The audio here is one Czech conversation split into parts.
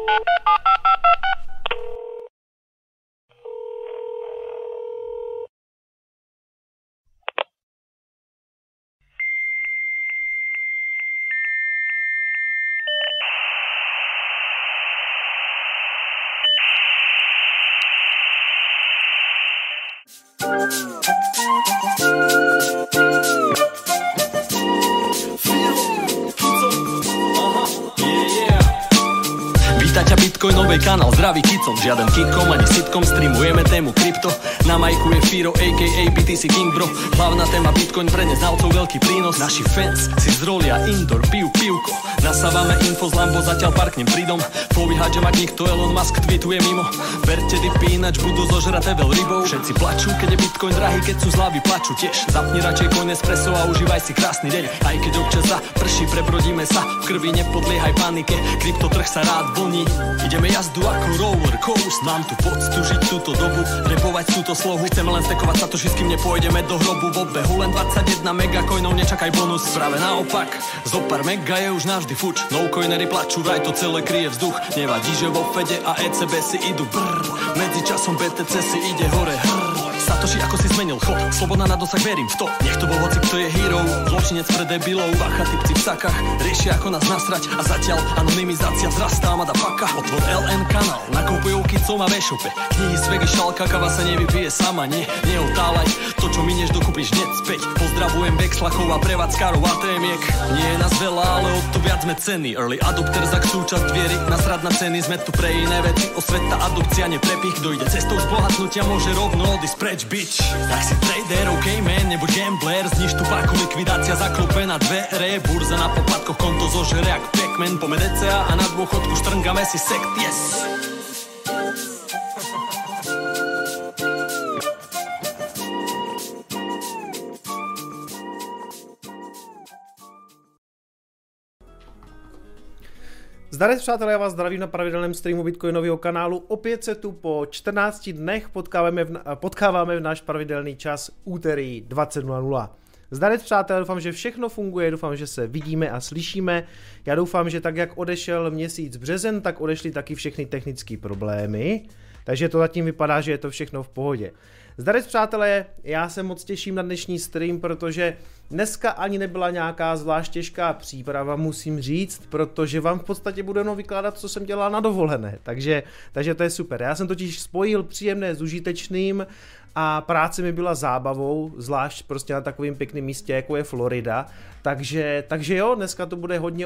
Bitcoinovej kanál, zdravý kicom, žiaden kitkom ani sitcom, streamujeme tému krypto. Na majku je Firo, a.k.a. BTC King bro. Hlavná téma Bitcoin pre neznalcov, veľký prínos. Naši fans si zrolia indoor, pijú pivko. Nasávame info z Lambo, zatiaľ parknem pridom. Flowy hádžem, ak nikto Elon Musk tweetuje mimo. Verte dipy, ináč budú zožraté veľ rybou. Všetci plačú, keď je Bitcoin drahý, keď sú zľavy, plačú tiež. Zapni radšej Coin Espresso a užívaj si krásny deň. Aj keď občas zaprší, prebrodíme sa. V krvi nepodliehaj panike, kryptotrh sa rád vlní. Ideme jazdu ako roller coaster. Mám tu poctu žiť túto dobu, repovať túto slohu. Chceme len stekovať sa to, kým nepôjdeme do hrobu. V obehu len 21 megacoinov, nečakaj bonus. Práve naopak, zo pár mega je už navždy fuč. No coinery plačú, vraj to celé kryje vzduch. Nevadí, že vo Fede a ECB si idú brr. Medzi časom BTC si ide hore Satoshi, ako si zmenil chod, sloboda na dosah, verím v to. Nech to bol hoci, kto je hero, zločinec pre debilov. Bacha, typci v sakách, riešia ako nás nasrať. A zatiaľ anonymizácia zrastá, mada paka. Otvor LN kanál, nakúpujú kicom a v-shope. Knihy z vegy, šalka, kava sa nevypije sama. Neotálaj, to čo minieš dokúpiš hneď späť. Pozdravujem Vexlakov a prevádzkarov ATM-iek. Nie je nás veľa, ale o to viac sme ceny. Early adopters, ak súčasť viery, nasrad na ceny. Sme tu pre iné veci, osveta, adopcia, neprepich. Kto ide cestou zbohatnutia, môže rovno odísť preč, bitch. Tak si trader, ok man, nebuď gambler. Zniž tu páku, likvidácia, zaklope na dvere. Burza na poplatkoch, konto zožere jak Pac-Man. Pome DCA a na dôchodku štrngame si sekt, yes. Zdarec přátelé, já vás zdravím na pravidelném streamu Bitcoinového kanálu. Opět se tu po 14 dnech potkáváme v náš pravidelný čas úterý 20:00. Zdarec přátelé, doufám, že všechno funguje, doufám, že se vidíme a slyšíme. Já doufám, že tak jak odešel měsíc březen, tak odešly taky všechny technické problémy. Takže to zatím vypadá, že je to všechno v pohodě. Zdarec přátelé, já se moc těším na dnešní stream, protože dneska ani nebyla nějaká zvlášť těžká příprava, musím říct, protože vám v podstatě budu jenom vykládat, co jsem dělal na dovolené, takže to je super. Já jsem totiž spojil příjemné s užitečným a práce mi byla zábavou, zvlášť prostě na takovém pěkném místě, jako je Florida, takže jo, dneska to bude hodně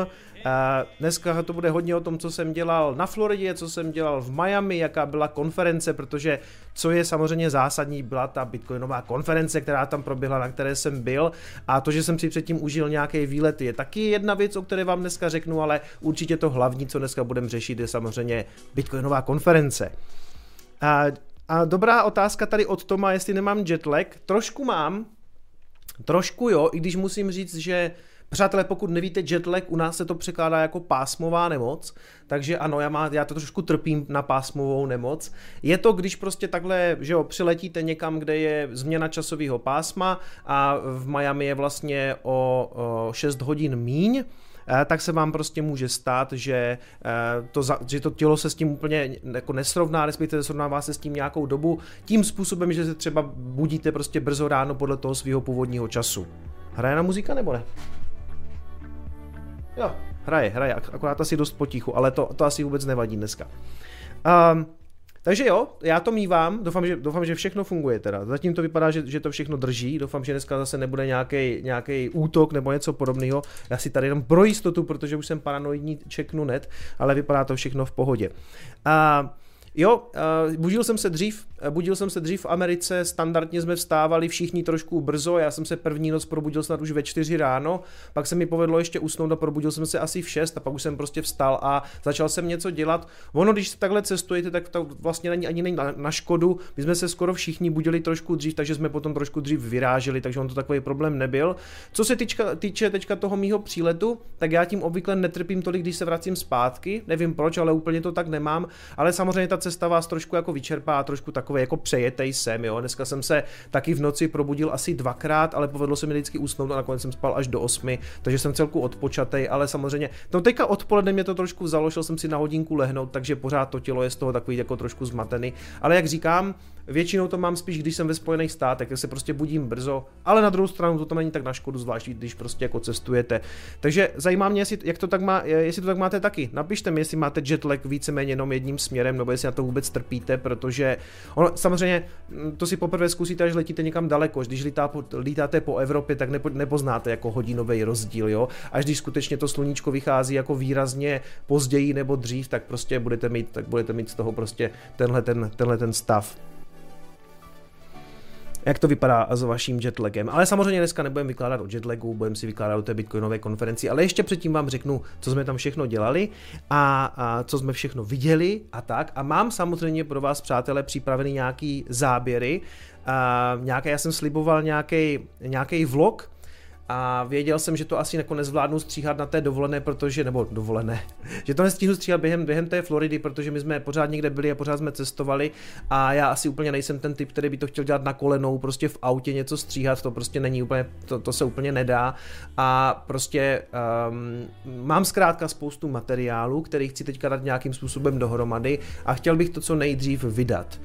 o tom, co jsem dělal na Floridě, co jsem dělal v Miami, jaká byla konference, protože co je samozřejmě zásadní, byla ta bitcoinová konference, která tam proběhla, na které jsem byl, a to, že jsem si předtím užil nějaký výlet, je taky jedna věc, o které vám dneska řeknu, ale určitě to hlavní, co dneska budeme řešit, je samozřejmě bitcoinová konference. A dobrá otázka tady od Toma, jestli nemám jetlag. Trošku mám, trošku jo, i když musím říct, že přátelé, pokud nevíte jetlag, u nás se to překládá jako pásmová nemoc, takže ano, já to trošku trpím na pásmovou nemoc. Je to, když prostě takhle, že jo, přiletíte někam, kde je změna časového pásma a v Miami je vlastně o 6 hodin míň, tak se vám prostě může stát, že to tělo se s tím úplně jako nesrovná, respektive srovnává se s tím nějakou dobu, tím způsobem, že se třeba budíte prostě brzo ráno podle toho svého původního času. Hraje na muzika nebo ne? Jo, hraje, akorát asi dost potichu, ale to asi vůbec nevadí dneska. Takže jo, já to mívám, doufám, že všechno funguje teda. Zatím to vypadá, že to všechno drží, doufám, že dneska zase nebude nějaký útok nebo něco podobného. Já si tady jenom pro jistotu, protože už jsem paranoidní, čeknu net, ale vypadá to všechno v pohodě. Jo, budil jsem se dřív v Americe, standardně jsme vstávali všichni trošku brzo, já jsem se první noc probudil snad už ve 4 ráno, pak se mi povedlo ještě usnout a probudil jsem se asi v 6 a pak už jsem prostě vstal a začal jsem něco dělat. Ono, když takhle cestujete, tak to vlastně není na škodu, my jsme se skoro všichni budili trošku dřív, takže jsme potom trošku dřív vyráželi, takže on to takový problém nebyl. Co se týče teďka toho mýho příletu, tak já tím obvykle netrpím tolik, když se vracím zpátky, nevím proč, ale úplně to tak nemám, ale samozřejmě ta cesta vás trošku jako vyčerpá, trošku takový jako přejetej sem, jo. Dneska jsem se taky v noci probudil asi 2krát, ale povedlo se mi vždycky usnout a nakonec jsem spal až do 8, takže jsem celku odpočatej, ale samozřejmě, no teďka odpoledne mě to trošku vzalo, šel jsem si na hodinku lehnout, takže pořád to tělo je z toho takový jako trošku zmatený, ale jak říkám, většinou to mám spíš, když jsem ve Spojených státech, tak se prostě budím brzo, ale na druhou stranu to není tak na škodu, zvlášť když prostě jako cestujete. Takže zajímá mě, jestli to tak máte taky. Napište mi, jestli máte jetlag víceméně jenom jedním směrem, nebo jestli na to vůbec trpíte, protože ono, samozřejmě to si poprvé zkusíte, až letíte někam daleko, když lítáte po Evropě, tak nepoznáte jako hodinový rozdíl, jo. Až když skutečně to sluníčko vychází jako výrazně později nebo dřív, tak prostě budete mít z toho prostě tenhle ten stav. Jak to vypadá s vaším jetlagem. Ale samozřejmě dneska nebudeme vykládat o jetlagu, budeme si vykládat o té bitcoinové konferenci, ale ještě předtím vám řeknu, co jsme tam všechno dělali a co jsme všechno viděli a tak. A mám samozřejmě pro vás, přátelé, připravený nějaký záběry, já jsem sliboval nějaký vlog, a věděl jsem, že to asi jako nezvládnu stříhat na té dovolené, že to nestihnu stříhat během té Floridy, protože my jsme pořád někde byli a pořád jsme cestovali a já asi úplně nejsem ten typ, který by to chtěl dělat na kolenou, prostě v autě něco stříhat, to prostě není úplně, to se úplně nedá a prostě mám zkrátka spoustu materiálu, který chci teďka dát nějakým způsobem dohromady a chtěl bych to co nejdřív vydat.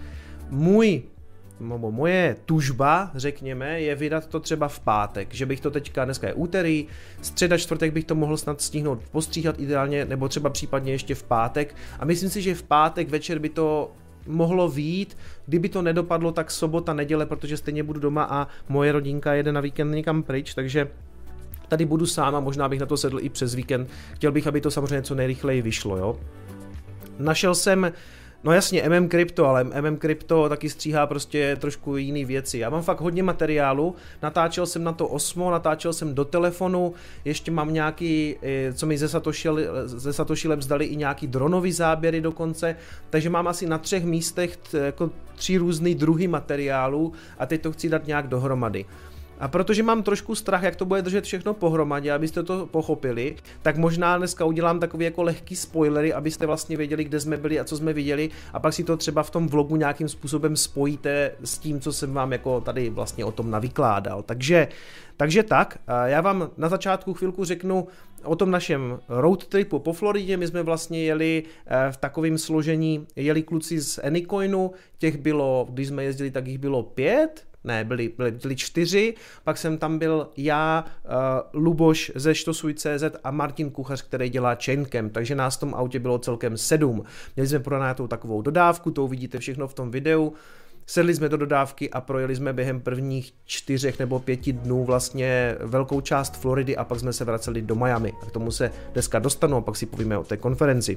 Moje tužba, řekněme, je vydat to třeba v pátek, že bych to teďka, dneska je úterý, středa, čtvrtek bych to mohl snad stihnout postříhat ideálně, nebo třeba případně ještě v pátek a myslím si, že v pátek večer by to mohlo vyjít, kdyby to nedopadlo, tak sobota, neděle, protože stejně budu doma a moje rodinka jede na víkend někam pryč, takže tady budu sám a možná bych na to sedl i přes víkend, chtěl bych, aby to samozřejmě co nejrychleji vyšlo, jo. Našel jsem no jasně, Crypto, ale Crypto taky stříhá prostě trošku jiný věci. Já mám fakt hodně materiálu, natáčel jsem na to Osmo, natáčel jsem do telefonu, ještě mám nějaký, co mi ze Satoshi Labs dali i nějaký dronový záběry dokonce, takže mám asi na 3 místech jako 3 různý druhy materiálu a teď to chci dát nějak dohromady. A protože mám trošku strach, jak to bude držet všechno pohromadě, abyste to pochopili, tak možná dneska udělám takový jako lehký spoilery, abyste vlastně věděli, kde jsme byli a co jsme viděli a pak si to třeba v tom vlogu nějakým způsobem spojíte s tím, co jsem vám jako tady vlastně o tom navykládal. Takže tak, já vám na začátku chvilku řeknu o tom našem road tripu po Floridě. My jsme vlastně jeli v takovém složení, jeli kluci z Anycoinu, těch bylo, když jsme jezdili, tak jich bylo 5, ne, byli 4, pak jsem tam byl já, Luboš ze Štosuj.cz a Martin Kuchař, který dělá Chaincamp, takže nás v tom autě bylo celkem 7. Měli jsme pronajatou takovou dodávku, to uvidíte všechno v tom videu. Sedli jsme do dodávky a projeli jsme během prvních 4 nebo 5 dnů vlastně velkou část Floridy a pak jsme se vraceli do Miami. A k tomu se dneska dostanu a pak si povíme o té konferenci.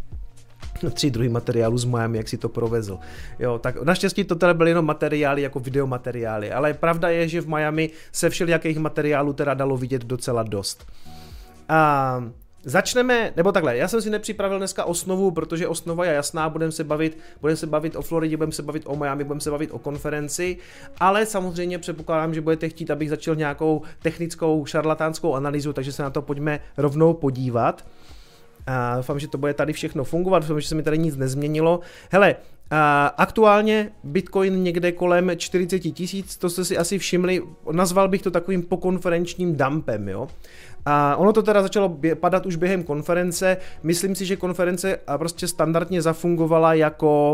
3 druhy materiálu z Miami, jak si to provezl. Jo, tak naštěstí to teda byly jenom materiály jako videomateriály, ale pravda je, že v Miami se všelijakých materiálů teda dalo vidět docela dost. A začneme, nebo takhle, já jsem si nepřipravil dneska osnovu, protože osnova je jasná, budeme se bavit o Floridě, budeme se bavit o Miami, budeme se bavit o konferenci, ale samozřejmě předpokládám, že budete chtít, abych začal nějakou technickou šarlatánskou analýzu, takže se na to pojďme rovnou podívat. A doufám, že to bude tady všechno fungovat, doufám, že se mi tady nic nezměnilo. Hele, aktuálně Bitcoin někde kolem 40 000, to jste si asi všimli, nazval bych to takovým pokonferenčním dumpem, jo. A ono to teda začalo padat už během konference, myslím si, že konference prostě standardně zafungovala jako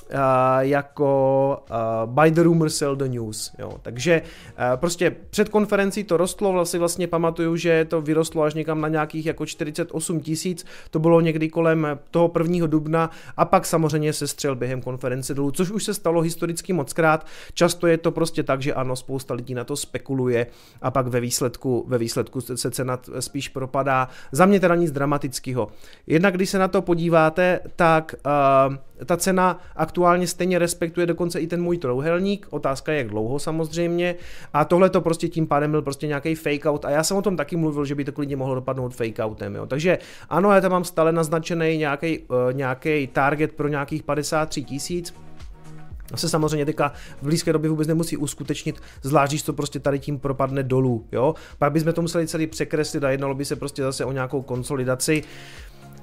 buy the rumor, sell the news, jo. Takže prostě před konferencí to rostlo, vlastně pamatuju, že to vyrostlo až někam na nějakých jako 48 000, to bylo někdy kolem toho 1. dubna a pak samozřejmě se střel během konference dolů, což už se stalo historicky mockrát, často je to prostě tak, že ano, spousta lidí na to spekuluje a pak ve výsledku se cena spíš propadá, za mě teda nic dramatického. Jednak když se na to podíváte, tak ta cena aktuálně stejně respektuje dokonce i ten můj trouhelník, otázka je jak dlouho samozřejmě a tohle to prostě tím pádem byl prostě nějaký fake out a já jsem o tom taky mluvil, že by to klidně mohlo dopadnout fake outem, jo. Takže ano, já tam mám stále naznačený nějaký target pro nějakých 53 000. To se samozřejmě teďka v blízké době vůbec nemusí uskutečnit, zvlášť když to prostě tady tím propadne dolů, jo. Pak bychom to museli celý překreslit a jednalo by se prostě zase o nějakou konsolidaci.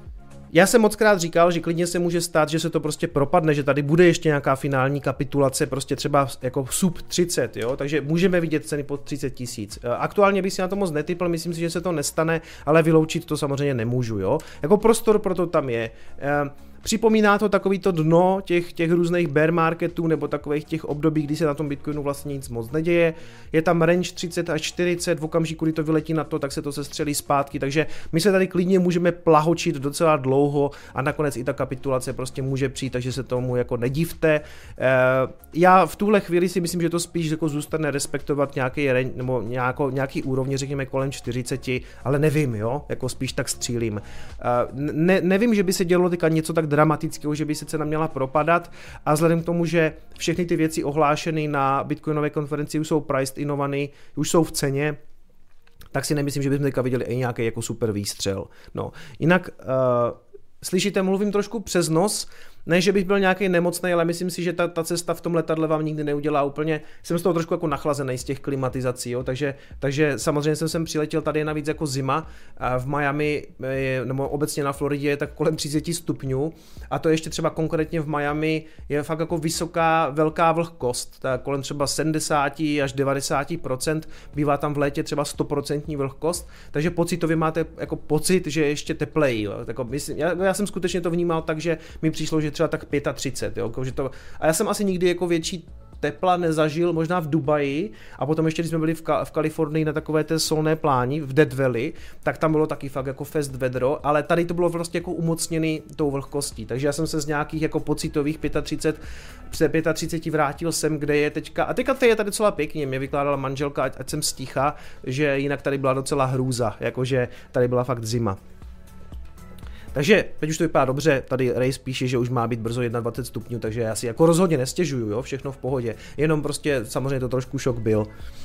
Já jsem mockrát říkal, že klidně se může stát, že se to prostě propadne, že tady bude ještě nějaká finální kapitulace, prostě třeba jako sub 30, jo, takže můžeme vidět ceny pod 30 000. Aktuálně bych si na to moc netypl, myslím si, že se to nestane, ale vyloučit to samozřejmě nemůžu, jo. Jako prostor pro to tam je. Připomíná to takovýto dno těch různých bear marketů nebo takových těch období, kdy se na tom Bitcoinu vlastně nic moc neděje. Je tam range 30 až 40, v okamžiku, kdy to vyletí na to, tak se to sestřelí zpátky, takže my se tady klidně můžeme plahočit docela dlouho a nakonec i ta kapitulace prostě může přijít, takže se tomu jako nedivte. Já v tuhle chvíli si myslím, že to spíš jako zůstane respektovat nějaký range, nebo nějaký úrovně, řekněme kolem 40, ale nevím, jo, jako spíš tak střílím. Nevím, že by se dělo teďka něco tak dramatického, že by se cena měla propadat a vzhledem k tomu, že všechny ty věci ohlášené na Bitcoinové konferenci už jsou priced inovaný, už jsou v ceně, tak si nemyslím, že bychom teďka viděli i nějaký jako super výstřel. No, jinak slyšíte, mluvím trošku přes nos, ne, že bych byl nějaký nemocný, ale myslím si, že ta cesta v tom letadle vám nikdy neudělá úplně, jsem z toho trošku jako nachlazený z těch klimatizací, jo? Takže samozřejmě jsem sem přiletěl, tady je navíc jako zima, a v Miami, nebo obecně na Floridě je tak kolem 30 stupňů a to ještě třeba konkrétně v Miami je fakt jako velká vlhkost, tak kolem třeba 70 až 90%, bývá tam v létě třeba 100% vlhkost, takže pocitově máte jako pocit, že je ještě tepleji, jako já jsem skutečně to vnímal tak, že mi přišlo, že třeba tak 35, jo, že to, a já jsem asi nikdy jako větší tepla nezažil, možná v Dubaji a potom ještě, když jsme byli v Kalifornii na takové té solné pláni v Death Valley, tak tam bylo taky fakt jako fest vedro, ale tady to bylo vlastně jako umocněný tou vlhkostí, takže já jsem se z nějakých jako pocitových 35 vrátil sem, kde je teďka, a teďka je tady docela pěkně, mě vykládala manželka, ať jsem sticha, že jinak tady byla docela hrůza, jakože tady byla fakt zima. Takže teď už to vypadá dobře, tady Race píše, že už má být brzo 21 stupňů, takže já si jako rozhodně nestěžuju, jo, všechno v pohodě, jenom prostě samozřejmě to trošku šok byl.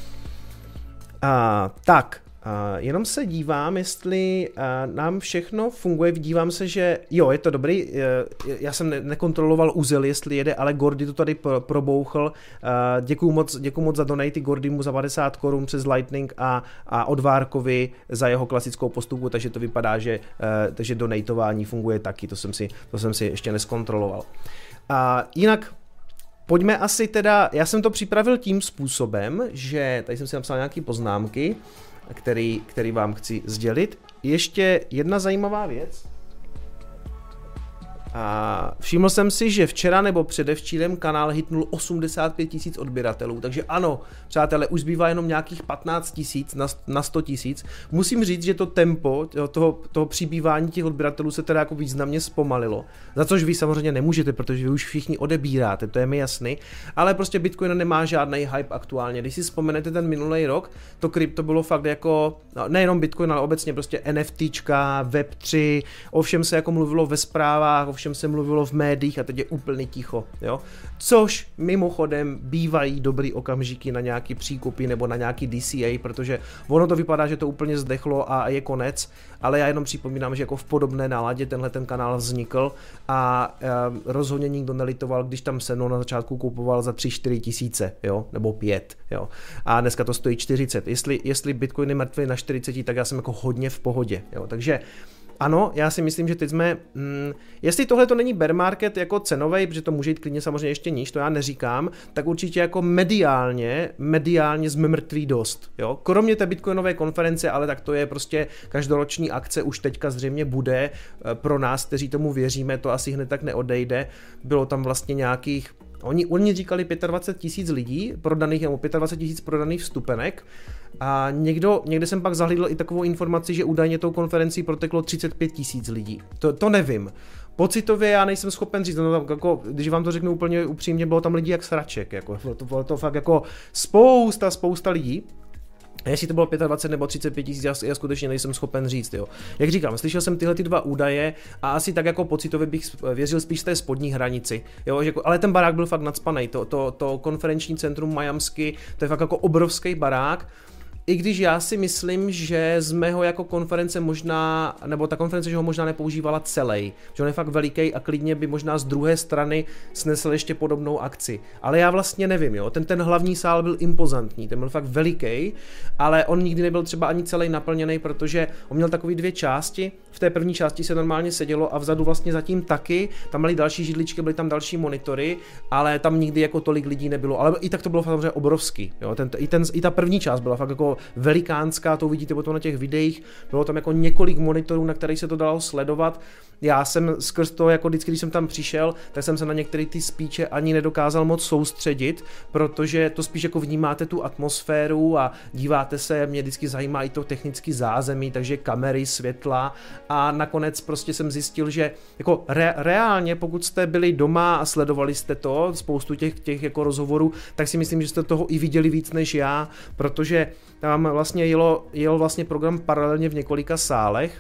Jenom se dívám, jestli nám všechno funguje, dívám se, že jo, je to dobrý, já jsem nekontroloval úzel, jestli jede, ale Gordy to tady probouchl, děkuju moc za donaty Gordymu za 50 korun přes Lightning a Odvárkovi za jeho klasickou postupu, takže to vypadá, že takže donatování funguje taky, to jsem si ještě neskontroloval. Jinak pojďme asi teda, já jsem to připravil tím způsobem, že tady jsem si napsal nějaké poznámky, který vám chci sdělit. Ještě jedna zajímavá věc. A všiml jsem si, že včera nebo předevčírem kanál hitnul 85 000 odběratelů, takže ano, přátelé, už zbývá jenom nějakých 15 000 na 100 000. Musím říct, že to tempo toho přibývání těch odběratelů se teda jako významně zpomalilo, za což vy samozřejmě nemůžete, protože vy už všichni odebíráte, to je mi jasný, ale prostě Bitcoin nemá žádný hype aktuálně. Když si vzpomenete ten minulý rok, to krypto bylo fakt jako, no, nejenom Bitcoin, ale obecně prostě NFTčka, Web3, o všem se jako mluvilo ve zprávách, o všem se mluvilo v médiích a teď je úplně ticho, jo. Což mimochodem bývají dobrý okamžiky na nějaký příkupy nebo na nějaký DCA, protože ono to vypadá, že to úplně zdechlo a je konec, ale já jenom připomínám, že jako v podobné náladě tenhle ten kanál vznikl a rozhodně nikdo nelitoval, když tam se mnou na začátku kupoval za 3-4 tisíce, jo, nebo 5, jo. A dneska to stojí 40. Jestli Bitcoin je mrtvý na 40, tak já jsem jako hodně v pohodě, jo. Takže ano, já si myslím, že teď jsme, jestli tohle to není bear market jako cenovej, protože to může jít klidně samozřejmě ještě níž, to já neříkám, tak určitě jako mediálně jsme mrtví dost, jo. Kromě té bitcoinové konference, ale tak to je prostě každoroční akce, už teďka zřejmě bude, pro nás, kteří tomu věříme, to asi hned tak neodejde, bylo tam vlastně nějakých, oni říkali 25 000 lidí prodaných, nebo 25 000 prodaných vstupenek, a někde jsem pak zahlídl i takovou informaci, že údajně tou konferencí proteklo 35 000 lidí. To nevím. Pocitově já nejsem schopen říct, no, jako, když vám to řeknu úplně upřímně, bylo tam lidí jak sraček, jako, bylo to fakt jako spousta lidí. A jestli to bylo 25 nebo 35 000, já skutečně nejsem schopen říct, jo. Jak říkám, slyšel jsem tyhle ty dva údaje a asi tak jako pocitově bych věřil spíš z té spodní hranici, jo, že, ale ten barák byl fakt nacpanej, to konferenční centrum Miamsky, to je fakt jako obrovský barák. I když já si myslím, že z mého jako konference možná, nebo ta konference, že ho možná nepoužívala celý, že on je fakt veliký a klidně by možná z druhé strany snesl ještě podobnou akci. Ale já vlastně nevím, jo, ten hlavní sál byl impozantní, ten byl fakt veliký, ale on nikdy nebyl třeba ani celý naplněný, protože on měl takový 2 části, v té první části se normálně sedělo a vzadu vlastně zatím taky, tam byly další židličky, byly tam další monitory, ale tam nikdy jako tolik lidí nebylo, ale i tak to bylo samozřejmě obrovský, jo, i ta první část byla fakt jako velikánská, to uvidíte potom na těch videích, bylo tam jako několik monitorů, na kterých se to dalo sledovat. Já jsem skrz to, jako vždycky, když jsem tam přišel, tak jsem se na některé ty speeche ani nedokázal moc soustředit, protože to spíš jako vnímáte tu atmosféru a díváte se, mě vždycky zajímá i to technické zázemí, takže kamery, světla a nakonec prostě jsem zjistil, že jako reálně, pokud jste byli doma a sledovali jste to, spoustu těch jako rozhovorů, tak si myslím, že jste toho i viděli víc než já, protože tam vlastně jel vlastně program paralelně v několika sálech.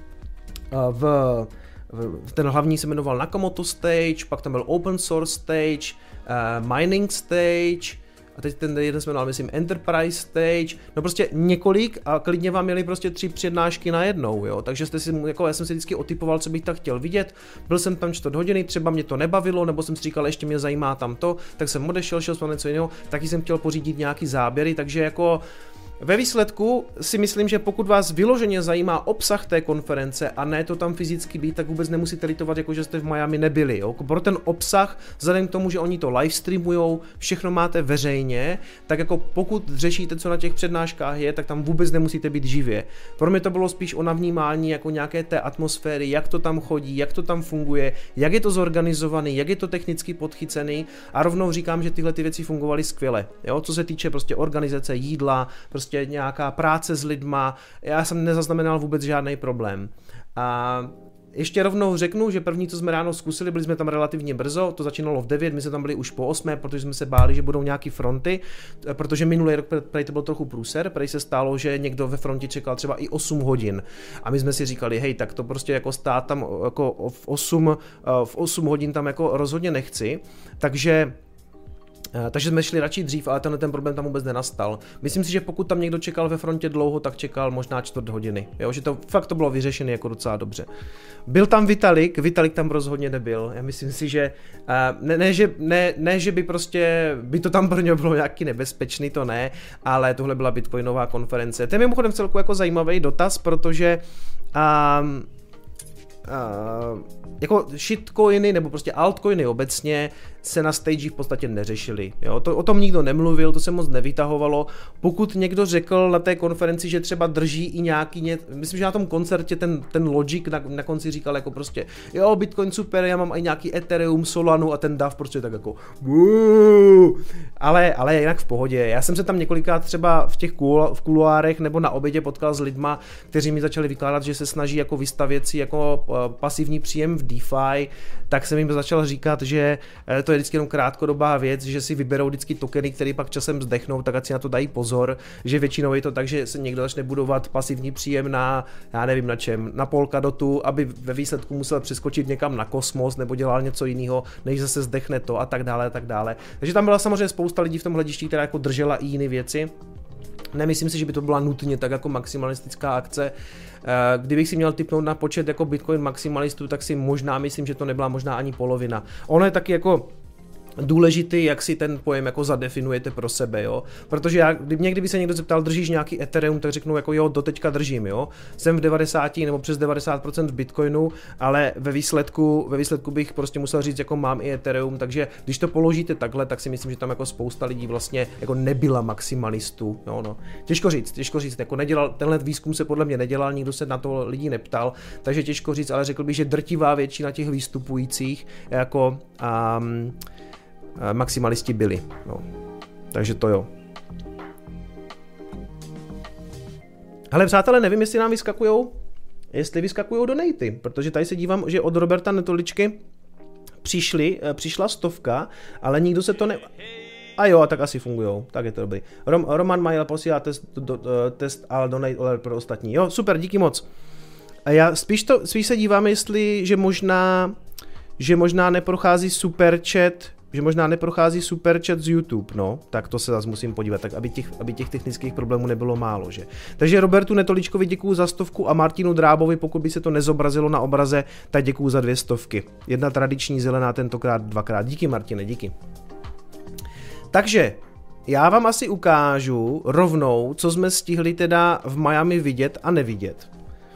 Ten hlavní se jmenoval Nakamoto Stage, pak tam byl Open Source Stage, Mining Stage, a teď ten jeden se jmenoval, myslím, Enterprise Stage, no prostě několik a klidně vám měli prostě 3 přednášky najednou, jo, takže jste si, jako já jsem si vždycky otypoval, co bych tak chtěl vidět, byl jsem tam 4 hodiny, třeba mě to nebavilo, nebo jsem si říkal, ještě mě zajímá tam to, tak jsem odešel, šel jsem něco jiného, taky jsem chtěl pořídit nějaký záběry, takže jako ve výsledku si myslím, že pokud vás vyloženě zajímá obsah té konference a ne to tam fyzicky být, tak vůbec nemusíte litovat, jako že jste v Miami nebyli. Jo? Pro ten obsah, vzhledem k tomu, že oni to live streamujou, všechno máte veřejně, tak jako pokud řešíte, co na těch přednáškách je, tak tam vůbec nemusíte být živě. Pro mě to bylo spíš o navnímání jako nějaké té atmosféry, jak to tam chodí, jak to tam funguje, jak je to zorganizovaný, jak je to technicky podchycený a rovnou říkám, že tyhle ty věci fungovaly skvěle. Jo? Co se týče prostě organizace jídla, prostě nějaká práce s lidma, já jsem nezaznamenal vůbec žádný problém. A ještě rovnou řeknu, že první, co jsme ráno zkusili, byli jsme tam relativně brzo, to začínalo v 9, my jsme tam byli už po 8, protože jsme se báli, že budou nějaký fronty, protože minulý rok prej to byl trochu průser, prej se stálo, že někdo ve frontě čekal třeba i 8 hodin a my jsme si říkali, hej, tak to prostě jako stát tam jako v 8 hodin tam jako rozhodně nechci, takže jsme šli radši dřív, ale ten problém tam vůbec nenastal. Myslím si, že pokud tam někdo čekal ve frontě dlouho, tak čekal možná 4 hodiny. Jo, že to fakt to bylo vyřešené jako docela dobře. Byl tam Vitalik tam rozhodně nebyl. Já myslím si, že ne, že by prostě by to tam pro něj bylo nějaký nebezpečný, to ne, ale tohle byla bitcoinová konference. To je mimochodem celku jako zajímavý dotaz, protože jako shitcoiny nebo prostě altcoiny obecně se na stage v podstatě neřešily. Jo? O tom nikdo nemluvil, to se moc nevytahovalo. Pokud někdo řekl na té konferenci, že třeba drží i nějaký, myslím, že na tom koncertě ten Logic na konci říkal jako prostě, jo, Bitcoin super, já mám i nějaký Ethereum, Solanu a ten DAV prostě tak jako ale jinak v pohodě. Já jsem se tam několikrát třeba v kuluárech nebo na obědě potkal s lidma, kteří mi začali vykládat, že se snaží jako vystavět si jako pasivní příjem v DeFi, tak jsem jim začal říkat, že to je vždycky jenom krátkodobá věc, že si vyberou vždycky tokeny, které pak časem zdechnou, tak ať si na to dají pozor, že většinou je to tak, že se někdo začne budovat pasivní příjem na, já nevím na čem, na Polkadotu, aby ve výsledku musel přeskočit někam na kosmos nebo dělal něco jiného, než zase zdechne to a tak dále, a tak dále. Takže tam byla samozřejmě spousta lidí v tom hledišti, která jako držela i jiné věci. Nemyslím si, že by to byla nutně tak jako maximalistická akce. Kdybych si měl tipnout na počet jako Bitcoin maximalistů, tak si možná myslím, že to nebyla možná ani polovina. Ono je taky jako důležitý, jak si ten pojem jako zadefinujete pro sebe, jo. Protože kdyby se někdo zeptal, držíš nějaký Ethereum, tak řeknu jako jo, doteďka držím, jo. Jsem v 90 nebo přes 90% v Bitcoinu, ale ve výsledku bych prostě musel říct, jako mám i Ethereum, takže když to položíte takhle, tak si myslím, že tam jako spousta lidí vlastně jako nebyla maximalistů, jo, no. Těžko říct, jako tenhle výzkum se podle mě nedělal, nikdo se na to lidí neptal, takže těžko říct, ale řekl bych, že drtivá většina těch vystupujících jako maximalisti byli, no. Takže to jo. Hele přátelé, nevím, jestli nám vyskakujou donaty, protože tady se dívám, že od Roberta Netoličky přišla 100, ale nikdo se to a jo, tak asi fungujou, tak je to dobrý. Roman Majel posílá test ale donate pro ostatní. Jo, super, díky moc. A já spíš se dívám, že možná neprochází super chat že možná neprochází super chat z YouTube, no, tak to se zase musím podívat, tak aby těch technických problémů nebylo málo, že. Takže Robertu Netoličkovi děkuju za 100 a Martinu Drábovi, pokud by se to nezobrazilo na obraze, tak děkuju za 200. Jedna tradiční zelená, tentokrát 2krát. Díky, Martine, díky. Takže já vám asi ukážu rovnou, co jsme stihli teda v Miami vidět a nevidět.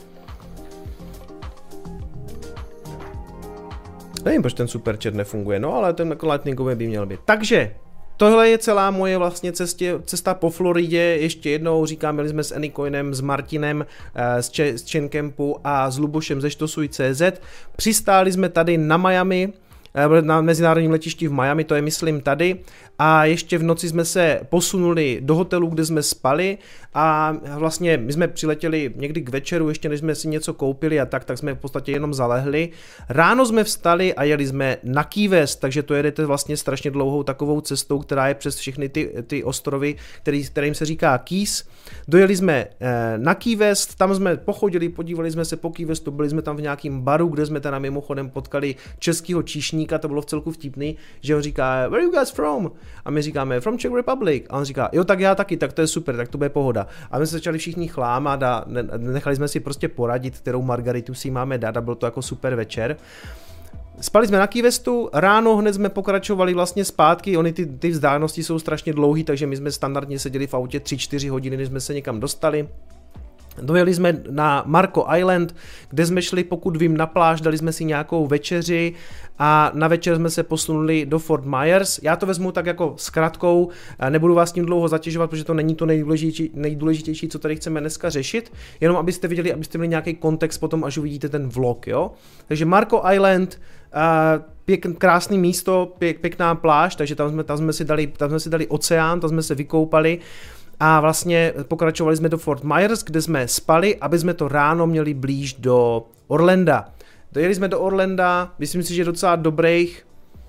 Nevím, proč ten super chat nefunguje, no ale ten jako lightningový by měl být. Takže tohle je celá moje vlastně cesta po Floridě, ještě jednou říkám, byli jsme s Anycoinem, s Martinem z Chaincampu a s Lubošem ze Štosuj.cz. Přistáli jsme tady na Miami, na mezinárodním letišti v Miami, to je myslím tady, a ještě v noci jsme se posunuli do hotelu, kde jsme spali a vlastně my jsme přiletěli někdy k večeru, ještě než jsme si něco koupili a tak jsme v podstatě jenom zalehli. Ráno jsme vstali a jeli jsme na Key West, takže to jedete vlastně strašně dlouhou takovou cestou, která je přes všechny ty ostrovy, kterým se říká Keys. Dojeli jsme na Key West, tam jsme pochodili, podívali jsme se po Key Westu, byli jsme tam v nějakém baru, kde jsme teda mimochodem potkali českého číšníka, to bylo vcelku vtipný, že on říká, where are you guys from? A my říkáme, from Czech Republic. A on říká, jo, tak já taky, tak to je super, tak to bude pohoda. A my se začali všichni chlámat a nechali jsme si prostě poradit, kterou margaritu si máme dát a byl to jako super večer. Spali jsme na Key Westu, ráno hned jsme pokračovali vlastně zpátky, ony ty vzdálenosti jsou strašně dlouhý, takže my jsme standardně seděli v autě 3-4 hodiny, než jsme se někam dostali. Dojeli jsme na Marco Island, kde jsme šli, pokud vím, na pláž, dali jsme si nějakou večeři a na večer jsme se posunuli do Fort Myers. Já to vezmu tak jako zkratkou, nebudu vás tím dlouho zatěžovat, protože to není to nejdůležitější, co tady chceme dneska řešit, jenom abyste viděli, abyste měli nějaký kontext potom, až uvidíte ten vlog, jo. Takže Marco Island, krásný místo, pěkná pláž, takže tam jsme si dali oceán, tam jsme se vykoupali. A vlastně pokračovali jsme do Fort Myers, kde jsme spali, aby jsme to ráno měli blíž do Orlanda. Dojeli jsme do Orlanda, myslím si, že docela dobrých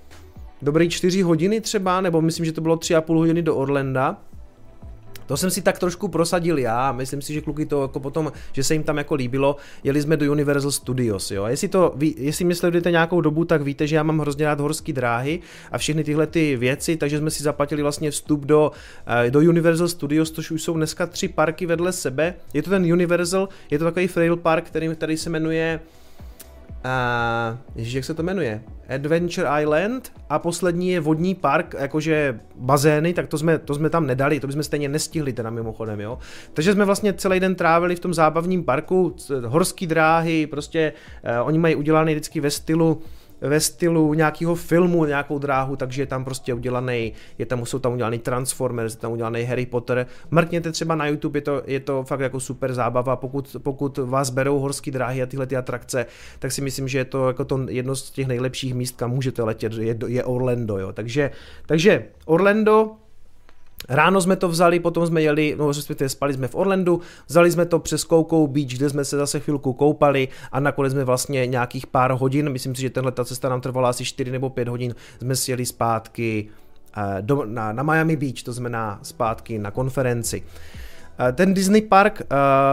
4 hodiny třeba, nebo myslím, že to bylo 3,5 hodiny do Orlanda. To jsem si tak trošku prosadil já, myslím si, že kluky to jako potom, že se jim tam jako líbilo, jeli jsme do Universal Studios, jo. Jestli mě sledujete nějakou dobu, tak víte, že já mám hrozně rád horské dráhy a všechny tyhle ty věci, takže jsme si zaplatili vlastně vstup do Universal Studios, což už jsou dneska 3 parky vedle sebe. Je to ten Universal, je to takový trail park, který se jmenuje jak se to jmenuje? Adventure Island a poslední je vodní park, jakože bazény, tak to jsme tam nedali, to bychom stejně nestihli teda mimochodem, jo. Takže jsme vlastně celý den trávili v tom zábavním parku, horský dráhy, prostě oni mají udělaný vždycky ve stylu nějakého filmu, nějakou dráhu, takže je tam prostě udělaný, jsou tam udělaný Transformers, je tam udělaný Harry Potter. Mrkněte třeba na YouTube, je to fakt jako super zábava, pokud vás berou horské dráhy a tyhle ty atrakce, tak si myslím, že je to jako to jedno z těch nejlepších míst, kam můžete letět, je Orlando, jo. Takže Orlando. Ráno jsme to vzali, potom jsme jeli, respektive spali jsme v Orlandu, vzali jsme to přes Cocoa Beach, kde jsme se zase chvilku koupali a nakonec jsme vlastně nějakých pár hodin, myslím si, že ta cesta nám trvala asi 4 nebo 5 hodin, jsme sjeli zpátky na Miami Beach, to znamená zpátky na konferenci. Ten Disney Park,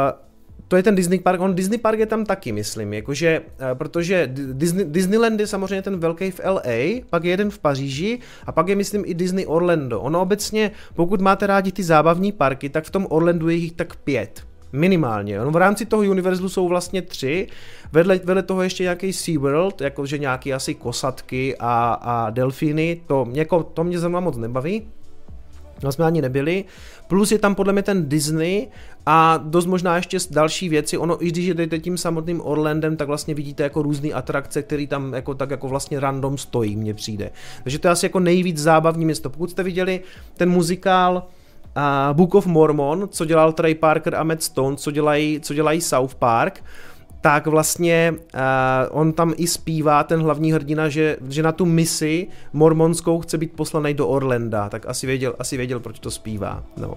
to je ten Disney Park, Disney Park je tam taky, myslím, jakože, protože Disneyland je samozřejmě ten velký v LA, pak je jeden v Paříži a pak je, myslím, i Disney Orlando. Ono obecně, pokud máte rádi ty zábavní parky, tak v tom Orlandu je jich tak 5. Minimálně. No v rámci toho Universalu jsou vlastně 3, vedle toho ještě nějaký SeaWorld, jakože nějaký asi kosatky a delfíny, to mě zrovna moc nebaví. No jsme ani nebyli, plus je tam podle mě ten Disney a dost možná ještě další věci, ono i když jdete tím samotným Orlandem, tak vlastně vidíte jako různé atrakce, které tam jako vlastně random stojí, mně přijde. Takže to je asi jako nejvíc zábavní město. Pokud jste viděli ten muzikál Book of Mormon, co dělal Trey Parker a Matt Stone, co dělají South Park, tak vlastně on tam i zpívá, ten hlavní hrdina, že na tu misi mormonskou chce být poslaný do Orlanda, tak asi věděl, proč to zpívá. No.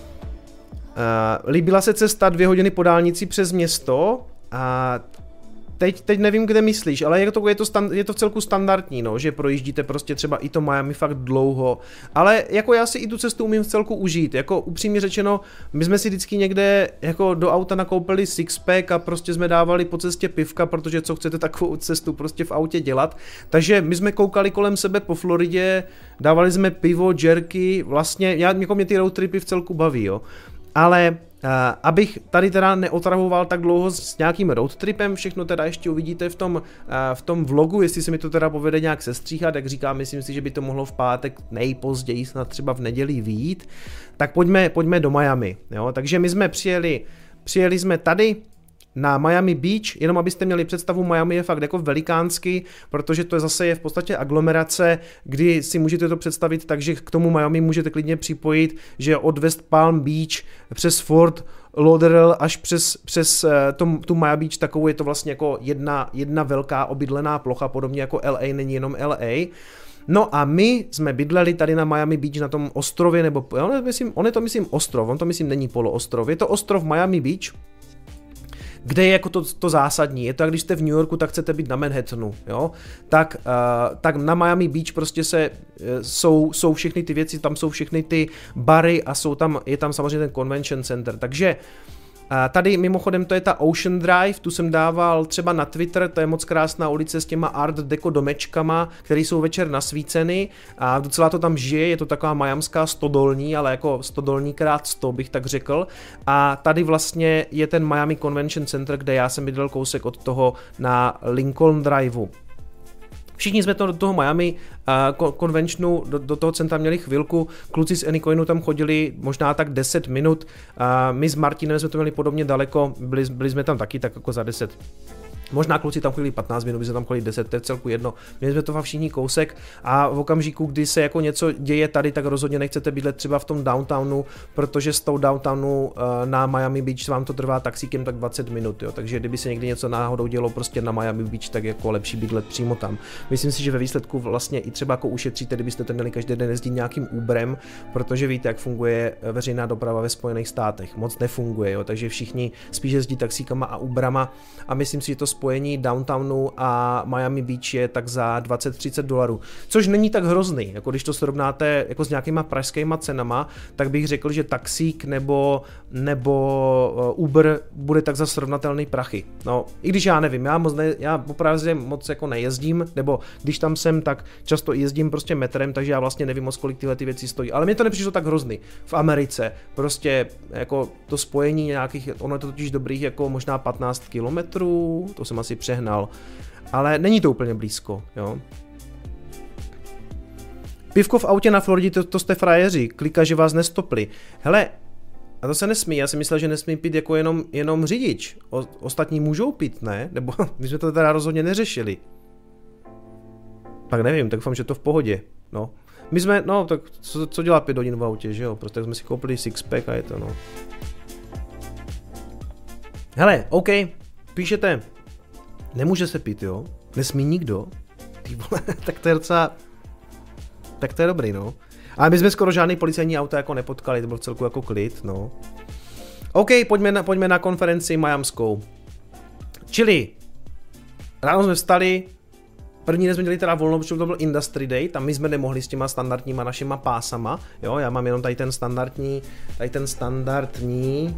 Líbila se cesta 2 hodiny po dálnici přes město a teď nevím, kde myslíš, ale je to v celku standardní, no, že projíždíte prostě třeba i to Miami fakt dlouho, ale jako já si i tu cestu umím v celku užít, jako upřímně řečeno, my jsme si vždycky někde jako do auta nakoupili sixpack a prostě jsme dávali po cestě pivka, protože co chcete takovou cestu prostě v autě dělat, takže my jsme koukali kolem sebe po Floridě, dávali jsme pivo, jerky, vlastně, mě ty road tripy v celku baví, jo, ale abych tady teda neotravoval tak dlouho s nějakým road tripem, všechno teda ještě uvidíte v tom vlogu, jestli se mi to teda povede nějak sestříhat, jak říkám, myslím si, že by to mohlo v pátek nejpozději, snad třeba v neděli vyjít, tak pojďme do Miami, jo, takže my jsme přijeli jsme tady na Miami Beach, jenom abyste měli představu, Miami je fakt jako velikánský, protože to je v podstatě aglomerace, kdy si můžete to představit, takže k tomu Miami můžete klidně připojit, že od West Palm Beach přes Fort Lauderdale až přes tu Miami Beach, takovou je to vlastně jako jedna velká obydlená plocha, podobně jako LA není jenom LA. No a my jsme bydleli tady na Miami Beach na tom ostrově, nebo on je to myslím ostrov, on to myslím není poloostrov, je to ostrov Miami Beach, kde je jako to zásadní, je to, jak když jste v New Yorku, tak chcete být na Manhattanu, jo, tak na Miami Beach prostě jsou všechny ty věci, tam jsou všechny ty bary a je tam samozřejmě ten convention center, takže tady mimochodem to je ta Ocean Drive, tu jsem dával třeba na Twitter, to je moc krásná ulice s těma art deco domečkama, které jsou večer nasvíceny a docela to tam žije, je to taková majamská stodolní, ale jako stodolní krát 100 bych tak řekl a tady vlastně je ten Miami Convention Center, kde já jsem bydlel kousek od toho na Lincoln Driveu. Všichni jsme to do toho Miami Conventionu, do toho centra měli chvilku, kluci z Anycoinu tam chodili možná tak 10 minut, my s Martinem jsme to měli podobně daleko, byli jsme tam taky tak jako za 10. Možná kluci tam chodili 15 minut, by se tam chodili 10, to je v celku jedno. Měli jsme to fakt všichni kousek a v okamžiku, kdy se jako něco děje tady, tak rozhodně nechcete bydlet třeba v tom downtownu, protože z toho downtownu na Miami Beach vám to trvá taxíkem tak 20 minut, jo. Takže kdyby se někdy něco náhodou dělo prostě na Miami Beach, tak jako lepší bydlet přímo tam. Myslím si, že ve výsledku vlastně i třeba jako ušetříte, kdybyste tam měli každý den jezdit nějakým Uberem, protože víte, jak funguje veřejná doprava ve Spojených státech. Moc nefunguje, jo. Takže všichni spíš jezdí taxíkama a Uberama a myslím si, že to spojení downtownu a Miami Beach je tak za $20-30, což není tak hrozný, jako když to srovnáte jako s nějakýma pražskýma cenama, tak bych řekl, že taxík nebo Uber bude tak za srovnatelný prachy. No, i když já nevím, já opravdu moc jako nejezdím, nebo když tam jsem, tak často jezdím prostě metrem, takže já vlastně nevím moc, kolik tyhle ty věci stojí, ale mně to nepřišlo tak hrozný. V Americe prostě jako to spojení nějakých, ono je to totiž dobrých jako možná 15 kilometrů, to jsem asi přehnal, ale není to úplně blízko, jo. Pivko v autě na Floridě, to jste frajeři, klika, že vás nestopli. Hele, a to se nesmí, já si myslel, že nesmí pít jako jenom řidič, ostatní můžou pít, ne? Nebo my jsme to teda rozhodně neřešili. Tak nevím, tak doufám, že to v pohodě, no. My jsme, no, tak co dělá 5 hodin v autě, že jo, prostě jsme si koupili sixpack a je to, no. Hele, OK, píšete, nemůže se pít, jo, nesmí nikdo, ty vole, tak to je docela, tak to je dobrý, no. Ale my jsme skoro žádný policajní auto jako nepotkali, to byl celku jako klid, no. OK, pojďme na konferenci majamskou. Čili, ráno jsme vstali, první den jsme měli teda volno, protože to byl Industry Day, tam my jsme nemohli s těma standardníma našima pásama, jo, já mám jenom tady ten standardní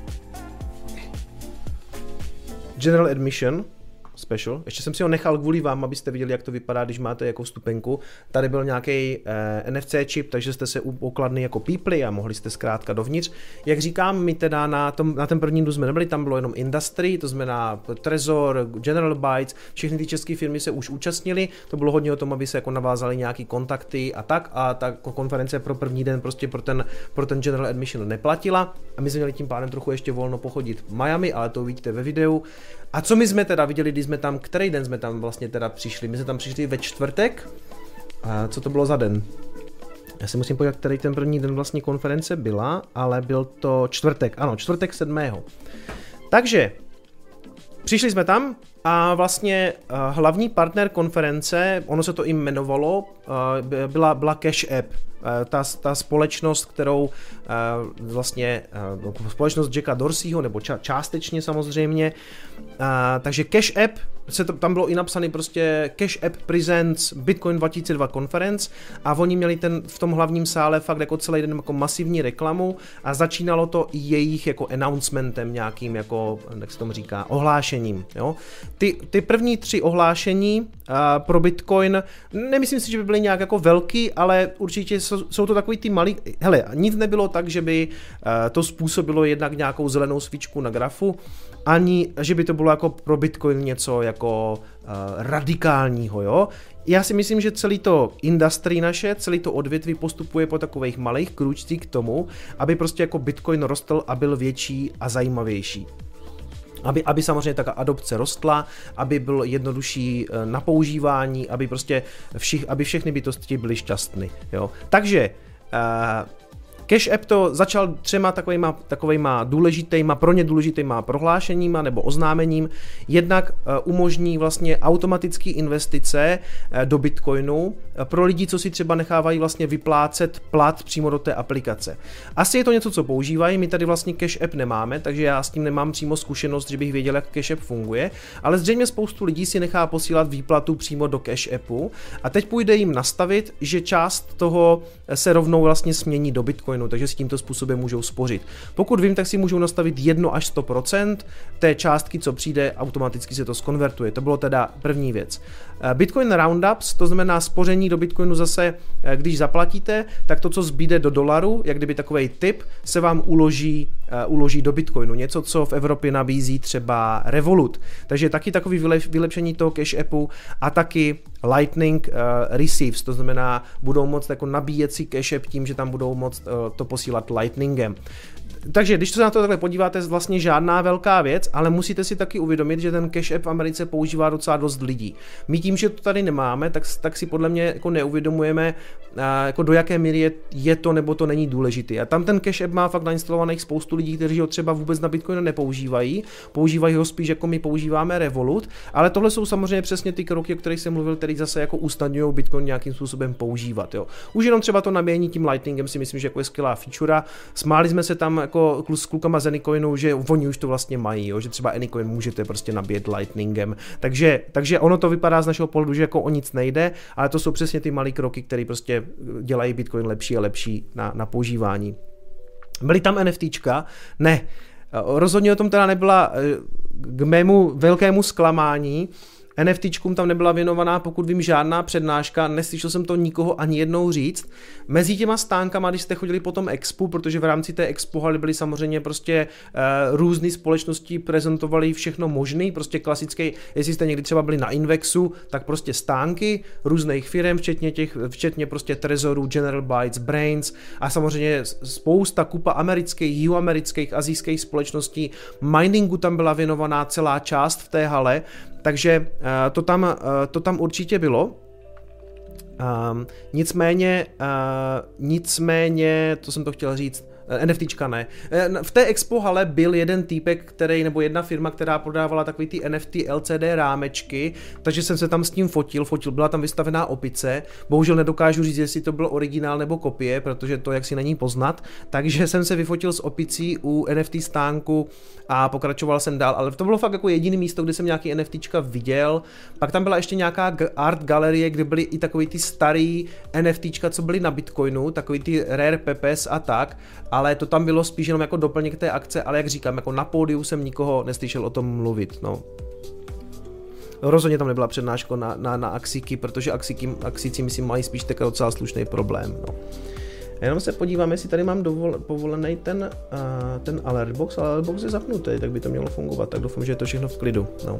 General Admission Special. Ještě jsem si ho nechal kvůli vám, abyste viděli, jak to vypadá, když máte jako vstupenku. Tady byl nějaký NFC čip, takže jste se okladli jako pípli a mohli jste zkrátka dovnitř. Jak říkám, my teda na ten první dnu jsme nebyli, tam bylo jenom Industry, to znamená Trezor, General Bytes, všechny ty české firmy se už účastnili. To bylo hodně o tom, aby se jako navázali nějaký kontakty a tak. A ta konference pro první den prostě pro ten General Admission neplatila. A my jsme měli tím pádem trochu ještě volno pochodit v Miami, ale to uvidíte ve videu. A co my jsme teda viděli, když jsme tam, který den jsme tam vlastně teda přišli? My jsme tam přišli ve čtvrtek. A co to bylo za den? Já si musím podívat, který ten první den vlastně konference byla, ale byl to čtvrtek, ano, čtvrtek 7. Takže přišli jsme tam a vlastně hlavní partner konference, ono se to i jmenovalo, byla Cash App. Ta společnost, kterou vlastně společnost Jacka Dorseyho, nebo částečně samozřejmě. Takže Cash App tam bylo i napsaný prostě Cash App Presents Bitcoin 2002 Conference a oni měli v tom hlavním sále fakt jako celý den jako masivní reklamu a začínalo to i jejich jako announcementem nějakým jako, jak se tomu říká, ohlášením, jo. Ty první 3 ohlášení pro Bitcoin, nemyslím si, že by byly nějak jako velký, ale určitě jsou to takový ty malý, hele, nic nebylo tak, že by to způsobilo jednak nějakou zelenou svíčku na grafu, ani že by to bylo jako pro Bitcoin něco jako radikálního, jo. Já si myslím, že celý to industry naše, celý to odvětví postupuje po takových malých krůčcích k tomu, aby prostě jako Bitcoin rostl a byl větší a zajímavější. Aby samozřejmě ta adopce rostla, aby byl jednodušší na používání, aby všechny bytosti byly šťastny, jo. Takže Cash App to začal 3 takovejma důležitýma, pro ně důležitýma prohlášeníma nebo oznámením. Jednak umožní vlastně automatické investice do Bitcoinu pro lidi, co si třeba nechávají vlastně vyplácet plat přímo do té aplikace. Asi je to něco, co používají, my tady vlastně Cash App nemáme, takže já s tím nemám přímo zkušenost, že bych věděl, jak Cash App funguje, ale zřejmě spoustu lidí si nechá posílat výplatu přímo do Cash Appu a teď půjde jim nastavit, že část toho se rovnou vlastně smění do Bitcoinu, takže s tímto způsobem můžou spořit. Pokud vím, tak si můžou nastavit 1 až 100% té částky, co přijde, automaticky se to zkonvertuje. To bylo teda první věc. Bitcoin Roundups, to znamená spoření do Bitcoinu zase, když zaplatíte, tak to, co zbyde do dolaru, jak kdyby takovej tip, se vám uloží do Bitcoinu. Něco, co v Evropě nabízí třeba Revolut. Takže taky takový vylepšení toho Cash Appu a taky Lightning Receives, to znamená, budou moct jako nabíjet si Cash App tím, že tam budou moct to posílat Lightningem. Takže když se na to takhle podíváte, je vlastně žádná velká věc, ale musíte si taky uvědomit, že ten Cash App v Americe používá docela dost lidí. My tím, že to tady nemáme, tak si podle mě jako neuvědomujeme, jako do jaké míry je to nebo to není důležité. A tam ten Cash App má fakt nainstalovaných spoustu lidí, kteří ho třeba vůbec na Bitcoinu nepoužívají, používají ho spíš jako my používáme Revolut, ale tohle jsou samozřejmě přesně ty kroky, o kterých jsem mluvil, které zase jako usnadňují Bitcoin nějakým způsobem používat. Jo. Už jenom třeba to nabíjení tím Lightningem si myslím, že jako je skvělá feature. Smáli jsme se tam jako s klukama z Anycoinu, že oni už to vlastně mají, jo, že třeba Anycoin můžete prostě nabíjet Lightningem. Takže ono to vypadá z našeho pohledu, že jako o nic nejde, ale to jsou přesně ty malé kroky, které prostě dělají Bitcoin lepší a lepší na používání. Byly tam NFTčka? Ne. Rozhodně o tom teda nebyla k mému velkému zklamání. NFTčkům tam nebyla věnovaná, pokud vím, žádná přednáška, neslyšel jsem to nikoho ani jednou říct. Mezi těma stánkama, když jste chodili po tom expu, protože v rámci té expo haly byly samozřejmě prostě různé společnosti, prezentovali všechno možný, prostě klasický, jestli jste někdy třeba byli na Invexu, tak prostě stánky různých firm, včetně prostě Trezoru, General Bytes, Brains a samozřejmě spousta kupa amerických, jihoamerických, asijských společností. Miningu tam byla věnovaná celá část v té hale, takže to tam určitě bylo. Nicméně, to jsem to chtěl říct, NFTčka ne. V té expo hale byl jeden týpek, nebo jedna firma, která prodávala takový ty NFT LCD rámečky, takže jsem se tam s tím fotil, byla tam vystavená opice, bohužel nedokážu říct, jestli to byl originál nebo kopie, protože to jaksi není poznat, takže jsem se vyfotil s opicí u NFT stánku a pokračoval jsem dál, ale to bylo fakt jako jediný místo, kde jsem nějaký NFTčka viděl. Pak tam byla ještě nějaká art galerie, kde byly i takový ty starý NFTčka, co byly na Bitcoinu, takový ty Rare Pepes a tak, ale to tam bylo spíš jenom jako doplněk té akce, ale jak říkám, jako na pódiu jsem nikoho neslyšel o tom mluvit, no. Rozhodně tam nebyla přednáška na Axíky, protože Axíci myslím mají spíš takový docela slušný problém, no. Jenom se podívám, jestli tady mám povolený ten alertbox, ale alertbox je zapnutý, tak by to mělo fungovat, tak doufám, že je to všechno v klidu, no.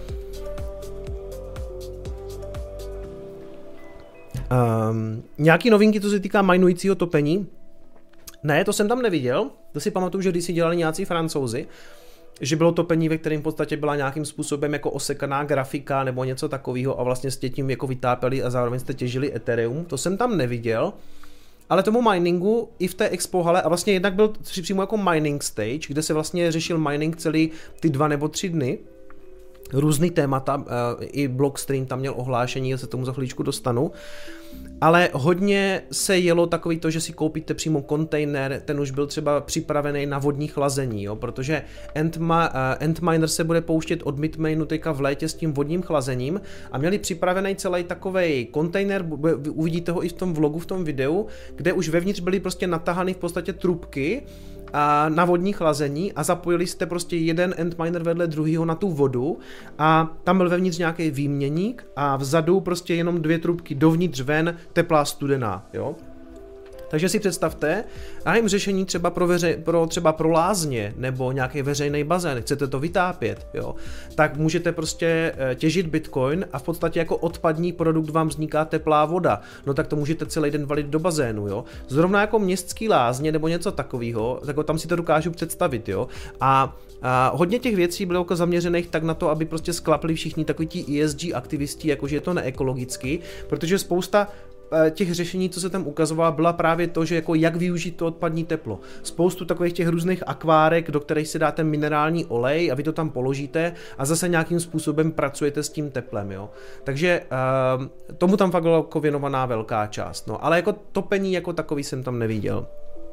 Nějaký novinky, co se týká minujícího topení? Ne, to jsem tam neviděl, to si pamatuju, že když si dělali nějací Francouzi, že bylo topení, ve kterém v podstatě byla nějakým způsobem jako osekaná grafika nebo něco takového a vlastně jste tím jako vytápěli a zároveň jste těžili Ethereum, to jsem tam neviděl, ale tomu miningu i v té expo hale a vlastně jednak byl přímo jako mining stage, kde se vlastně řešil mining celý ty 2 nebo 3 dny. různý témata, i Blockstream tam měl ohlášení, já se tomu za chvíličku dostanu, ale hodně se jelo takový to, že si koupíte přímo kontejner, ten už byl třeba připravený na vodní chlazení, jo, protože Antminer se bude pouštět od Bitmainu teďka v létě s tím vodním chlazením a měli připravený celý takovej kontejner, uvidíte ho i v tom vlogu, v tom videu, kde už vevnitř byly prostě natahany v podstatě trubky na vodní chlazení a zapojili jste prostě jeden Antminer vedle druhého na tu vodu a tam byl vevnitř nějaký výměník a vzadu prostě jenom 2 trubky dovnitř ven, teplá studená, jo. Takže si představte, a jim řešení třeba pro lázně nebo nějaký veřejný bazén, chcete to vytápět, jo, tak můžete prostě těžit Bitcoin a v podstatě jako odpadní produkt vám vzniká teplá voda, no tak to můžete celý den valit do bazénu, jo. Zrovna jako městský lázně nebo něco takového, tak tam si to dokážu představit, jo. A hodně těch věcí bylo jako zaměřených tak na to, aby prostě sklapli všichni takový ti ESG aktivisti, jakože je to neekologický, protože spousta těch řešení, co se tam ukazovala, byla právě to, že jako jak využít to odpadní teplo. Spoustu takových těch různých akvárek, do kterých si dáte minerální olej a vy to tam položíte a zase nějakým způsobem pracujete s tím teplem, jo. Takže tomu tam fakt byla jako věnovaná velká část, no. Ale jako topení jako takový jsem tam neviděl.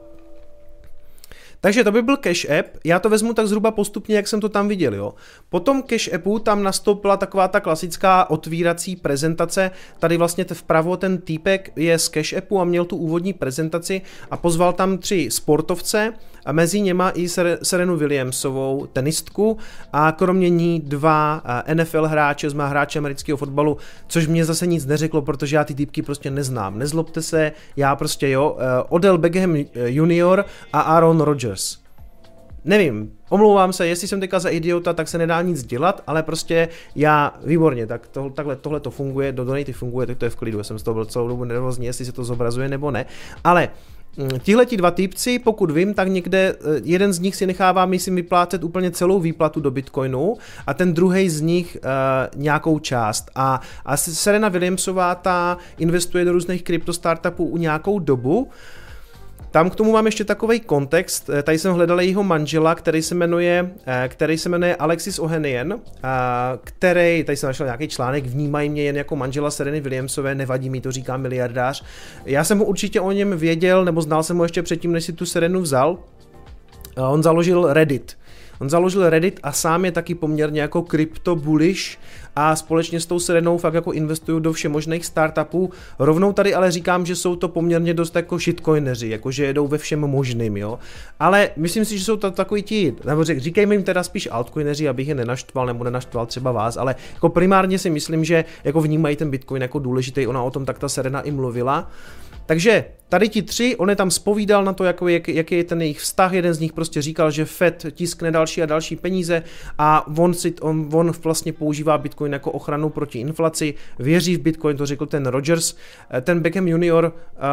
Takže to by byl Cash App, já to vezmu tak zhruba postupně, jak jsem to tam viděl, jo. Po tom Cash Appu tam nastoupila taková ta klasická otvírací prezentace, tady vlastně vpravo ten týpek je z Cash Appu a měl tu úvodní prezentaci a pozval tam 3 sportovce a mezi něma i Serenu Williamsovou, tenistku a kromě ní 2 NFL hráče, hráče amerického fotbalu, což mě zase nic neřeklo, protože já ty týpky prostě neznám. Nezlobte se, já prostě Odell Beckham Jr. a Aaron Rodgers. Nevím, omlouvám se, jestli jsem teďka za idiota, tak se nedá nic dělat, ale prostě výborně, tak tohle to funguje, do Donate funguje, tak to je v klidu, já jsem z toho byl celou dobu nervózní, jestli se to zobrazuje nebo ne, ale tihleti 2 týpci, pokud vím, tak někde jeden z nich si nechává, myslím, vyplácet úplně celou výplatu do Bitcoinu a ten druhej z nich nějakou část. A Serena Williamsová ta investuje do různých krypto startupů nějakou dobu. Tam k tomu mám ještě takový kontext, tady jsem hledal jejího manžela, který se jmenuje Alexis Ohanian, který, tady jsem našel nějaký článek, vnímají mě jen jako manžela Sereny Williamsové, nevadí mi to, říká miliardář. Já jsem ho určitě o něm věděl, nebo znal jsem ho ještě předtím, než si tu Serenu vzal. On založil Reddit a sám je taky poměrně jako crypto bullish a společně s tou Serenou fakt jako investují do všemožných startupů. Rovnou tady ale říkám, že jsou to poměrně dost jako shitcoineři, jakože jedou ve všem možným, jo. Ale myslím si, že jsou to takový ti, nebo říkejme jim teda spíš altcoineři, abych je nenaštval třeba vás, ale jako primárně si myslím, že jako vnímají ten Bitcoin jako důležitý, ona o tom tak ta Serena i mluvila. Takže tady ti 3, on je tam zpovídal na to, jaký je ten jejich vztah, jeden z nich prostě říkal, že Fed tiskne další a další peníze a on vlastně používá Bitcoin jako ochranu proti inflaci, věří v Bitcoin, to řekl ten Rodgers. Ten Beckham Junior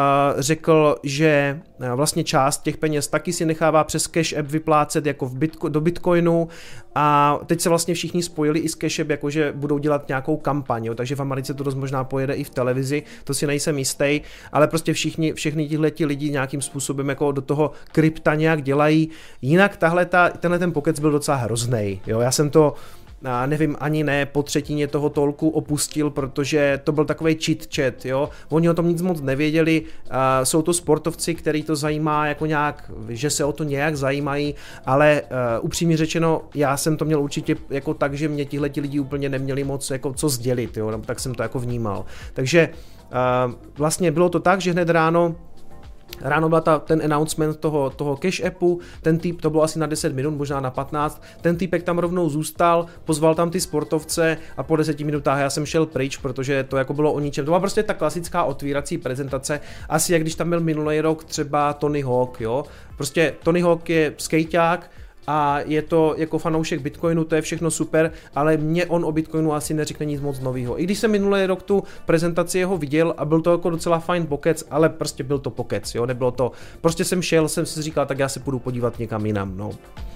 řekl, že vlastně část těch peněz taky si nechává přes Cash App vyplácet jako do Bitcoinu a teď se vlastně všichni spojili i s Cash App, jakože budou dělat nějakou kampaň, jo? Takže v Americe to dost možná pojede i v televizi, to si nejsem jistý, ale prostě všechny tihleti lidi nějakým způsobem jako do toho krypta nějak dělají. Jinak tenhle ten pokec byl docela hroznej, jo? Já jsem to nevím, ani ne po třetině toho tolku opustil, protože to byl takovej chit chat, jo. Oni o tom nic moc nevěděli, jsou to sportovci, který to zajímá jako nějak, že se o to nějak zajímají, ale upřímně řečeno, já jsem to měl určitě jako tak, že mě tihleti lidi úplně neměli moc jako co sdělit, jo, tak jsem to jako vnímal. Takže vlastně bylo to tak, že hned ráno byl ten announcement toho Cash Appu, ten typ, to bylo asi na 10 minut, možná na 15, ten týpek tam rovnou zůstal, pozval tam ty sportovce a po 10 minutách já jsem šel pryč, protože to jako bylo o ničem. To byla prostě ta klasická otvírací prezentace, asi jak když tam byl minulý rok třeba Tony Hawk, jo. Prostě Tony Hawk je skejťák, a je to jako fanoušek Bitcoinu, to je všechno super, ale mě on o Bitcoinu asi neřekne nic moc novýho. I když jsem minulý rok tu prezentaci jeho viděl a byl to jako docela fajn pokec, ale prostě byl to pokec, jo, nebylo to, prostě jsem si říkal, tak já se půjdu podívat někam jinam, no.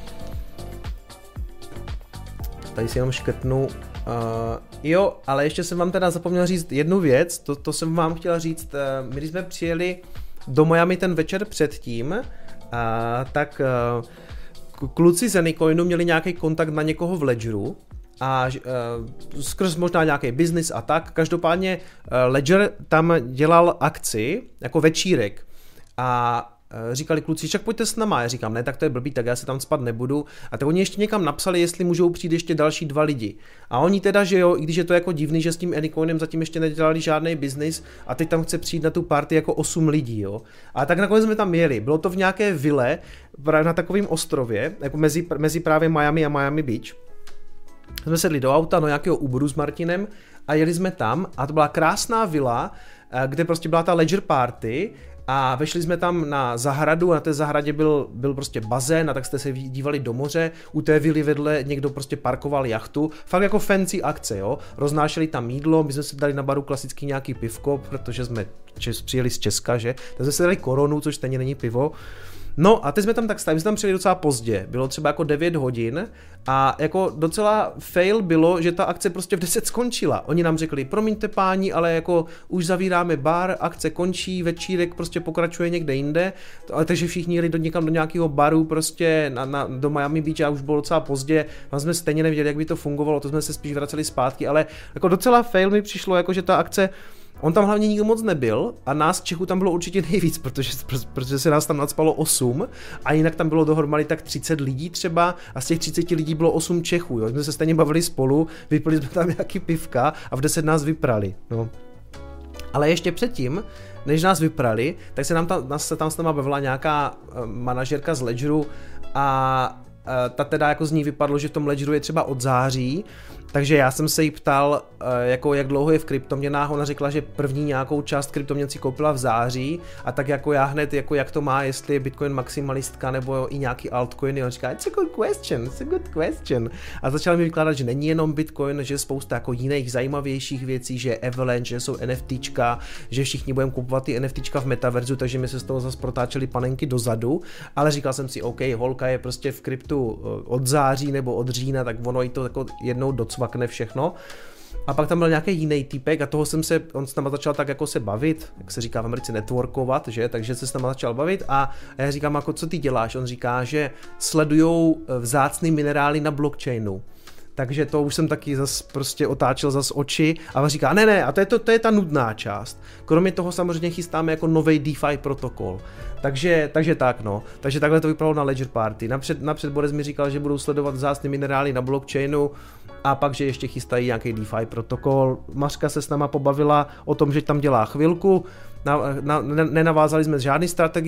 Tady si jenom škrtnu, jo, ale ještě jsem vám teda zapomněl říct jednu věc, to jsem vám chtěl říct, my když jsme přijeli do Miami ten večer předtím, tak kluci z Anycoinu měli nějaký kontakt na někoho v Ledgeru a skrz možná nějaký biznis a tak. Každopádně Ledger tam dělal akci jako večírek a říkali kluci, však pojďte s náma. Já říkám, ne, tak to je blbý, tak já se tam spát nebudu. A tak oni ještě někam napsali, jestli můžou přijít ještě další 2 lidi. A oni teda, že jo, i když je to jako divný, že s tím Anycoinem zatím ještě nedělali žádný biznis a teď tam chce přijít na tu party jako 8 lidí, jo. A tak nakonec jsme tam jeli. Bylo to v nějaké vile na takovém ostrově, jako mezi právě Miami a Miami Beach. Jsme sedli do auta, do nějakého Uberu s Martinem a jeli jsme tam a to byla krásná vila, kde prostě byla ta Ledger party. A vešli jsme tam na zahradu a na té zahradě byl prostě bazén a tak jste se dívali do moře, u té vily vedle někdo prostě parkoval jachtu, fakt jako fancy akce, jo, roznášeli tam jídlo, my jsme si dali na baru klasický nějaký pivko, protože jsme přijeli z Česka, že, tak jsme si dali Koronu, což stejně není pivo. No a teď jsme tam tak stáli, my jsme tam přijeli docela pozdě, bylo třeba jako 9 hodin a jako docela fail bylo, že ta akce prostě v 10 skončila. Oni nám řekli, promiňte páni, ale jako už zavíráme bar, akce končí, večírek prostě pokračuje někde jinde, takže všichni jeli někam do nějakého baru prostě do Miami Beach a už bylo docela pozdě, tam jsme stejně nevěděli, jak by to fungovalo, to jsme se spíš vraceli zpátky, ale jako docela fail mi přišlo, jako že ta akce. On tam hlavně nikdo moc nebyl a nás Čechů tam bylo určitě nejvíc, protože se nás tam nadspalo 8 a jinak tam bylo dohromady tak 30 lidí třeba a z těch 30 lidí bylo 8 Čechů, jo. Jsme se stejně bavili spolu, vypili jsme tam nějaký pivka a v 10 nás vyprali, no. Ale ještě předtím, než nás vyprali, tak se tam s náma bavila nějaká manažerka z Ledgeru a ta teda jako z ní vypadlo, že v tom Ledgeru je třeba od září, takže já jsem se jí ptal, jako jak dlouho je v kryptoměnách, ona řekla, že první nějakou část kryptoměn si koupila v září a tak jako já hned, jako jak to má, jestli je Bitcoin maximalistka nebo i nějaký altcoiny, on říká, it's a good question. A začal mi vykládat, že není jenom Bitcoin, že je spousta jako jiných zajímavějších věcí, že je Avalanche, že jsou NFTčka, že všichni budeme kupovat ty NFTčka v metaverzu, takže mi se z toho zase protáčely panenky dozadu, ale říkal jsem si, OK, holka je prostě v kryptu od září nebo od října, tak ono jí to jako jednou docvakne všechno. A pak tam byl nějaký jiný týpek a on s náma začal tak jako se bavit, jak se říká v Americe networkovat, že, takže se s náma začal bavit a já říkám, jako co ty děláš? On říká, že sledujou vzácný minerály na blockchainu. Takže to už jsem taky zas prostě otáčel zas oči a on říká, ne, a to je ta nudná část. Kromě toho samozřejmě chystáme jako nový DeFi protokol. Takže tak no. Takže takhle to vypadalo na Ledger Party. Napřed Boris mi říkal, že budou sledovat vzácné minerály na blockchainu a pak, že ještě chystají nějaký DeFi protokol. Mařka se s náma pobavila o tom, že tam dělá chvilku. Nenavázali jsme žádný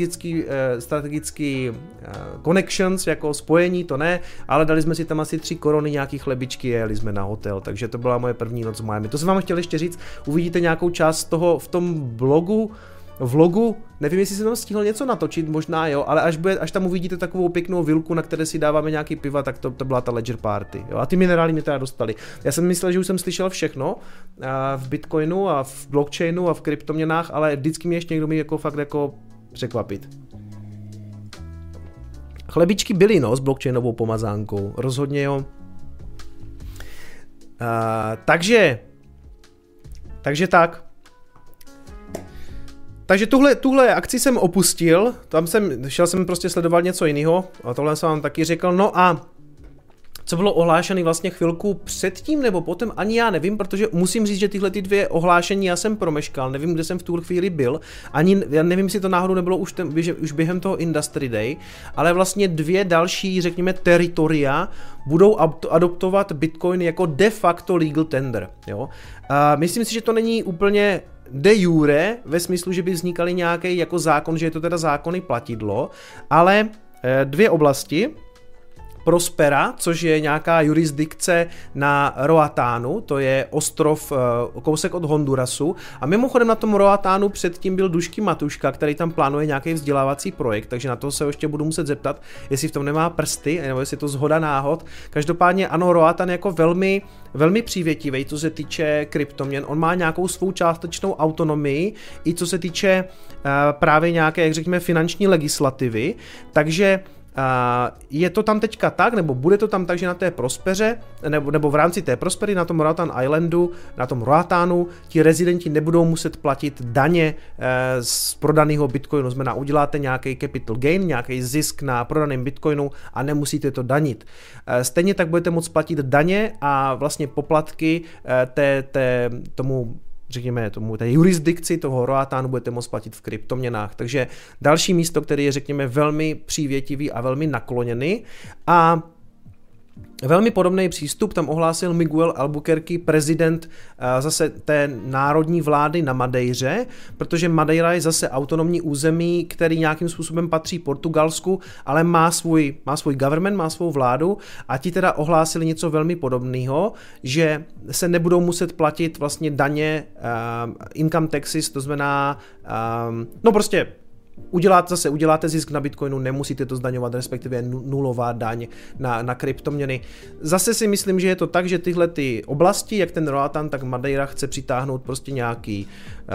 strategický connections, jako spojení, to ne, ale dali jsme si tam asi 3 koruny, nějaký chlebičky, jeli jsme na hotel, takže to byla moje první noc v Miami. To jsem vám chtěl ještě říct, uvidíte nějakou část toho v tom vlogu, nevím, jestli jsem tam stihl něco natočit, možná jo, ale až tam uvidíte takovou pěknou vilku, na které si dáváme nějaký piva, tak to byla ta Ledger Party, jo, a ty minerály mě teda dostali. Já jsem myslel, že už jsem slyšel všechno v Bitcoinu a v blockchainu a v kryptoměnách, ale vždycky mě ještě někdo mi jako fakt jako překvapit. Chlebičky byly, no, s blockchainovou pomazánkou, rozhodně jo. Takže tak. Takže tuhle akci jsem opustil, šel jsem prostě sledovat něco jiného a tohle jsem vám taky řekl, no a co bylo ohlášené vlastně chvilku předtím nebo potom, ani já nevím, protože musím říct, že tyhle ty 2 ohlášení já jsem promeškal, nevím, kde jsem v tu chvíli byl, já nevím, jestli to náhodou nebylo už během toho Industry Day, ale vlastně 2 další, řekněme, teritoria budou adoptovat Bitcoin jako de facto legal tender, jo. Myslím si, že to není úplně de jure, ve smyslu, že by vznikaly nějaký jako zákon, že je to teda zákonný platidlo, ale 2 oblasti, Prospera, což je nějaká jurisdikce na Roatánu, to je ostrov kousek od Hondurasu a mimochodem na tom Roatánu předtím byl Dušky Matuška, který tam plánuje nějaký vzdělávací projekt, takže na to se ještě budu muset zeptat, jestli v tom nemá prsty, nebo jestli je to zhoda náhod. Každopádně ano, Roatan je jako velmi, velmi přívětivý, co se týče kryptoměn, on má nějakou svou částečnou autonomii, i co se týče právě nějaké, jak řekněme, finanční legislativy, takže Je to tam teďka tak, nebo bude to tam tak, že na té Prospeře, nebo v rámci té Prospery na tom Roatan Islandu, na tom Roatanu, ti rezidenti nebudou muset platit daně z prodaného bitcoinu. Znamená, uděláte nějaký capital gain, nějaký zisk na prodaném bitcoinu a nemusíte to danit. Stejně tak budete moct platit daně a vlastně poplatky té jurisdikci toho Roatanu budete moct platit v kryptoměnách. Takže další místo, který je, řekněme, velmi přívětivý a velmi nakloněný. A velmi podobný přístup tam ohlásil Miguel Albuquerque, prezident zase té národní vlády na Madeiře, protože Madeira je zase autonomní území, který nějakým způsobem patří Portugalsku, ale má svůj government, má svou vládu a ti teda ohlásili něco velmi podobného, že se nebudou muset platit vlastně daně, income taxes, to znamená, prostě uděláte zisk na bitcoinu, nemusíte to zdaňovat, respektive nulová daň na kryptoměny. Zase si myslím, že je to tak, že tyhle ty oblasti, jak ten Roatan, tak Madeira chce přitáhnout prostě nějaký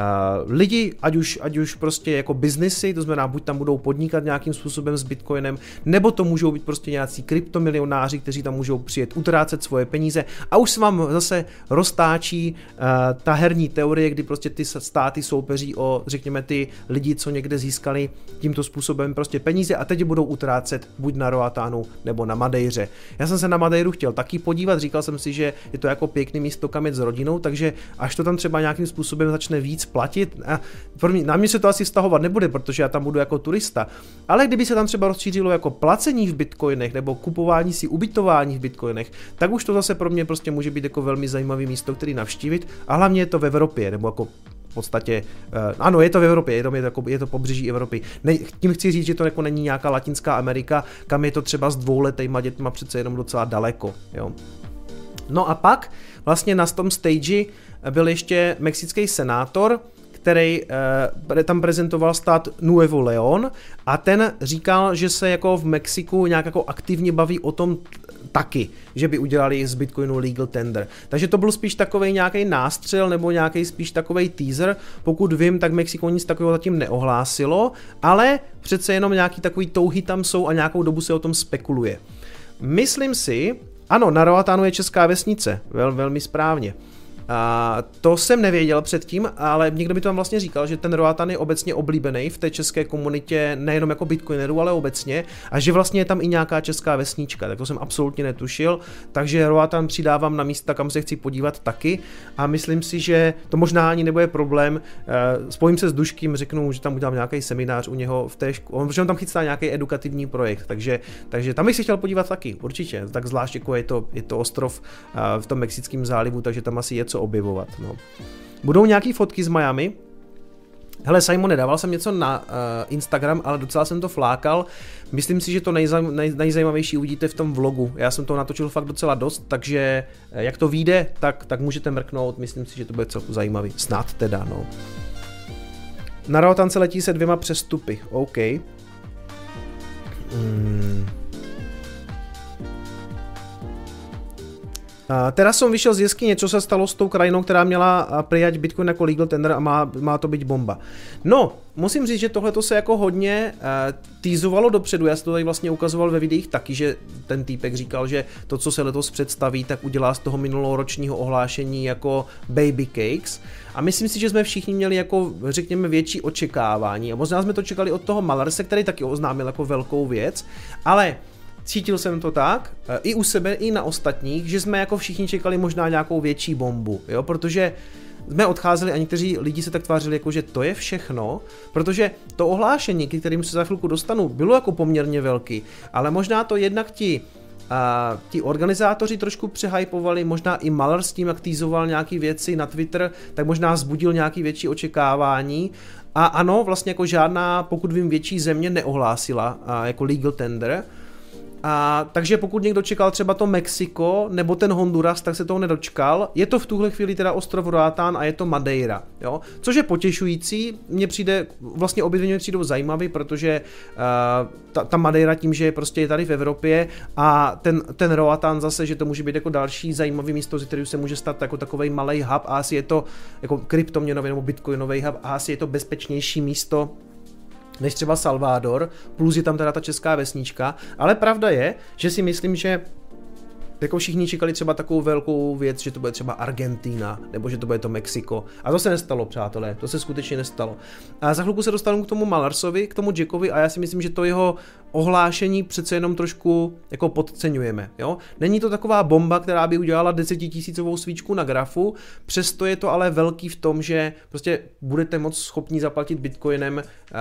lidi, ať už prostě jako biznesy, to znamená, buď tam budou podnikat nějakým způsobem s bitcoinem, nebo to můžou být prostě nějací kryptomilionáři, kteří tam můžou přijet utrácet svoje peníze a už se vám zase roztáčí ta herní teorie, kdy prostě ty státy soupeří o, řekněme, ty lidi, co někde získali tímto způsobem prostě peníze a teď budou utrácet buď na Roatanu nebo na Madeiře. Já jsem se na Madeiru chtěl taky podívat, říkal jsem si, že je to jako pěkný místo, kam jet s rodinou, takže až to tam třeba nějakým způsobem začne víc platit, na mě se to asi vztahovat nebude, protože já tam budu jako turista, ale kdyby se tam třeba rozšířilo jako placení v bitcoinech nebo kupování si ubytování v bitcoinech, tak už to zase pro mě prostě může být jako velmi zajímavý místo, který navštívit a hlavně je to v Evropě, nebo jako v podstatě, ano, je to v Evropě, je to pobřeží Evropy. Tím chci říct, že to jako není nějaká Latinská Amerika, kam je to třeba s 2letýma dětma přece jenom docela daleko. Jo. No a pak vlastně na tom stage byl ještě mexický senátor, který tam prezentoval stát Nuevo León a ten říkal, že se jako v Mexiku nějak jako aktivně baví o tom taky, že by udělali z Bitcoinu legal tender. Takže to byl spíš takovej nějaký nástřel nebo nějaký spíš takovej teaser. Pokud vím, tak Mexiko nic takového zatím neohlásilo, ale přece jenom nějaký takový touhy tam jsou a nějakou dobu se o tom spekuluje. Myslím si, ano, na Roatanu je česká vesnice, velmi správně. To jsem nevěděl předtím, ale někdo mi to tam vlastně říkal, že ten Roatan je obecně oblíbený v té české komunitě, nejenom jako bitcoinerů, ale obecně, a že vlastně je tam i nějaká česká vesnička, tak to jsem absolutně netušil, takže Roatan přidávám na místa, kam se chci podívat taky a myslím si, že to možná ani nebude problém, spojím se s Duškým, řeknu, že tam udělám nějaký seminář u něho v té škole, protože on tam chystá nějaký edukativní projekt, takže tam bych si chtěl podívat taky, určitě, tak zvlášť jako je to ostrov v tom Mexickém zálivu, takže tam asi je co objevovat. No. Budou nějaký fotky z Miami? Hele, Simone, dával jsem něco na Instagram, ale docela jsem to flákal. Myslím si, že to nejzajímavější uvidíte v tom vlogu. Já jsem to natočil fakt docela dost, takže jak to vyjde, tak můžete mrknout. Myslím si, že to bude celku zajímavý. Snad teda, no. Na Roatan se letí se 2 přestupy. OK. Teraz som vyšel z jeskyně, co se stalo s tou krajinou, která měla prijať Bitcoin jako legal tender a má to být bomba. No, musím říct, že tohleto se jako hodně teasovalo dopředu, já jsem to tady vlastně ukazoval ve videích taky, že ten týpek říkal, že to, co se letos představí, tak udělá z toho minuloročního ohlášení jako baby cakes. A myslím si, že jsme všichni měli jako, řekněme, větší očekávání. A možná jsme to čekali od toho Malerse, který taky oznámil jako velkou věc, ale cítil jsem to tak, i u sebe, i na ostatních, že jsme jako všichni čekali možná nějakou větší bombu, jo, protože jsme odcházeli a někteří lidi se tak tvářili, jako že to je všechno, protože to ohlášení, k kterým se za chvilku dostanu, bylo jako poměrně velký, ale možná to jednak ti organizátoři trošku přehypovali, možná i Maler s tím, jak teasoval nějaký věci na Twitter, tak možná vzbudil nějaký větší očekávání. A ano, vlastně jako žádná, pokud vím, větší země neohlásila jako legal tender. Takže pokud někdo čekal třeba to Mexiko nebo ten Honduras, tak se toho nedočkal. Je to v tuhle chvíli teda ostrov Roatán a je to Madeira, jo? Což je potěšující, mně přijde, vlastně obě dvě mě přijdou zajímavý, protože ta Madeira tím, že prostě je tady v Evropě a ten Roatán zase, že to může být jako další zajímavý místo, z kterého se může stát jako takovej malej hub a asi je to jako kryptoměnový nebo bitcoinový hub a asi je to bezpečnější místo než třeba Salvador, plus je tam teda ta česká vesnička, ale pravda je, že si myslím, že jako všichni čekali třeba takovou velkou věc, že to bude třeba Argentina, nebo že to bude to Mexiko. A to se nestalo, přátelé, to se skutečně nestalo. A za chvilku se dostanu k tomu Malarsovi, k tomu Jackovi a já si myslím, že to jeho ohlášení přece jenom trošku jako podceňujeme. Jo? Není to taková bomba, která by udělala 10 000 svíčku na grafu, přesto je to ale velký v tom, že prostě budete moc schopni zaplatit bitcoinem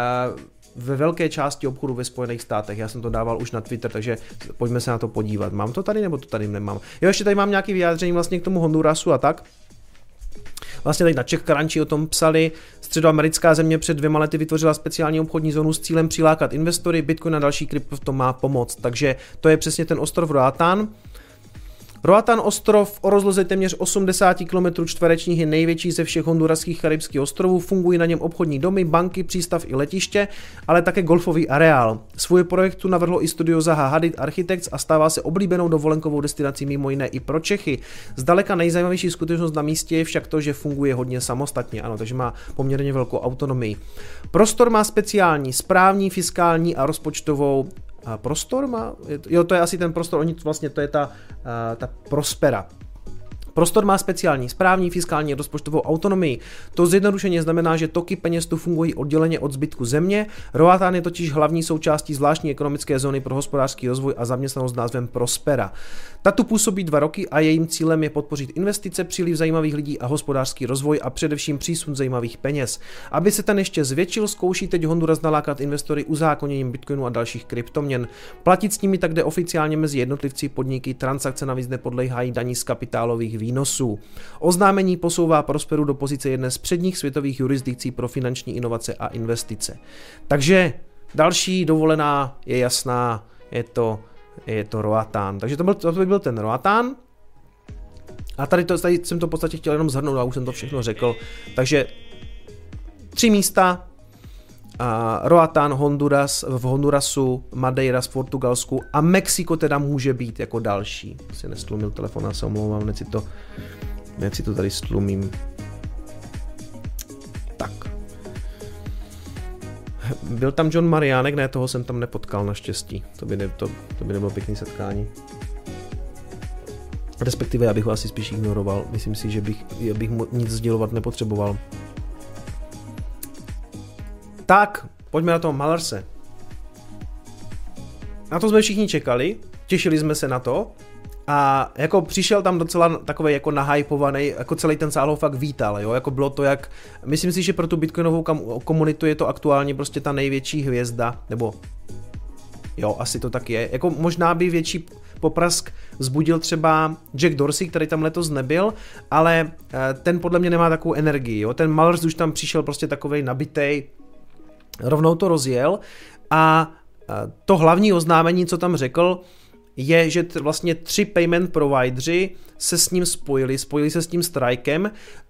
ve velké části obchodu ve Spojených státech. Já jsem to dával už na Twitter, takže pojďme se na to podívat. Mám to tady, nebo to tady nemám? Jo, ještě tady mám nějaký vyjádření vlastně k tomu Hondurasu a tak. Vlastně tady na CzechCrunchi o tom psali, středoamerická země před 2 lety vytvořila speciální obchodní zónu s cílem přilákat investory, Bitcoin a další krypto v tom má pomoct. Takže to je přesně ten ostrov Roatán. Roatán ostrov o rozloze téměř 80 km čtverečních je největší ze všech honduraských karibských ostrovů, fungují na něm obchodní domy, banky, přístav i letiště, ale také golfový areál. Svůj projekt tu navrhlo i studio Zaha Hadid Architects a stává se oblíbenou dovolenkovou destinací mimo jiné i pro Čechy. Zdaleka nejzajímavější skutečnost na místě je však to, že funguje hodně samostatně, ano, takže má poměrně velkou autonomii. Prostor má speciální správní, fiskální a rozpočtovou prostor má? Jo, to je asi ten prostor, vlastně to je ta Prospera. Prostor má speciální správní, fiskální a rozpočtovou autonomii. To zjednodušeně znamená, že toky peněz tu fungují odděleně od zbytku země. Roatán je totiž hlavní součástí zvláštní ekonomické zóny pro hospodářský rozvoj a zaměstnanost s názvem Prospera. Ta tu působí 2 roky a jejím cílem je podpořit investice, příliv zajímavých lidí a hospodářský rozvoj a především přísun zajímavých peněz. Aby se ten ještě zvětšil, zkouší teď Honduras nalákat investory uzákoněním bitcoinu a dalších kryptoměn. Platit s nimi tak jde oficiálně mezi jednotlivci, podniky, transakce navíc nepodléhají daní z kapitálových výnosů. Oznámení posouvá Prosperu do pozice jedné z předních světových jurisdikcí pro finanční inovace a investice. Takže další dovolená je jasná, je to Roatán. Takže to by byl ten Roatán. A tady jsem to v podstatě chtěl jenom shrnout a už jsem to všechno řekl. Takže 3 místa. Roatán, Honduras, v Hondurasu, Madeira v Portugalsku a Mexiko teda může být jako další. Si nestlumil telefon, já se omlouvám, hned si to tady stlumím. Tak. Byl tam John Mariánek, ne, toho jsem tam nepotkal naštěstí. To by nebylo pěkný setkání. Respektive já bych ho asi spíš ignoroval. Myslím si, že bych mu nic sdělovat nepotřeboval. Tak, pojďme na toho Malarse. Na to jsme všichni čekali, těšili jsme se na to a jako přišel tam docela takovej jako nahypovaný, jako celý ten sál ho fakt vítal, jo, jako bylo to jak, myslím si, že pro tu bitcoinovou komunitu je to aktuálně prostě ta největší hvězda, nebo jo, asi to tak je, jako možná by větší poprask vzbudil třeba Jack Dorsey, který tam letos nebyl, ale ten podle mě nemá takovou energii, jo, ten Malars už tam přišel prostě takovej nabitej, rovnou to rozjel a to hlavní oznámení, co tam řekl, je, že vlastně 3 payment provideři se s ním spojili se s tím Strikem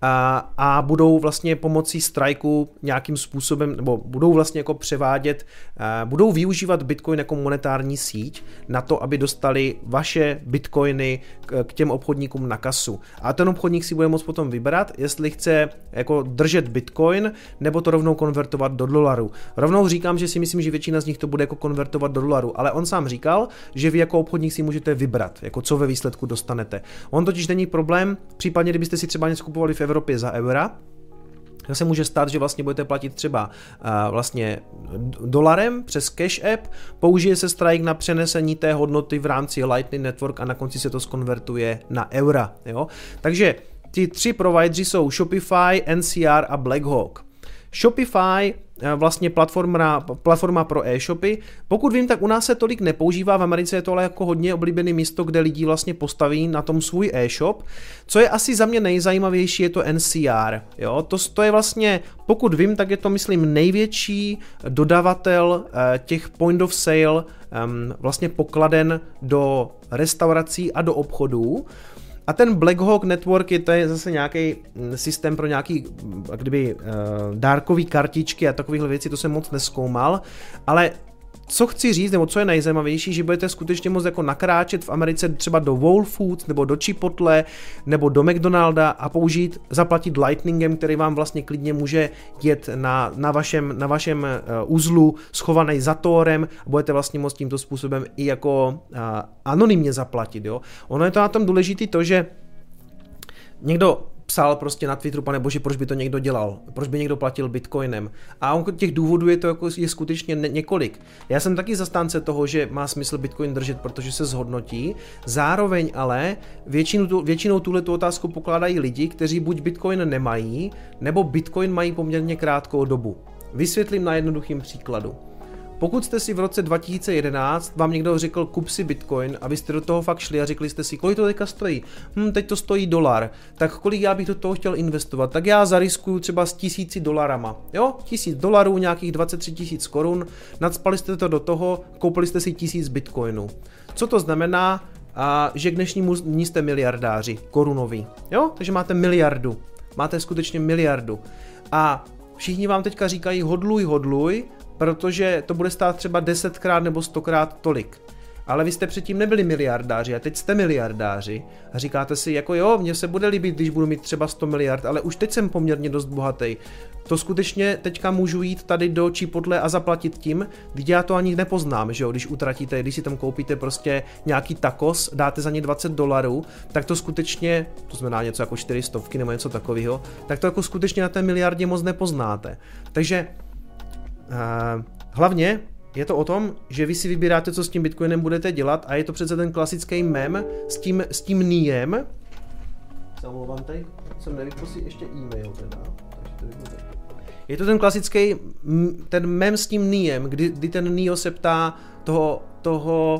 a budou vlastně pomocí Striku nějakým způsobem, nebo budou vlastně jako převádět, budou využívat Bitcoin jako monetární síť na to, aby dostali vaše Bitcoiny k těm obchodníkům na kasu. A ten obchodník si bude moct potom vybrat, jestli chce jako držet Bitcoin, nebo to rovnou konvertovat do dolaru. Rovnou říkám, že si myslím, že většina z nich to bude jako konvertovat do dolaru, ale on sám říkal, že vy jako obchodník si můžete vybrat, jako co ve výsledku dostanete. On totiž není problém, případně kdybyste si třeba něco kupovali v Evropě za eura, tak se může stát, že vlastně budete platit třeba vlastně dolarem přes Cash App, použije se Strike na přenesení té hodnoty v rámci Lightning Network a na konci se to zkonvertuje na eura. Jo? Takže ty 3 provideři jsou Shopify, NCR a Blackhawk. Shopify, vlastně platforma pro e-shopy. Pokud vím, tak u nás se tolik nepoužívá, v Americe je to ale jako hodně oblíbené místo, kde lidi vlastně postaví na tom svůj e-shop. Co je asi za mě nejzajímavější, je to NCR. Jo? To je vlastně, pokud vím, tak je to, myslím, největší dodavatel těch point of sale, vlastně pokladen do restaurací a do obchodů. A ten Blackhawk Network to je zase nějaký systém pro nějaký dárkový kartičky a takovýchhle věcí, to jsem moc nezkoumal, ale co chci říct, nebo co je nejzajímavější, že budete skutečně moct jako nakráčet v Americe třeba do Whole Foods, nebo do Chipotle, nebo do McDonalda a zaplatit Lightningem, který vám vlastně klidně může jet na vašem uzlu schovaný za Torem a budete vlastně moct tímto způsobem i jako anonymně zaplatit. Jo? Ono je to na tom důležité to, že někdo psal prostě na Twitteru, pane bože, proč by to někdo dělal, proč by někdo platil bitcoinem. A těch důvodů je skutečně několik. Já jsem taky zastánce toho, že má smysl bitcoin držet, protože se zhodnotí, zároveň ale většinou tuhletu otázku pokládají lidi, kteří buď bitcoin nemají, nebo bitcoin mají poměrně krátkou dobu. Vysvětlím na jednoduchým příkladu. Pokud jste si v roce 2011 vám někdo řekl kup si bitcoin a vy jste do toho fakt šli a řekli jste si, kolik to teďka stojí? Teď to stojí $1, tak kolik já bych do toho chtěl investovat? Tak já zariskuju třeba s $1000, jo? $1000, nějakých 23 000 korun, nadspali jste to do toho, koupili jste si 1000 bitcoinů. Co to znamená? Že k dnešnímu dní jste miliardáři korunoví, jo? Takže máte miliardu, máte skutečně miliardu. A všichni vám teďka říkají hodluj, protože to bude stát třeba 10krát nebo 100krát tolik. Ale vy jste předtím nebyli miliardáři a teď jste miliardáři a říkáte si, jako jo, mně se bude líbit, když budu mít třeba 100 miliard, ale už teď jsem poměrně dost bohatý. To skutečně teďka můžu jít tady do Chipotle a zaplatit tím, když já to ani nepoznám, že jo, když si tam koupíte prostě nějaký tacos, dáte za ně $20, tak to skutečně, to znamená něco jako 400 nebo něco takového, tak to jako skutečně na té miliardě moc nepoznáte. Takže hlavně je to o tom, že vy si vybíráte, co s tím bitcoinem budete dělat a je to přece ten klasický mem s tím NIEM. Zamlouvám tady, jsem nevyprosil ještě e-mail teda. Je to ten klasický, ten mem s tím NIEM, kdy ten Neo se ptá toho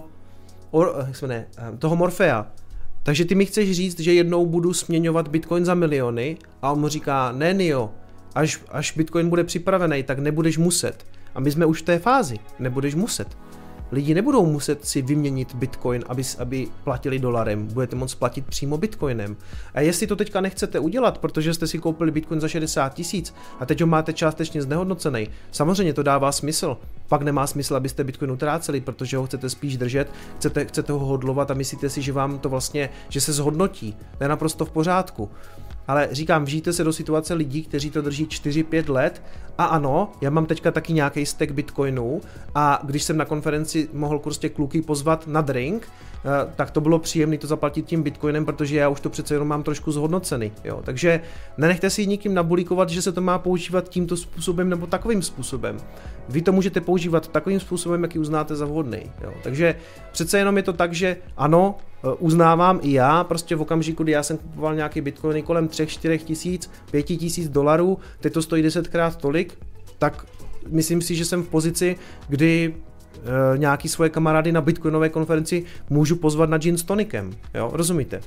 Morfea. Takže ty mi chceš říct, že jednou budu směňovat bitcoin za miliony a on mu říká, ne Neo, až bitcoin bude připravený, tak nebudeš muset. A my jsme už v té fázi, nebudeš muset. Lidi nebudou muset si vyměnit bitcoin, aby platili dolarem, budete moct platit přímo bitcoinem. A jestli to teďka nechcete udělat, protože jste si koupili bitcoin za 60 000 a teď ho máte částečně znehodnocený, samozřejmě to dává smysl. Pak nemá smysl, abyste bitcoin utráceli, protože ho chcete spíš držet, chcete ho hodlovat a myslíte si, že vám to vlastně, že se zhodnotí. To je naprosto v pořádku. Ale říkám, vžijte se do situace lidí, kteří to drží 4-5 let a ano, já mám teďka taky nějaký stack bitcoinů a když jsem na konferenci mohl prostě kluky pozvat na drink, tak to bylo příjemné to zaplatit tím bitcoinem, protože já už to přece jenom mám trošku zhodnocený. Jo. Takže nenechte si nikým nabulíkovat, že se to má používat tímto způsobem nebo takovým způsobem. Vy to můžete používat takovým způsobem, jaký uznáte za vhodný. Jo. Takže přece jenom je to tak, že ano, uznávám i já, prostě v okamžiku, kdy já jsem kupoval nějaký bitcoiny kolem 3-4 tisíc, $5 000, teď to stojí 10krát tolik, tak myslím si, že jsem v pozici, kdy nějaký svoje kamarády na bitcoinové konferenci můžu pozvat na gin s tonikem, jo, rozumíte?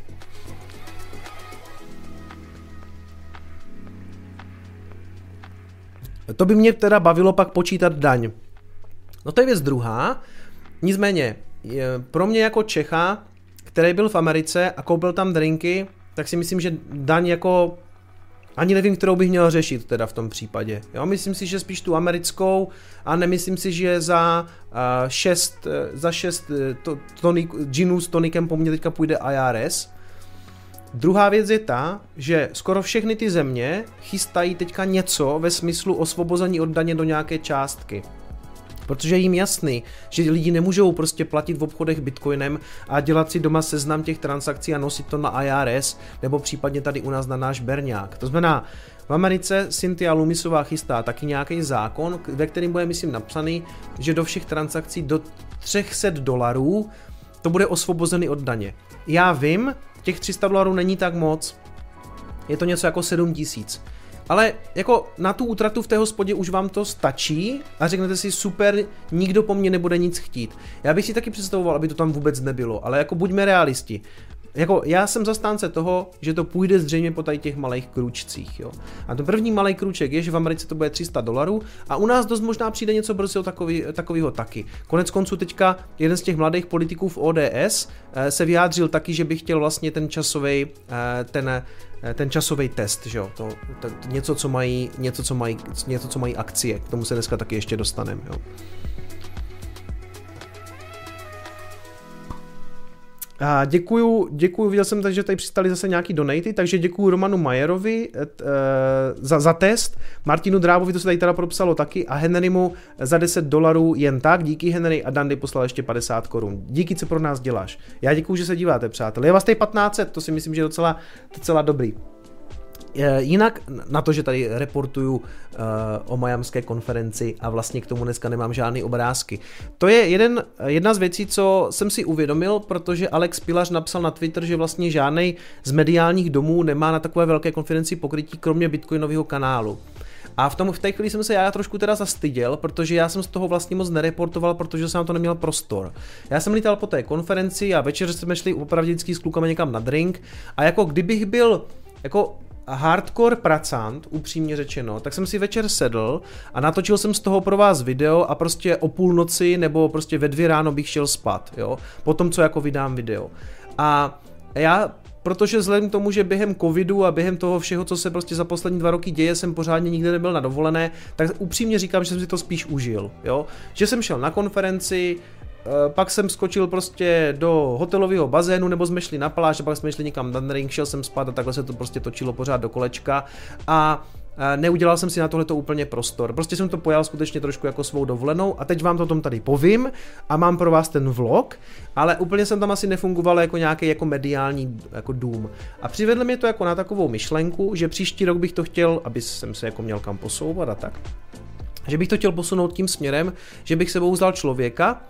To by mě teda bavilo pak počítat daň. No to je věc druhá, nicméně pro mě jako Čecha, který byl v Americe a koupil tam drinky, tak si myslím, že daň jako ani nevím, kterou bych měl řešit teda v tom případě. Jo, myslím si, že spíš tu americkou a nemyslím si, že za 6 ginů s tonikem po mně teďka půjde IRS. Druhá věc je ta, že skoro všechny ty země chystají teďka něco ve smyslu osvobození od daně do nějaké částky. Protože je jim jasný, že lidi nemůžou prostě platit v obchodech bitcoinem a dělat si doma seznam těch transakcí a nosit to na IRS nebo případně tady u nás na náš berňák. To znamená, v Americe Cynthia Lumisová chystá taky nějaký zákon, ve kterém bude, myslím, napsaný, že do všech transakcí do $300 to bude osvobozený od daně. Já vím, těch $300 není tak moc, je to něco jako 7 000. Ale jako na tu útratu v té hospodě už vám to stačí a řeknete si super, nikdo po mně nebude nic chtít. Já bych si taky představoval, aby to tam vůbec nebylo, ale jako buďme realisti. Jako já jsem zastánce toho, že to půjde zřejmě po tady těch malých krůčcích, jo. A ten první malý krůček je, že v Americe to bude $300 a u nás dost možná přijde něco brzy takového taky. Konec konců teďka jeden z těch mladých politiků v ODS se vyjádřil taky, že by chtěl vlastně ten časový test, že jo. Něco, co mají akcie. K tomu se dneska taky ještě dostaneme, jo. A děkuju, viděl jsem tady, že tady přistali zase nějaký donaty, takže děkuju Romanu Majerovi za test, Martinu Drábovi, to se tady teda propsalo taky, a Henrymu za $10 jen tak, díky Henry, a Dandy poslal ještě 50 korun. Díky, co pro nás děláš. Já děkuju, že se díváte, přátelé. Je vás tady 1500, to si myslím, že je docela dobrý. Jinak na to, že tady reportuju o miamské konferenci a vlastně k tomu dneska nemám žádný obrázky. To je jedna z věcí, co jsem si uvědomil, protože Alex Pilař napsal na Twitter, že vlastně žádnej z mediálních domů nemá na takové velké konferenci pokrytí, kromě bitcoinového kanálu. A v té chvíli jsem se já trošku teda zastyděl, protože já jsem z toho vlastně moc nereportoval, protože jsem na to neměl prostor. Já jsem lítal po té konferenci a večer jsme šli opravdu vždycky s klukama někam na drink a jako kdybych byl jako hardcore pracant, upřímně řečeno, tak jsem si večer sedl a natočil jsem z toho pro vás video a prostě o půlnoci nebo prostě ve 2 ráno bych šel spát, jo, potom co jako vydám video. A já, protože vzhledem k tomu, že během covidu a během toho všeho, co se prostě za poslední 2 roky děje, jsem pořádně nikde nebyl na dovolené, tak upřímně říkám, že jsem si to spíš užil, jo, že jsem šel na konferenci, pak jsem skočil prostě do hotelového bazénu, nebo jsme šli na pláž, a pak jsme šli někam na drink, šel jsem spát a takhle se to prostě točilo pořád do kolečka a neudělal jsem si na tohleto úplně prostor. Prostě jsem to pojal skutečně trošku jako svou dovolenou a teď vám to o tom tady povím a mám pro vás ten vlog, ale úplně jsem tam asi nefungoval jako nějaký jako mediální jako dům. A přivedl mě to jako na takovou myšlenku, že příští rok bych to chtěl, aby jsem se jako měl kam posouvat a tak, že bych to chtěl posunout tím směrem, že bych sebou vzal člověka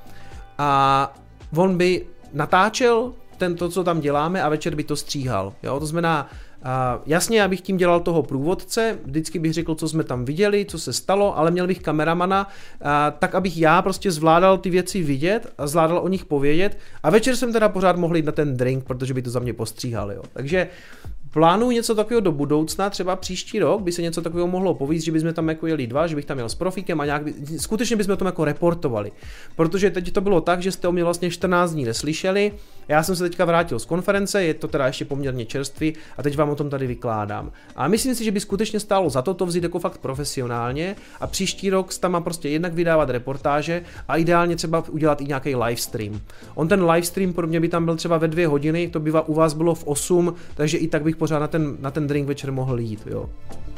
a on by natáčel to, co tam děláme a večer by to stříhal. Jo? To znamená, jasně, já bych tím dělal toho průvodce, vždycky bych řekl, co jsme tam viděli, co se stalo, ale měl bych kameramana, tak abych já prostě zvládal ty věci vidět a zvládal o nich povědět a večer jsem teda pořád mohl jít na ten drink, protože by to za mě postříhal. Jo? Takže plánuju něco takového do budoucna, třeba příští rok by se něco takového mohlo povíct, že bychom tam jako jeli 2, že bych tam jel s profíkem a nějak skutečně bychom o tom jako reportovali. Protože teď to bylo tak, že jste o mě vlastně 14 dní neslyšeli, já jsem se teďka vrátil z konference, je to teda ještě poměrně čerstvý a teď vám o tom tady vykládám. A myslím si, že by skutečně stálo za to vzít jako fakt profesionálně a příští rok tam má prostě jednak vydávat reportáže a ideálně třeba udělat i nějaký livestream. On ten livestream pro mě by tam byl třeba ve 2 hodiny, to by u vás bylo v 8, takže i tak bych pořád na ten drink večer mohl jít, jo.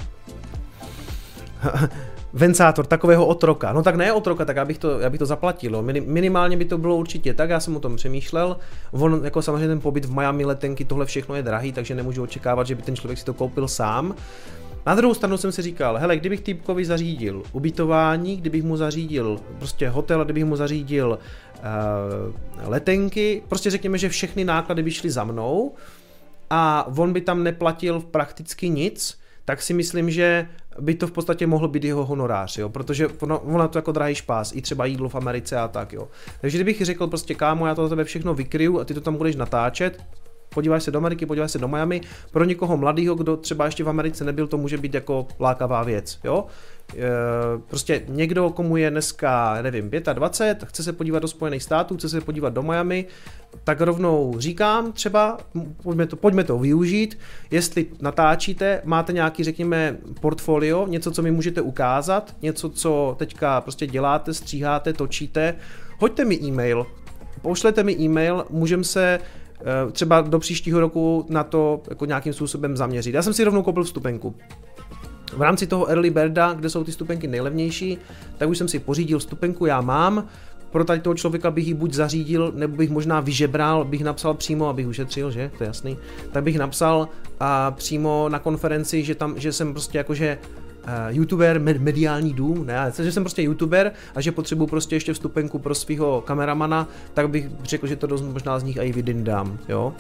Vencátor, takového otroka. No tak ne otroka, tak já bych to zaplatil. Jo. Minimálně by to bylo určitě tak, já jsem o tom přemýšlel. On, jako samozřejmě ten pobyt v Miami, letenky, tohle všechno je drahý, takže nemůžu očekávat, že by ten člověk si to koupil sám. Na druhou stranu jsem si říkal, hele, kdybych týpkovi zařídil ubytování, kdybych mu zařídil prostě hotel, kdybych mu zařídil letenky, prostě řekněme, že všechny náklady by šly za mnou a on by tam neplatil prakticky nic, tak si myslím, že by to v podstatě mohl být jeho honorář, jo, protože ono to jako drahý špás, i třeba jídlo v Americe a tak, jo. Takže kdybych řekl prostě, kámo, já to za tebe všechno vykryju a ty to tam budeš natáčet, podívaj se do Ameriky, podívaj se do Miami, pro někoho mladýho, kdo třeba ještě v Americe nebyl, to může být jako lákavá věc, jo. Prostě někdo, komu je dneska, nevím, 25, chce se podívat do Spojených států, chce se podívat do Miami, tak rovnou říkám třeba, pojďme to využít, jestli natáčíte, máte nějaký, řekněme, portfolio, něco, co mi můžete ukázat, něco, co teďka prostě děláte, stříháte, točíte, hoďte mi e-mail, pošlete mi e-mail, můžeme se třeba do příštího roku na to jako nějakým způsobem zaměřit. Já jsem si rovnou koupil vstupenku. V rámci toho Early Birda, kde jsou ty stupenky nejlevnější, tak už jsem si pořídil vstupenku, já mám. Pro tady toho člověka bych ji buď zařídil, nebo bych možná vyžebral, bych napsal přímo, abych ušetřil, že? To je jasný. Tak bych napsal přímo na konferenci, že jsem prostě jakože youtuber, mediální dům, ne, že jsem prostě youtuber a že potřebuji prostě ještě vstupenku pro svého kameramana, tak bych řekl, že to dost možná z nich i vydindám, jo.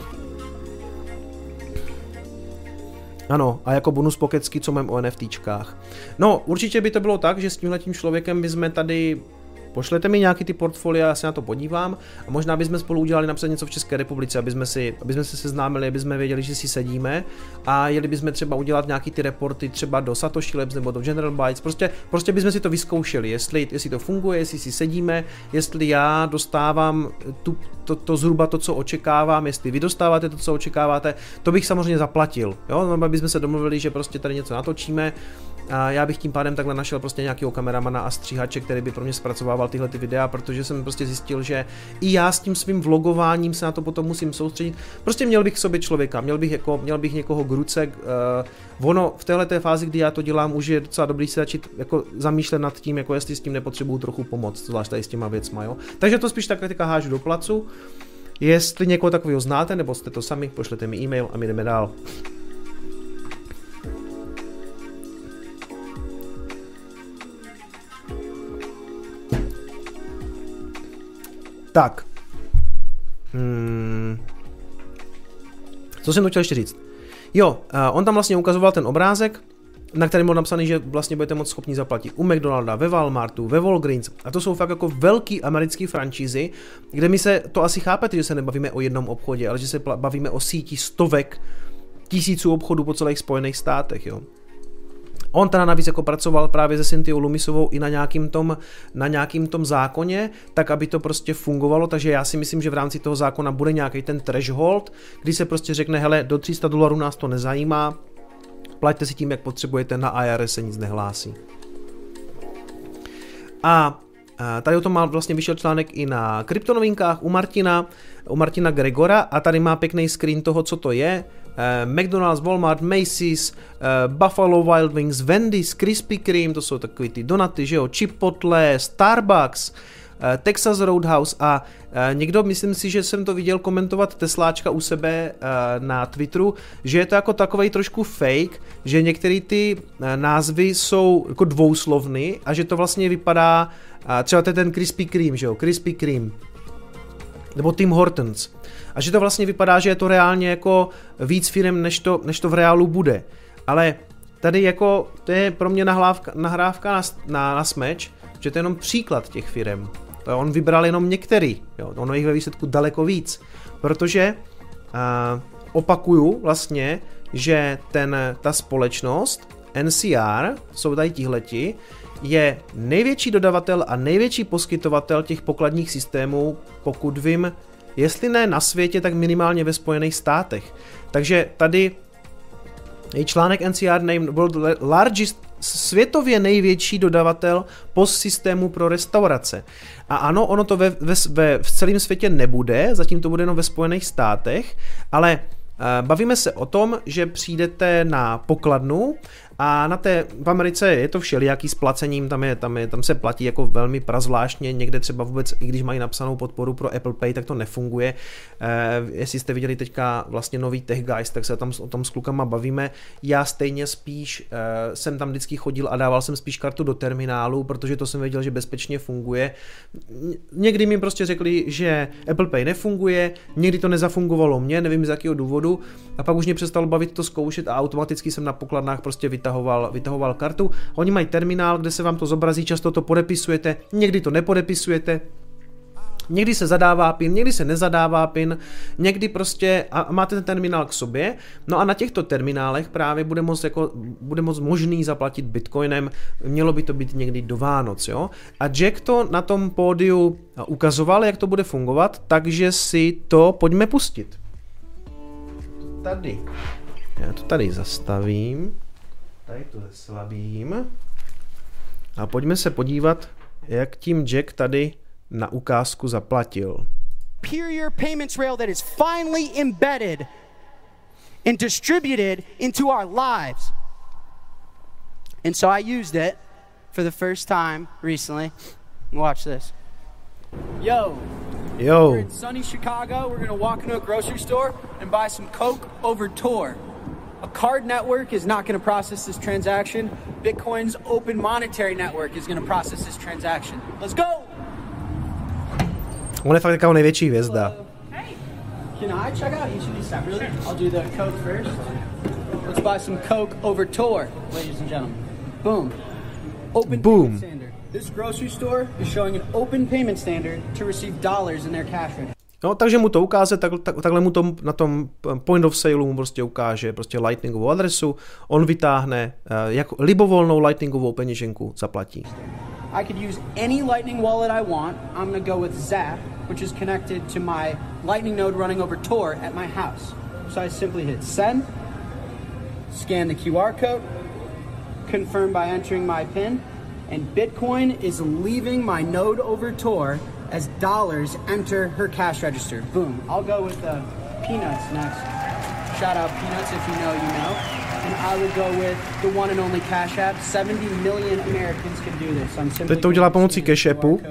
Ano, a jako bonus pokecky, co mám o NFTčkách. No, určitě by to bylo tak, že s tímhletím člověkem bychom tady pošlete mi nějaký ty portfolia, já se na to podívám a možná bychom spolu udělali napsat něco v České republice, aby jsme se seznámili, aby jsme věděli, že si sedíme a jeli bychom třeba udělat nějaký ty reporty třeba do Satoshi Labs nebo do General Bytes, prostě bychom si to vyzkoušeli, jestli to funguje, jestli si sedíme, jestli já dostávám to zhruba to, co očekávám, jestli vy dostáváte to, co očekáváte, to bych samozřejmě zaplatil. Jo, no, bychom se domluvili, že prostě tady něco natočíme a já bych tím pádem takhle našel prostě nějakého kameramana a stříhače, který by pro mě zpracovával tyhle ty videa, protože jsem prostě zjistil, že i já s tím svým vlogováním se na to potom musím soustředit. Prostě měl bych k sobě člověka, měl bych někoho k ruce. Ono v téhleté fázi, kdy já to dělám, už je docela dobrý se začít jako zamýšlet nad tím, jako jestli s tím nepotřebuju trochu pomoct, zvlášť tady s těma věcma, jo. Takže to spíš takhle teďka hážu do placu. Jestli někoho takového znáte, nebo jste to sami, pošlete mi e-mail a my jdeme dál. Tak. Co jsem to chtěl ještě říct? Jo, on tam vlastně ukazoval ten obrázek, na kterém byl napsaný, že vlastně budete moc schopni zaplatit u McDonalda, ve Walmartu, ve Walgreens. A to jsou fakt jako velký americký franšízy, kde my se, to asi chápete, že se nebavíme o jednom obchodě, ale že se bavíme o síti stovek, tisíců obchodů po celých Spojených státech, jo. On teda navíc jako pracoval právě se Cynthiou Lumisovou i na nějakým tom zákoně, tak aby to prostě fungovalo, takže já si myslím, že v rámci toho zákona bude nějaký ten threshold, kdy se prostě řekne, hele, do $300 nás to nezajímá, plaťte si tím, jak potřebujete, na IRS se nic nehlásí. A tady o tom má vlastně vyšel článek i na kryptonovinkách u Martina Gregora a tady má pěkný screen toho, co to je. McDonald's, Walmart, Macy's, Buffalo Wild Wings, Wendy's, Krispy Kreme, to jsou takový ty donaty, že jo, Chipotle, Starbucks, Texas Roadhouse a někdo, myslím si, že jsem to viděl komentovat Tesláčka u sebe na Twitteru, že je to jako takovej trošku fake, že některé ty názvy jsou jako dvouslovny a že to vlastně vypadá, třeba ten Krispy Kreme, že jo, Krispy Kreme, nebo Tim Hortons. A že to vlastně vypadá, že je to reálně jako víc firem, než to v reálu bude. Ale tady jako, to je pro mě nahrávka na smeč, že to je jenom příklad těch firem. On vybral jenom některý, jo, ono jich ve výsledku daleko víc. Protože opakuju vlastně, že ta společnost NCR, jsou tady tihleti, je největší dodavatel a největší poskytovatel těch pokladních systémů, pokud vím, jestli ne na světě, tak minimálně ve Spojených státech. Takže tady je článek NCR named World Largest, světově největší dodavatel POS systému pro restaurace. A ano, ono to v celém světě nebude, zatím to bude jenom ve Spojených státech, ale bavíme se o tom, že přijdete na pokladnu a v Americe je to všelijaký s placením, tam se platí jako velmi prazvláštně, někde třeba vůbec, i když mají napsanou podporu pro Apple Pay, tak to nefunguje. Jestli jste viděli teďka vlastně nový Tech Guys, tak se tam o tom s klukama bavíme. Já stejně spíš jsem tam vždycky chodil a dával jsem spíš kartu do terminálu, protože to jsem věděl, že bezpečně funguje. Někdy mi prostě řekli, že Apple Pay nefunguje, někdy to nezafungovalo mně, nevím z jakého důvodu, a pak už mě přestalo bavit to zkoušet a automaticky jsem na pokladnách prostě vytahoval kartu. Oni mají terminál, kde se vám to zobrazí, často to podepisujete, někdy to nepodepisujete, někdy se zadává PIN, někdy se nezadává PIN, někdy prostě a máte ten terminál k sobě. No a na těchto terminálech právě bude moc možný zaplatit bitcoinem, mělo by to být někdy do Vánoc, jo. A Jack to na tom pódiu ukazoval, jak to bude fungovat, takže si to pojďme pustit. Tady. Já to tady zastavím. Tady to zeslabím. A pojďme se podívat, jak tím Jack tady na ukázku zaplatil. Superior payments rail that is finally embedded and distributed into our lives. And so I used it for the first time recently. Watch this. Yo. We're in sunny Chicago. We're going to walk into a grocery store and buy some Coke over Tor. A card network is not going to process this transaction. Bitcoin's open monetary network is going to process this transaction. Let's go! On je fakt taková největší hvězda. Hey, can I check out each of these separately? I'll do the Coke first. Let's buy some Coke over Tor, ladies and gentlemen. Boom. Open payment standard. This grocery store is showing an open payment standard to receive dollars in their cash register. No, takže mu to ukáže, takhle mu to na tom point of sale mu prostě ukáže prostě lightningovou adresu, on vytáhne jako libovolnou lightningovou peněženku, zaplatí. I could use any Lightning wallet I want. I'm going to go with Zap, which is connected to my Lightning node running over Tor at my house. So I simply hit send, scan the QR code, confirm by entering my PIN, and Bitcoin is leaving my node over Tor as dollars enter her cash register. Boom. I'll go with Peanuts next. Shout out Peanuts, if you know, you know. And I will go with the one and only Cash App. 70 million Americans can do this. I'm simply Teď to udělá pomocí Cash Appu.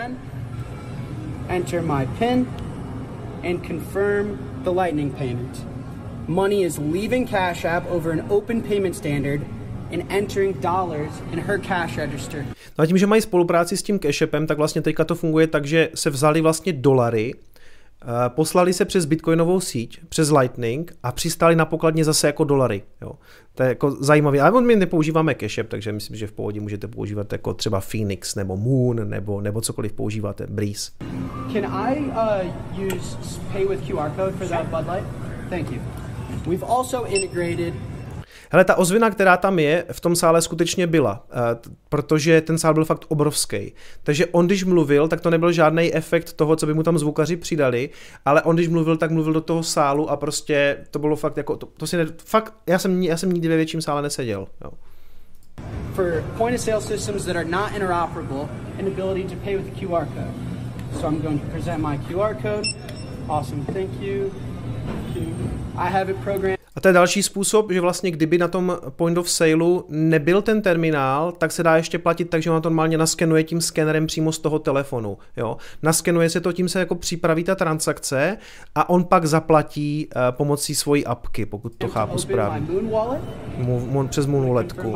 Enter my PIN and confirm the Lightning payment. Money is leaving Cash App over an open payment standard and entering dollars in her cash register. No a tím, že mají spolupráci s tím Cash Appem, tak vlastně teďka to funguje tak, že se vzali vlastně dolary, poslali se přes bitcoinovou síť, přes Lightning a přistáli na pokladně zase jako dolary. Jo. To je jako zajímavé. Ale my nepoužíváme Cash App, takže myslím, že v pohodě můžete používat jako třeba Phoenix nebo Moon nebo cokoliv používáte, Breeze. Can I use pay with QR code for that Bud Light? Thank you. We've also integrated. Hele, ta ozvěna, která tam je, v tom sále skutečně byla, protože ten sál byl fakt obrovský. Takže on, když mluvil, tak to nebyl žádný efekt toho, co by mu tam zvukaři přidali, ale on, když mluvil, tak mluvil do toho sálu a prostě to bylo fakt jako, fakt, já jsem nikdy ve větším sále neseděl. Jo. For point of sale systems that are not interoperable, an ability to pay with a QR code. So I'm going to present my QR code. Awesome, thank you. I have it programmed. A to je další způsob, že vlastně kdyby na tom point of saleu nebyl ten terminál, tak se dá ještě platit tak, že on to normálně naskenuje tím skenerem přímo z toho telefonu. Jo? Naskenuje se to, tím se jako připraví ta transakce a on pak zaplatí pomocí svojí apky, pokud to chápu správně. Přes Moon Walletku.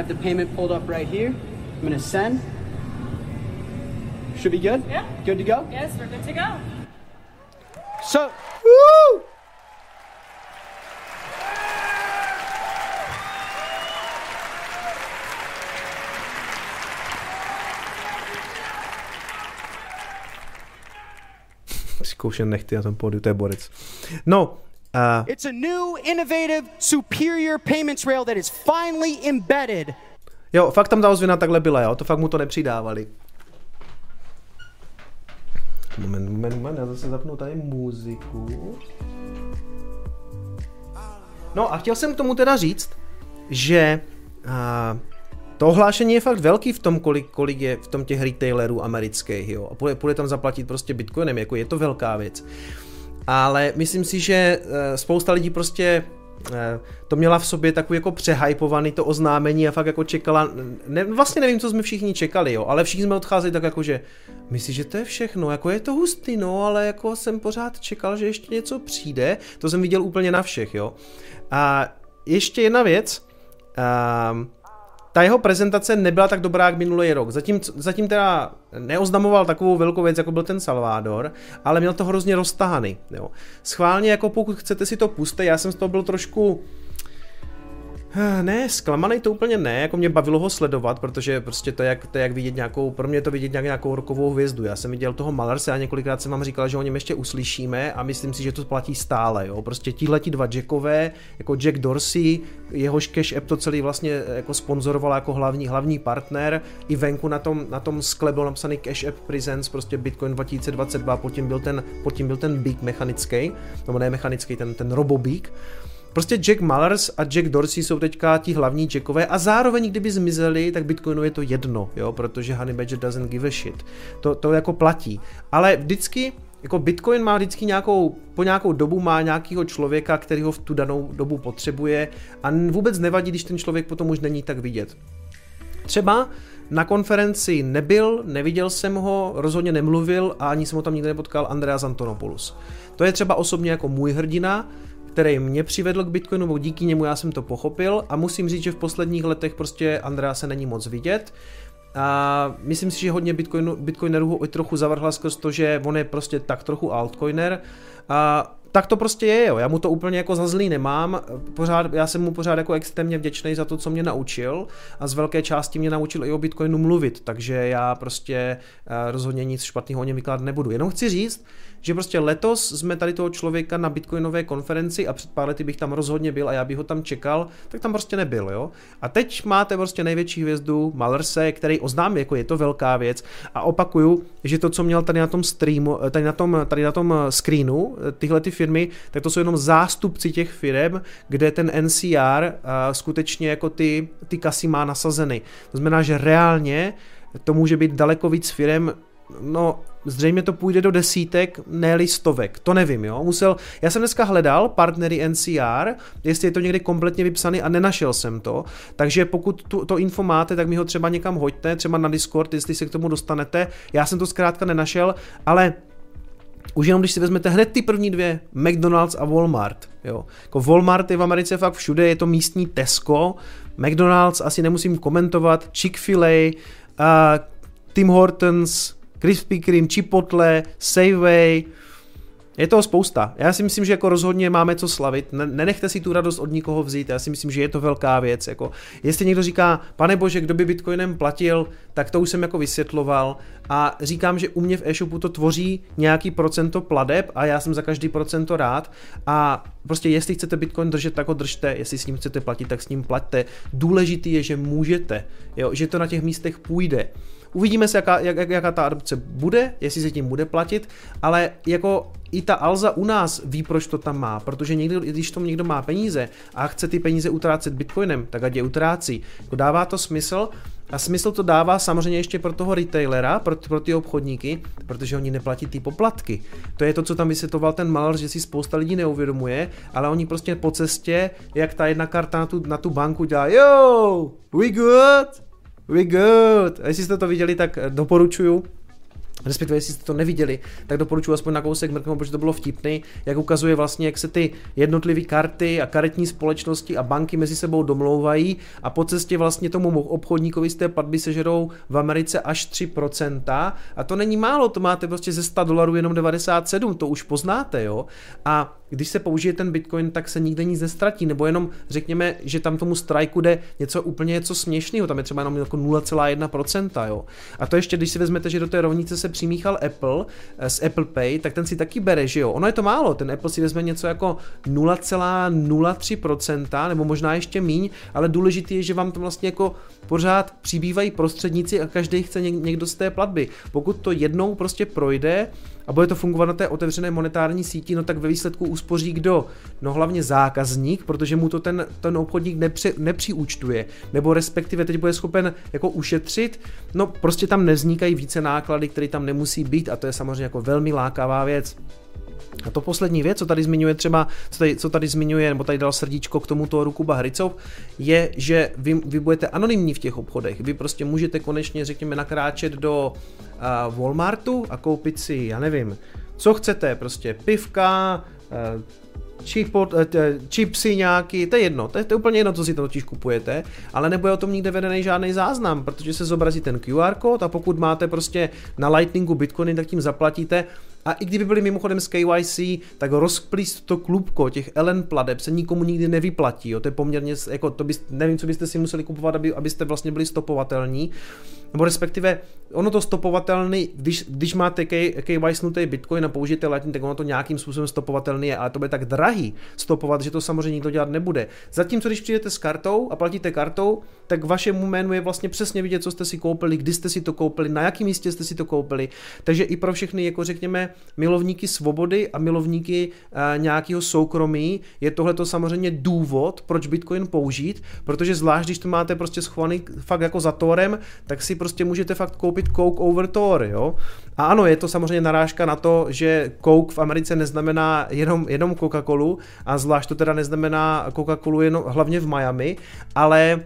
Should be good? Yeah. Good to go? Yes, we're good to go. So, Woo! Zkoušen nechty na tom pódiu, to je borec. No, it's a new, innovative, superior payments rail that is finally embedded. Jo, fakt tam ta ozvěna takhle byla, jo, to fakt mu to nepřidávali. Moment, já zase zapnu tady muziku. No a chtěl jsem k tomu teda říct, že to ohlášení je fakt velký v tom, kolik je v tom těch retailerů amerických, jo. A půjde tam zaplatit prostě bitcoinem, jako je to velká věc. Ale myslím si, že spousta lidí prostě to měla v sobě takový jako přehypovaný to oznámení a fakt jako čekala, vlastně nevím, co jsme všichni čekali, jo, ale všichni jsme odcházeli tak jako, že myslíš, že to je všechno, jako je to hustý, no, ale jako jsem pořád čekal, že ještě něco přijde, to jsem viděl úplně na všech, jo. A ještě jedna věc, ta jeho prezentace nebyla tak dobrá jak minulý rok. Zatím teda neoznamoval takovou velkou věc, jako byl ten Salvador, ale měl to hrozně roztahaný. Jo. Schválně, jako pokud chcete si to pustit, já jsem z toho byl trošku ne, zklamaný to úplně ne, jako mě bavilo ho sledovat, protože prostě to je jak vidět nějakou, pro mě to vidět nějakou rokovou hvězdu. Já jsem viděl toho Mallerse a několikrát jsem vám říkal, že o něm ještě uslyšíme a myslím si, že to platí stále, jo. Prostě tihleti dva Jackové, jako Jack Dorsey, jehož Cash App to celý vlastně jako sponzoroval jako hlavní partner, i venku na tom skle byl napsaný Cash App Presents, prostě Bitcoin 2022, pod tím byl ten beak mechanický, nebo ne mechanický, ten robobík. Prostě Jack Mallers a Jack Dorsey jsou teďka ti hlavní Jackové a zároveň kdyby zmizeli, tak Bitcoinu je to jedno, jo, protože Honey Badger doesn't give a shit. To jako platí. Ale vždycky, jako Bitcoin má vždycky po nějakou dobu má nějakého člověka, který ho v tu danou dobu potřebuje a vůbec nevadí, když ten člověk potom už není tak vidět. Třeba na konferenci neviděl jsem ho, rozhodně nemluvil a ani jsem ho tam nikdy nepotkal Andreas Antonopoulos. To je třeba osobně jako můj hrdina, který mě přivedl k Bitcoinu, bo díky němu já jsem to pochopil a musím říct, že v posledních letech prostě Andrea se není moc vidět a myslím si, že hodně bitcoinerů ho trochu zavrhla skrz to, že on je prostě tak trochu altcoiner a tak to prostě je, jo. Já mu to úplně jako za zlý nemám, já jsem mu pořád jako extrémně vděčný za to, co mě naučil a z velké části mě naučil i o Bitcoinu mluvit, takže já prostě rozhodně nic špatného o něm vykládat nebudu. Jenom chci říct, že prostě letos jsme tady toho člověka na bitcoinové konferenci a před pár lety bych tam rozhodně byl a já bych ho tam čekal, tak tam prostě nebyl, jo. A teď máte prostě největší hvězdu Malerse, který oznámí, jako je to velká věc a opakuju, že to, co měl tady na tom streamu, tady na tom screenu, tyhle ty firmy, tak to jsou jenom zástupci těch firm, kde ten NCR skutečně jako ty kasy má nasazeny. To znamená, že reálně to může být daleko víc firm. No, zřejmě to půjde do desítek, ne-li stovek, to nevím, jo. Já jsem dneska hledal partnery NCR, jestli je to někdy kompletně vypsaný a nenašel jsem to, takže pokud to info máte, tak mi ho třeba někam hoďte, třeba na Discord, jestli se k tomu dostanete, já jsem to zkrátka nenašel, ale už jenom když si vezmete hned ty první dvě, McDonald's a Walmart, jo. Jako Walmart je v Americe fakt všude, je to místní Tesco, McDonald's asi nemusím komentovat, Chick-fil-A, Tim Hortons, Krispy Kreme, Chipotle, Safeway, je toho spousta. Já si myslím, že jako rozhodně máme co slavit, nenechte si tu radost od nikoho vzít, já si myslím, že je to velká věc. Jako. Jestli někdo říká, pane bože, kdo by Bitcoinem platil, tak to už jsem jako vysvětloval a říkám, že u mě v e-shopu to tvoří nějaký procento pladeb a já jsem za každý procento rád a prostě jestli chcete Bitcoin držet, tak ho držte, jestli s ním chcete platit, tak s ním plaťte. Důležitý je, že můžete, jo, že to na těch místech půjde. Uvidíme se, jaká ta adopce bude, jestli se tím bude platit, ale jako i ta Alza u nás ví, proč to tam má, protože někdo, když tom někdo má peníze a chce ty peníze utrácet Bitcoinem, tak ať je utrácí. Dává to smysl a smysl to dává samozřejmě ještě pro toho retailera, pro ty obchodníky, protože oni neplatí ty poplatky. To je to, co tam vysvětloval ten Maler, že si spousta lidí neuvědomuje, ale oni prostě po cestě, jak ta jedna karta na tu banku dělá, yo, we good? We good. A jestli jste to viděli, tak doporučuju. Respektive, jestli jste to neviděli, tak doporučuji aspoň na kousek mrknout, protože to bylo vtipný, jak ukazuje vlastně, jak se ty jednotlivé karty a karetní společnosti a banky mezi sebou domlouvají a po cestě vlastně tomu obchodníkovi z té platby sežerou v Americe až 3% a to není málo, to máte prostě ze $100 jenom 97, to už poznáte, jo. A když se použije ten Bitcoin, tak se nikde nic nestratí, nebo jenom řekněme, že tam tomu strajku jde něco směšného, tam je třeba jenom jako 0,1%, jo. A to ještě, když si vezmete, že do té rovnice se přimíchal Apple z Apple Pay, tak ten si taky bere, že jo. Ono je to málo, ten Apple si vezme něco jako 0,03%, nebo možná ještě míň, ale důležité je, že vám to vlastně jako pořád přibývají prostředníci a každý chce někdo z té platby. Pokud to jednou prostě projde a bude to fungovat na té otevřené monetární síti, no tak ve výsledku uspoří kdo? No hlavně zákazník, protože mu to ten obchodník nepřiúčtuje, nebo respektive teď bude schopen jako ušetřit, no prostě tam nevznikají více náklady, které tam nemusí být a to je samozřejmě jako velmi lákavá věc. A to poslední věc, co tady zmiňuje nebo tady dal srdíčko k tomuto Kuba Hrycov, je, že vy budete anonymní v těch obchodech. Vy prostě můžete konečně, řekněme, nakráčet do Walmartu a koupit si, já nevím, co chcete, prostě pivka, chipsy nějaký, to je jedno, to je úplně jedno, co si to totiž kupujete, ale nebude o tom nikde vedený žádný záznam, protože se zobrazí ten QR kód a pokud máte prostě na Lightningu Bitcoiny, tak tím zaplatíte. A i kdyby byli mimochodem z KYC, tak rozplíst to klubko těch LN plateb se nikomu nikdy nevyplatí. Jo? To je poměrně, jako nevím, co byste si museli kupovat, abyste vlastně byli stopovatelní. Nebo respektive, ono to stopovatelný, když máte KYC-nutý Bitcoin a použijete Lightning, tak ono to nějakým způsobem stopovatelný je, ale to bude tak drahý stopovat, že to samozřejmě nikdo dělat nebude. Zatímco, když přijdete s kartou a platíte kartou, tak vašemu jménu je vlastně přesně vidět, co jste si koupili, kdy jste si to koupili, na jakém místě jste si to koupili. Takže i pro všechny, jako řekněme, milovníky svobody a milovníky nějakého soukromí je tohleto samozřejmě důvod, proč Bitcoin použít, protože zvlášť, když to máte prostě schovaný fakt jako za Torem, tak si prostě můžete fakt koupit Coke over Tor, jo. A ano, je to samozřejmě narážka na to, že Coke v Americe neznamená jenom Coca-Colu a zvlášť to teda neznamená Coca-Colu jenom hlavně v Miami, ale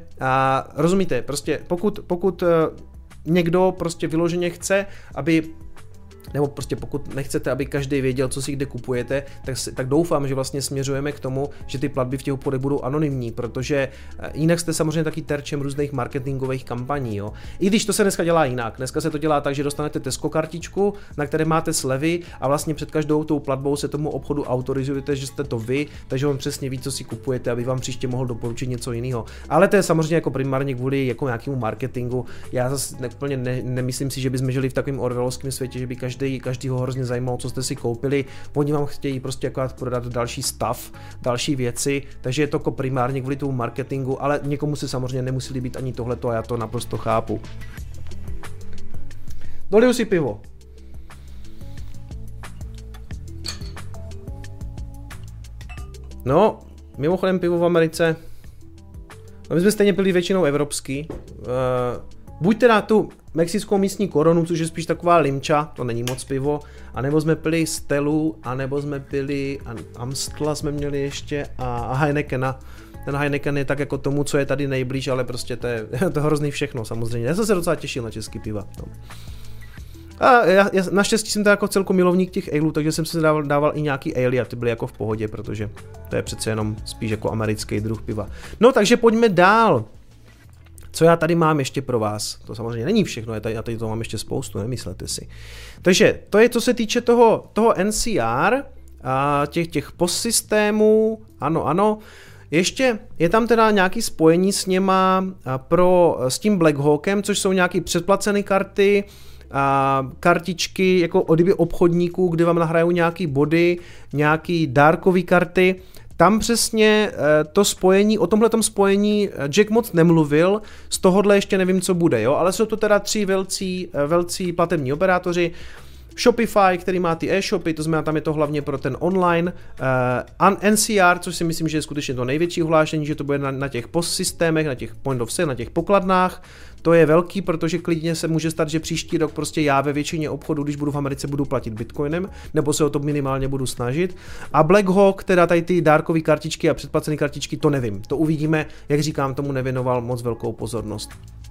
rozumíte, prostě pokud někdo prostě vyloženě chce, aby nebo prostě pokud nechcete, aby každý věděl, co si kde kupujete, tak doufám, že vlastně směřujeme k tomu, že ty platby v těch obchodech budou anonymní, protože jinak jste samozřejmě taky terčem různých marketingových kampaní. Jo. I když to se dneska dělá jinak. Dneska se to dělá tak, že dostanete Tesco kartičku, na které máte slevy a vlastně před každou tou platbou se tomu obchodu autorizujete, že jste to vy, takže on přesně ví, co si kupujete, aby vám příště mohl doporučit něco jiného. Ale to je samozřejmě jako primárně kvůli jako nějakému marketingu. Já zase úplně nemyslím si, že bychom žili v takovém orwellovském světě, že by každýho hrozně zajímalo, co jste si koupili. Oni vám chtějí prostě akorát prodat další stav, další věci, takže je to jako primárně kvůli tomu marketingu, ale někomu se samozřejmě nemusí líbit ani tohleto a já to naprosto chápu. Doliju si pivo. No, mimochodem pivo v Americe, my jsme stejně pili většinou evropský. Buď teda tu mexickou místní koronu, což je spíš taková limča, to není moc pivo, anebo jsme pili Stelu, anebo jsme pili Amstla jsme měli ještě a Heinekena. Ten Heineken je tak jako tomu, co je tady nejblíž, ale prostě to je hrozný všechno samozřejmě. Já jsem se docela těšil na český piva. No. A já naštěstí jsem teda jako celku milovník těch aleů, takže jsem se dával i nějaký ale a ty byly jako v pohodě, protože to je přece jenom spíš jako americký druh piva. No takže pojďme dál. Co já tady mám ještě pro vás? To samozřejmě není všechno, já tady to mám ještě spoustu, nemyslete si. Takže to je, co se týče toho NCR, a těch postsystémů, ano. Ještě je tam teda nějaký spojení s něma s tím Blackhawkem, což jsou nějaký předplacené karty, kartičky jako od obchodníků, kde vám nahrajou nějaký body, nějaký dárkový karty. Tam přesně to spojení, o tomhletom spojení Jack moc nemluvil, z tohohle ještě nevím, co bude, jo, ale jsou to teda 3 velcí platební operátoři, Shopify, který má ty e-shopy, to znamená, tam je to hlavně pro ten online, NCR, což si myslím, že je skutečně to největší ohlášení, že to bude na těch postsystémech, na těch point of sale, na těch pokladnách. To je velký, protože klidně se může stát, že příští rok prostě já ve většině obchodů, když budu v Americe, budu platit bitcoinem, nebo se o to minimálně budu snažit. A Blackhawk, teda tady ty dárkové kartičky a předplacené kartičky, to nevím. To uvidíme, jak říkám, tomu nevěnoval moc velkou pozornost.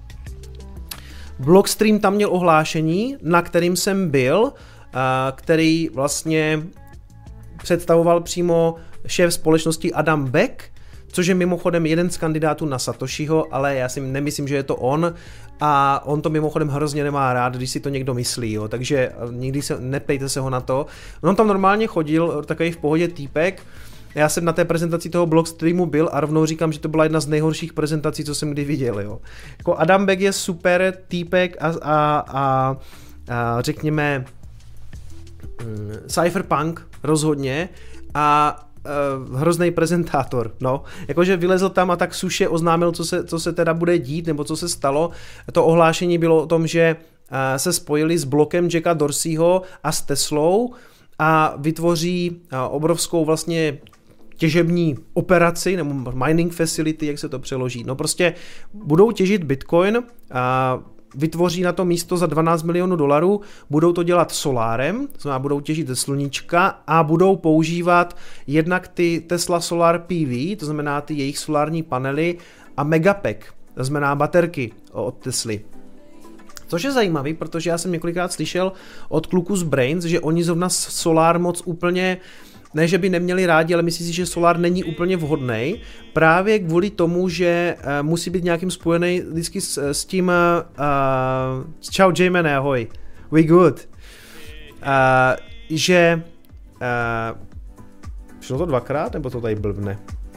Blockstream tam měl ohlášení, na kterým jsem byl, který vlastně představoval přímo šéf společnosti Adam Beck, což je mimochodem jeden z kandidátů na Satoshiho, ale já si nemyslím, že je to on a on to mimochodem hrozně nemá rád, když si to někdo myslí, jo, takže nikdy neptejte se ho na to. On tam normálně chodil, takový v pohodě týpek. Já jsem na té prezentaci toho Blockstreamu byl a rovnou říkám, že to byla jedna z nejhorších prezentací, co jsem kdy viděl. Jo. Jako Adam Beck je super týpek a řekněme cypherpunk rozhodně a hrozný prezentátor, no. Jakože vylezl tam a tak suše oznámil, co se teda bude dít, nebo co se stalo. To ohlášení bylo o tom, že se spojili s blokem Jacka Dorseyho a s Teslou a vytvoří obrovskou vlastně těžební operaci, nebo mining facility, jak se to přeloží. No prostě budou těžit Bitcoin a vytvoří na to místo za $12 milionů, budou to dělat solárem, to znamená budou těžit ze sluníčka a budou používat jednak ty Tesla Solar PV, to znamená ty jejich solární panely a Megapack, to znamená baterky od Tesly. Což je zajímavý, protože já jsem několikrát slyšel od kluků z Brains, že oni zrovna Solar moc úplně, ne že by neměli rádi, ale myslím si, že Solar není úplně vhodný. Právě kvůli tomu, že musí být nějakým spojený vždycky s tím čau J-Man, ahoj, we good. Že šlo to dvakrát, nebo to tady blbne?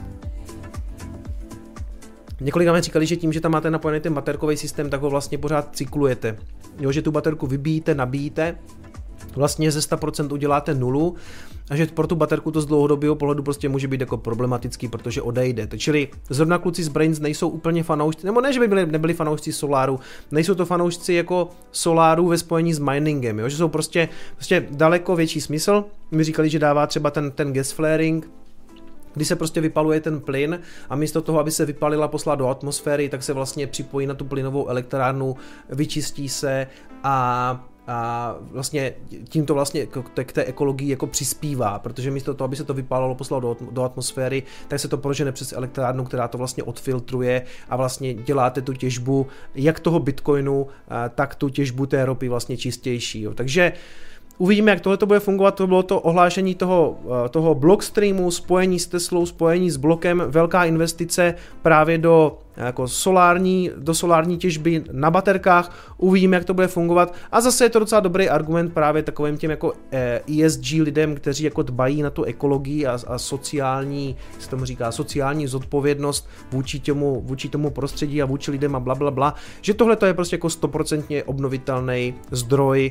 Několika mi říkali, že tím, že tam máte napojený ten baterkový systém, tak ho vlastně pořád cyklujete. Jo, že tu baterku vybíjíte, nabíjíte, vlastně ze 100% uděláte nulu a že pro tu baterku to z dlouhodobého pohledu prostě může být jako problematický, protože odejde. Čili zrovna kluci z Brains nejsou úplně fanoušci, nebo ne, že by nebyli fanoušci Soláru, nejsou to fanoušci jako Soláru ve spojení s miningem, jo? Že jsou prostě daleko větší smysl. Mi říkali, že dává třeba ten gas flaring, kdy se prostě vypaluje ten plyn a místo toho, aby se vypalila poslala do atmosféry, tak se vlastně připojí na tu plynovou elektrárnu, vyčistí se a vlastně tímto vlastně k té ekologii jako přispívá, protože místo toho, aby se to vypálilo, poslalo do atmosféry, tak se to prožene přes elektrárnu, která to vlastně odfiltruje a vlastně děláte tu těžbu jak toho Bitcoinu, tak tu těžbu té ropy vlastně čistější. Jo. Takže Uvidíme, jak tohle to bude fungovat, to bylo to ohlášení toho Blockstreamu, spojení s Teslou, spojení s blokem, velká investice právě do solární těžby na baterkách, uvidíme, jak to bude fungovat a zase je to docela dobrý argument právě takovým těm jako ESG lidem, kteří jako dbají na tu ekologii a sociální, se tomu říká, sociální zodpovědnost vůči tomu prostředí a vůči lidem a blablabla, že tohle to je prostě jako 100% obnovitelný zdroj,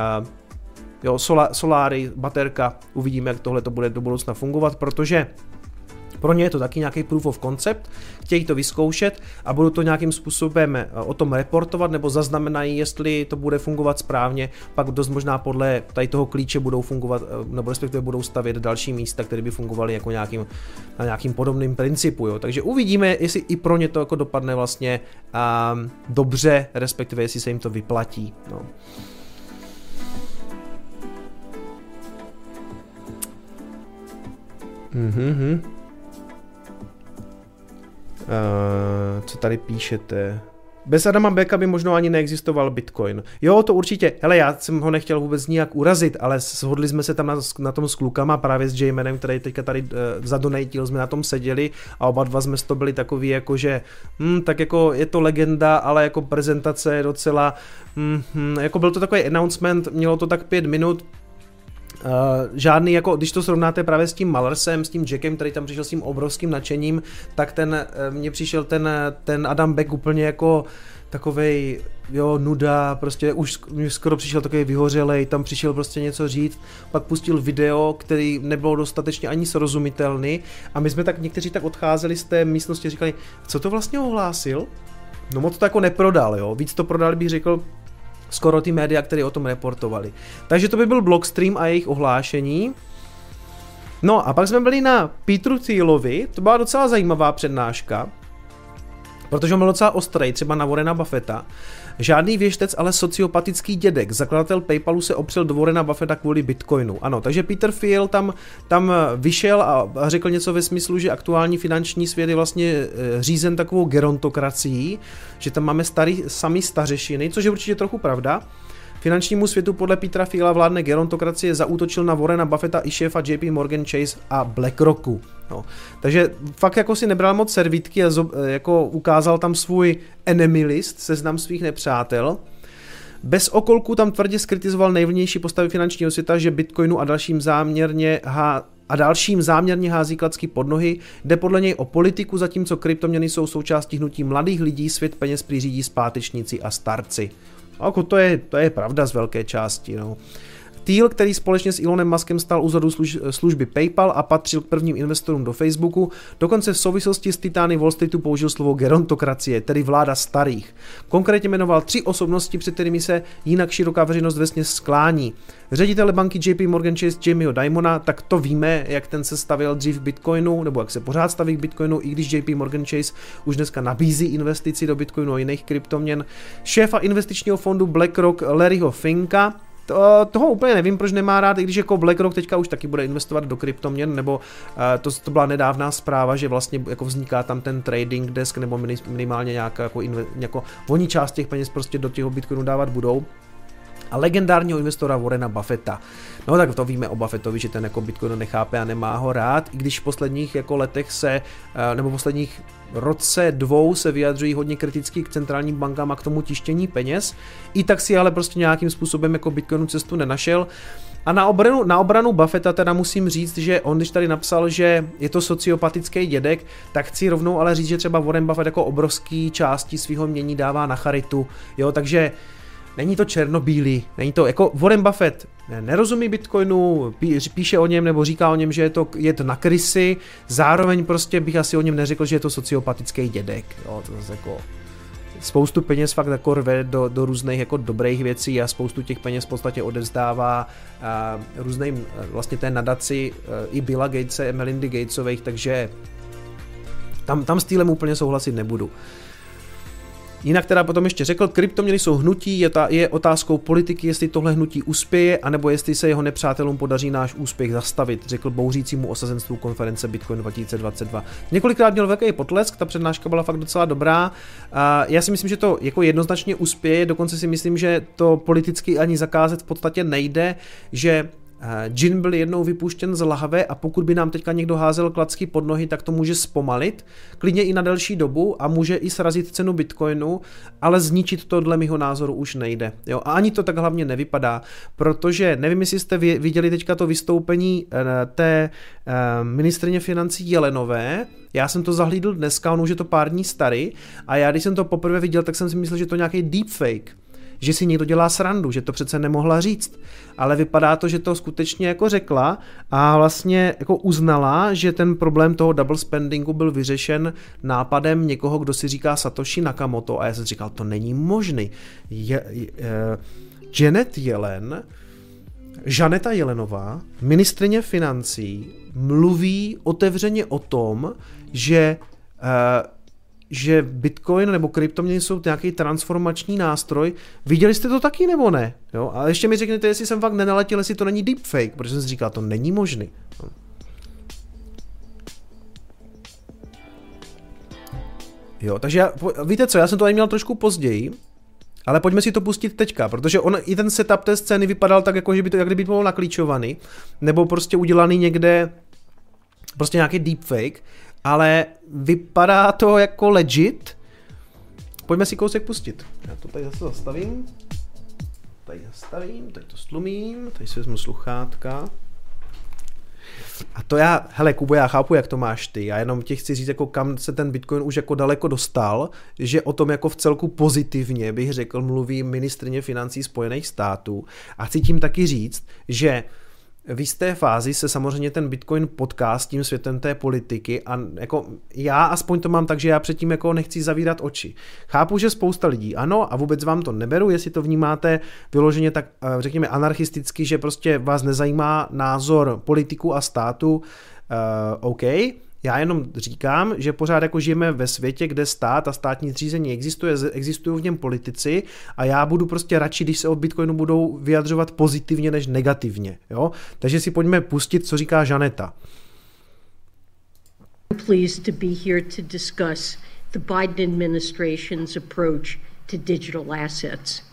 soláry, baterka, uvidíme, jak tohle to bude do budoucna fungovat, protože pro ně je to taky nějaký proof of concept, chtějí to vyzkoušet a budou to nějakým způsobem o tom reportovat nebo zaznamenají, jestli to bude fungovat správně, pak dost možná podle tady toho klíče budou fungovat, nebo respektive budou stavět další místa, které by fungovaly jako na nějakým podobným principu. Jo. Takže uvidíme, jestli i pro ně to jako dopadne vlastně dobře, respektive jestli se jim to vyplatí. No. Co tady píšete? Bez Adama Becka by možná ani neexistoval Bitcoin. Jo, to určitě. Hele, já jsem ho nechtěl vůbec nijak urazit, ale shodli jsme se tam na tom s klukama, právě s Jaymanem, který teďka tady zadonejtil, jsme na tom seděli a oba dva jsme to byli takový jako, že tak jako je to legenda, ale jako prezentace je docela jako byl to takový announcement, mělo to tak 5 minut, žádný, jako když to srovnáte právě s tím Malersem, s tím Jackem, který tam přišel s tím obrovským nadšením, tak mně přišel ten Adam Beck úplně jako takovej, nuda, prostě už skoro přišel takový vyhořelej, tam přišel prostě něco říct, pak pustil video, který nebylo dostatečně ani srozumitelný a my jsme někteří tak odcházeli z té místnosti a říkali, co to vlastně ohlásil? No moc to jako neprodal, jo, víc to prodal, bych řekl, skoro ty média, které o tom reportovali. Takže to by byl Blockstream a jejich ohlášení. No a pak jsme byli na Peteru Thielovi, to byla docela zajímavá přednáška, protože on byl docela ostrý, třeba na Warrena Buffetta. Žádný věštec, ale sociopatický dědek. Zakladatel PayPalu se opřel do Warrena Buffetta kvůli Bitcoinu. Ano, takže Peter Thiel tam vyšel a řekl něco ve smyslu, že aktuální finanční svět je vlastně řízen takovou gerontokracií, že tam máme sami stařešiny, což je určitě trochu pravda. Finančnímu světu podle Petera Thiela vládne gerontokracie, zaútočil na Warrena Buffetta i šéfa JP Morgan Chase a BlackRocku. No. Takže fakt jako si nebral moc servítky a jako ukázal tam svůj enemy list, seznam svých nepřátel. Bez okolku tam tvrdě skritizoval nejvlnější postavy finančního světa, že Bitcoinu a dalším záměrně hází klacky pod nohy, jde podle něj o politiku, zatímco kryptoměny jsou součástí hnutí mladých lidí, svět peněz přiřídí zpátečníci a starci. Jako to je pravda z velké části. No. Thiel, který společně s Elonem Muskem stál u zadu služby PayPal a patřil k prvním investorům do Facebooku, dokonce v souvislosti s titány Wall Streetu použil slovo gerontokracie, tedy vláda starých. Konkrétně jmenoval 3 osobnosti, před kterými se jinak široká veřejnost vesměs sklání. Ředitele banky JP Morgan Chase Jamieho Dimona, tak to víme, jak ten se stavěl dřív k Bitcoinu, nebo jak se pořád staví k Bitcoinu, i když JP Morgan Chase už dneska nabízí investici do Bitcoinu a jiných kryptoměn. Šéfa investičního fondu BlackRock Larryho Finka, toho úplně nevím, proč nemá rád, i když jako BlackRock teďka už taky bude investovat do kryptoměn, nebo to byla nedávná zpráva, že vlastně jako vzniká tam ten trading desk, nebo minimálně nějaká jako oni část těch peněz prostě do těch Bitcoinů dávat budou. A legendárního investora Warrena Buffetta. No tak to víme o Buffettovi, že ten jako Bitcoin nechápe a nemá ho rád, i když v posledních jako letech nebo v posledních roce 2 se vyjadřují hodně kriticky k centrálním bankám a k tomu tištění peněz. I tak si ale prostě nějakým způsobem jako Bitcoinu cestu nenašel. A na obranu Buffetta teda musím říct, že on, když tady napsal, že je to sociopatický dědek, tak chci rovnou ale říct, že třeba Warren Buffett jako obrovský části svého mění dává na charitu, jo, takže není to černobílý, není to, jako Warren Buffett nerozumí Bitcoinu, píše o něm nebo říká o něm, že je to na krysy, zároveň prostě bych asi o něm neřekl, že je to sociopatický dědek, jo, to zase jako spoustu peněz fakt jako rve do různých jako dobrých věcí a spoustu těch peněz v podstatě odevzdává různým vlastně té nadaci i Billa Gatese, Melindy Gatesových, takže tam s týlem úplně souhlasit nebudu. Jinak teda potom ještě řekl, kryptoměny jsou hnutí, je otázkou politiky, jestli tohle hnutí uspěje, anebo jestli se jeho nepřátelům podaří náš úspěch zastavit, řekl bouřícímu osazenstvu konference Bitcoin 2022. Několikrát měl velký potlesk, ta přednáška byla fakt docela dobrá. Já si myslím, že to jako jednoznačně uspěje, dokonce si myslím, že to politicky ani zakázat v podstatě nejde, že džin byl jednou vypuštěn z lahve a pokud by nám teďka někdo házel klacky pod nohy, tak to může zpomalit, klidně i na delší dobu a může i srazit cenu Bitcoinu, ale zničit to dle mýho názoru už nejde. Jo? A ani to tak hlavně nevypadá, protože nevím, jestli jste viděli teďka to vystoupení té ministryně financí Jelenové. Já jsem to zahlídl dneska, on už je to pár dní starý a já když jsem to poprvé viděl, tak jsem si myslel, že to nějaký deepfake, že si někdo dělá srandu, že to přece nemohla říct, ale vypadá to, že to skutečně jako řekla a vlastně jako uznala, že ten problém toho double spendingu byl vyřešen nápadem někoho, kdo si říká Satoshi Nakamoto a já jsem říkal, to není možný. Žaneta Jelenová, ministryně financí, mluví otevřeně o tom, že Bitcoin nebo kryptoměny jsou nějaký transformační nástroj. Viděli jste to taky nebo ne? Jo? A ještě mi řekněte, jestli jsem fakt nenaletěl, jestli to není deepfake, protože jsem si říkal, to není možný. Jo, takže víte co, já jsem to tady měl trošku později, ale pojďme si to pustit teďka, protože i ten setup té scény vypadal tak, jako že by to jak kdyby bylo naklíčovaný, nebo prostě udělaný někde prostě nějaký deepfake, ale vypadá to jako legit. Pojďme si kousek pustit. Já to tady zase zastavím. Tady to stlumím, tady si vezmu sluchátka. A to hele Kubo, já chápu, jak to máš ty, já jenom ti chci říct, jako kam se ten Bitcoin už jako daleko dostal, že o tom jako v celku pozitivně, bych řekl, mluví ministryně financí Spojených států a chci tím taky říct, že v jisté fázi se samozřejmě ten Bitcoin potká s tím světem té politiky a jako já aspoň to mám tak, že já předtím jako nechci zavírat oči. Chápu, že spousta lidí ano a vůbec vám to neberu, jestli to vnímáte vyloženě tak řekněme anarchisticky, že prostě vás nezajímá názor politiků a státu, OK. Já jenom říkám, že pořád jako žijeme ve světě, kde stát a státní zřízení existují v něm politici a já budu prostě radši, když se o Bitcoinu budou vyjadřovat pozitivně než negativně. Jo? Takže si pojďme pustit, co říká Žaneta. I'm pleased to be here to discuss the Biden administration's approach to digital assets.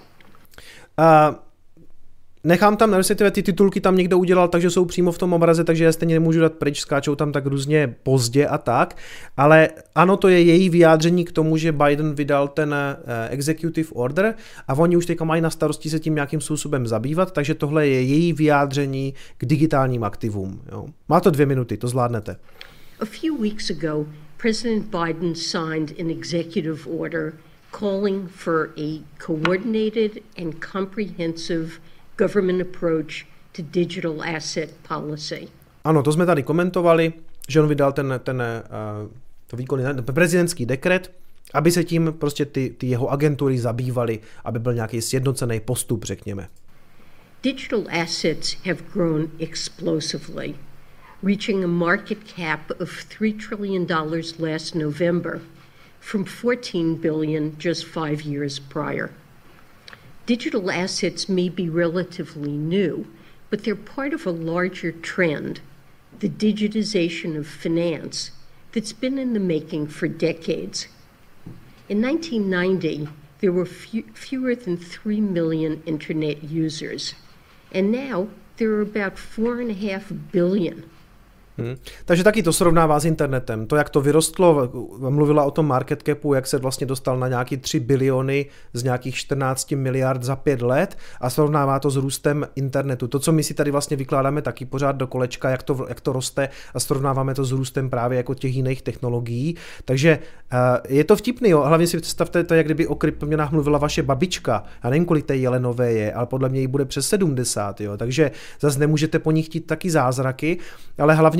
Nechám tam, respektive ty titulky tam někdo udělal, takže jsou přímo v tom obraze, takže já stejně nemůžu dát pryč, skáčou tam tak různě pozdě a tak, ale ano, to je její vyjádření k tomu, že Biden vydal ten executive order a oni už teďka mají na starosti se tím nějakým způsobem zabývat, takže tohle je její vyjádření k digitálním aktivům. Jo. Má to 2 minuty, to zvládnete. A few weeks ago, President Biden signed an executive order calling for a coordinated and comprehensive government approach to digital asset policy. Ano, to jsme tady komentovali, že on vydal ten prezidentský dekret, aby se tím prostě ty jeho agentury zabývaly, aby byl nějaký sjednocený postup, řekněme. Digital assets have grown explosively, reaching a market cap of $3 trillion last November from $14 billion just 5 years prior. Digital assets may be relatively new, but they're part of a larger trend, the digitization of finance, that's been in the making for decades. In 1990, there were fewer than 3 million internet users, and now there are about 4.5 billion. Takže taky to srovnává s internetem. To, jak to vyrostlo, mluvila o tom market capu, jak se vlastně dostal na nějaký 3 biliony z nějakých 14 miliard za 5 let a srovnává to s růstem internetu. To, co my si tady vlastně vykládáme taky pořád do kolečka, jak to roste a srovnáváme to s růstem právě jako těch jiných technologií. Takže je to vtipný, jo. Hlavně si představte to, jak kdyby o kryptoměnách mluvila vaše babička. Já nevím, kolik té Jelenové je, ale podle mě jí bude přes 70, jo. Takže zase nemůžete po ní chtít taky zázraky, ale hlavně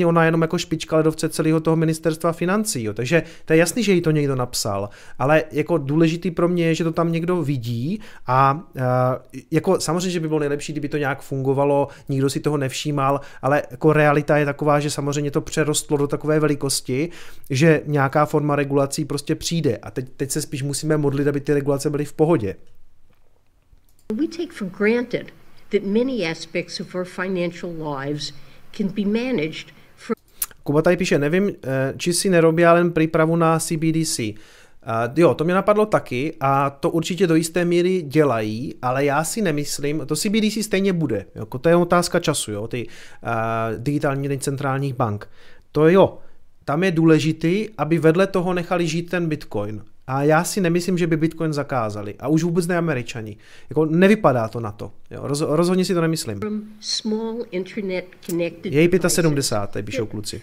ona jenom jako špička ledovce celého toho ministerstva financí, jo. Takže to je jasný, že jí to někdo napsal, ale jako důležitý pro mě je, že to tam někdo vidí a jako samozřejmě, že by bylo nejlepší, kdyby to nějak fungovalo, nikdo si toho nevšímal, ale jako realita je taková, že samozřejmě to přerostlo do takové velikosti, že nějaká forma regulací prostě přijde a teď se spíš musíme modlit, aby ty regulace byly v pohodě. We take for granted that many aspects of our financial lives can be managed from... Kuba tady píše, nevím, či si nerobí len přípravu na CBDC. Jo, to mě napadlo taky a to určitě do jisté míry dělají, ale já si nemyslím, to CBDC stejně bude, jako to je otázka času, jo, ty digitální měny centrálních bank. To jo, tam je důležitý, aby vedle toho nechali žít ten Bitcoin. A já si nemyslím, že by Bitcoin zakázali. A už vůbec ne Američani. Jako nevypadá to na to. Jo, rozhodně si to nemyslím. Jej 75, píšou kluci.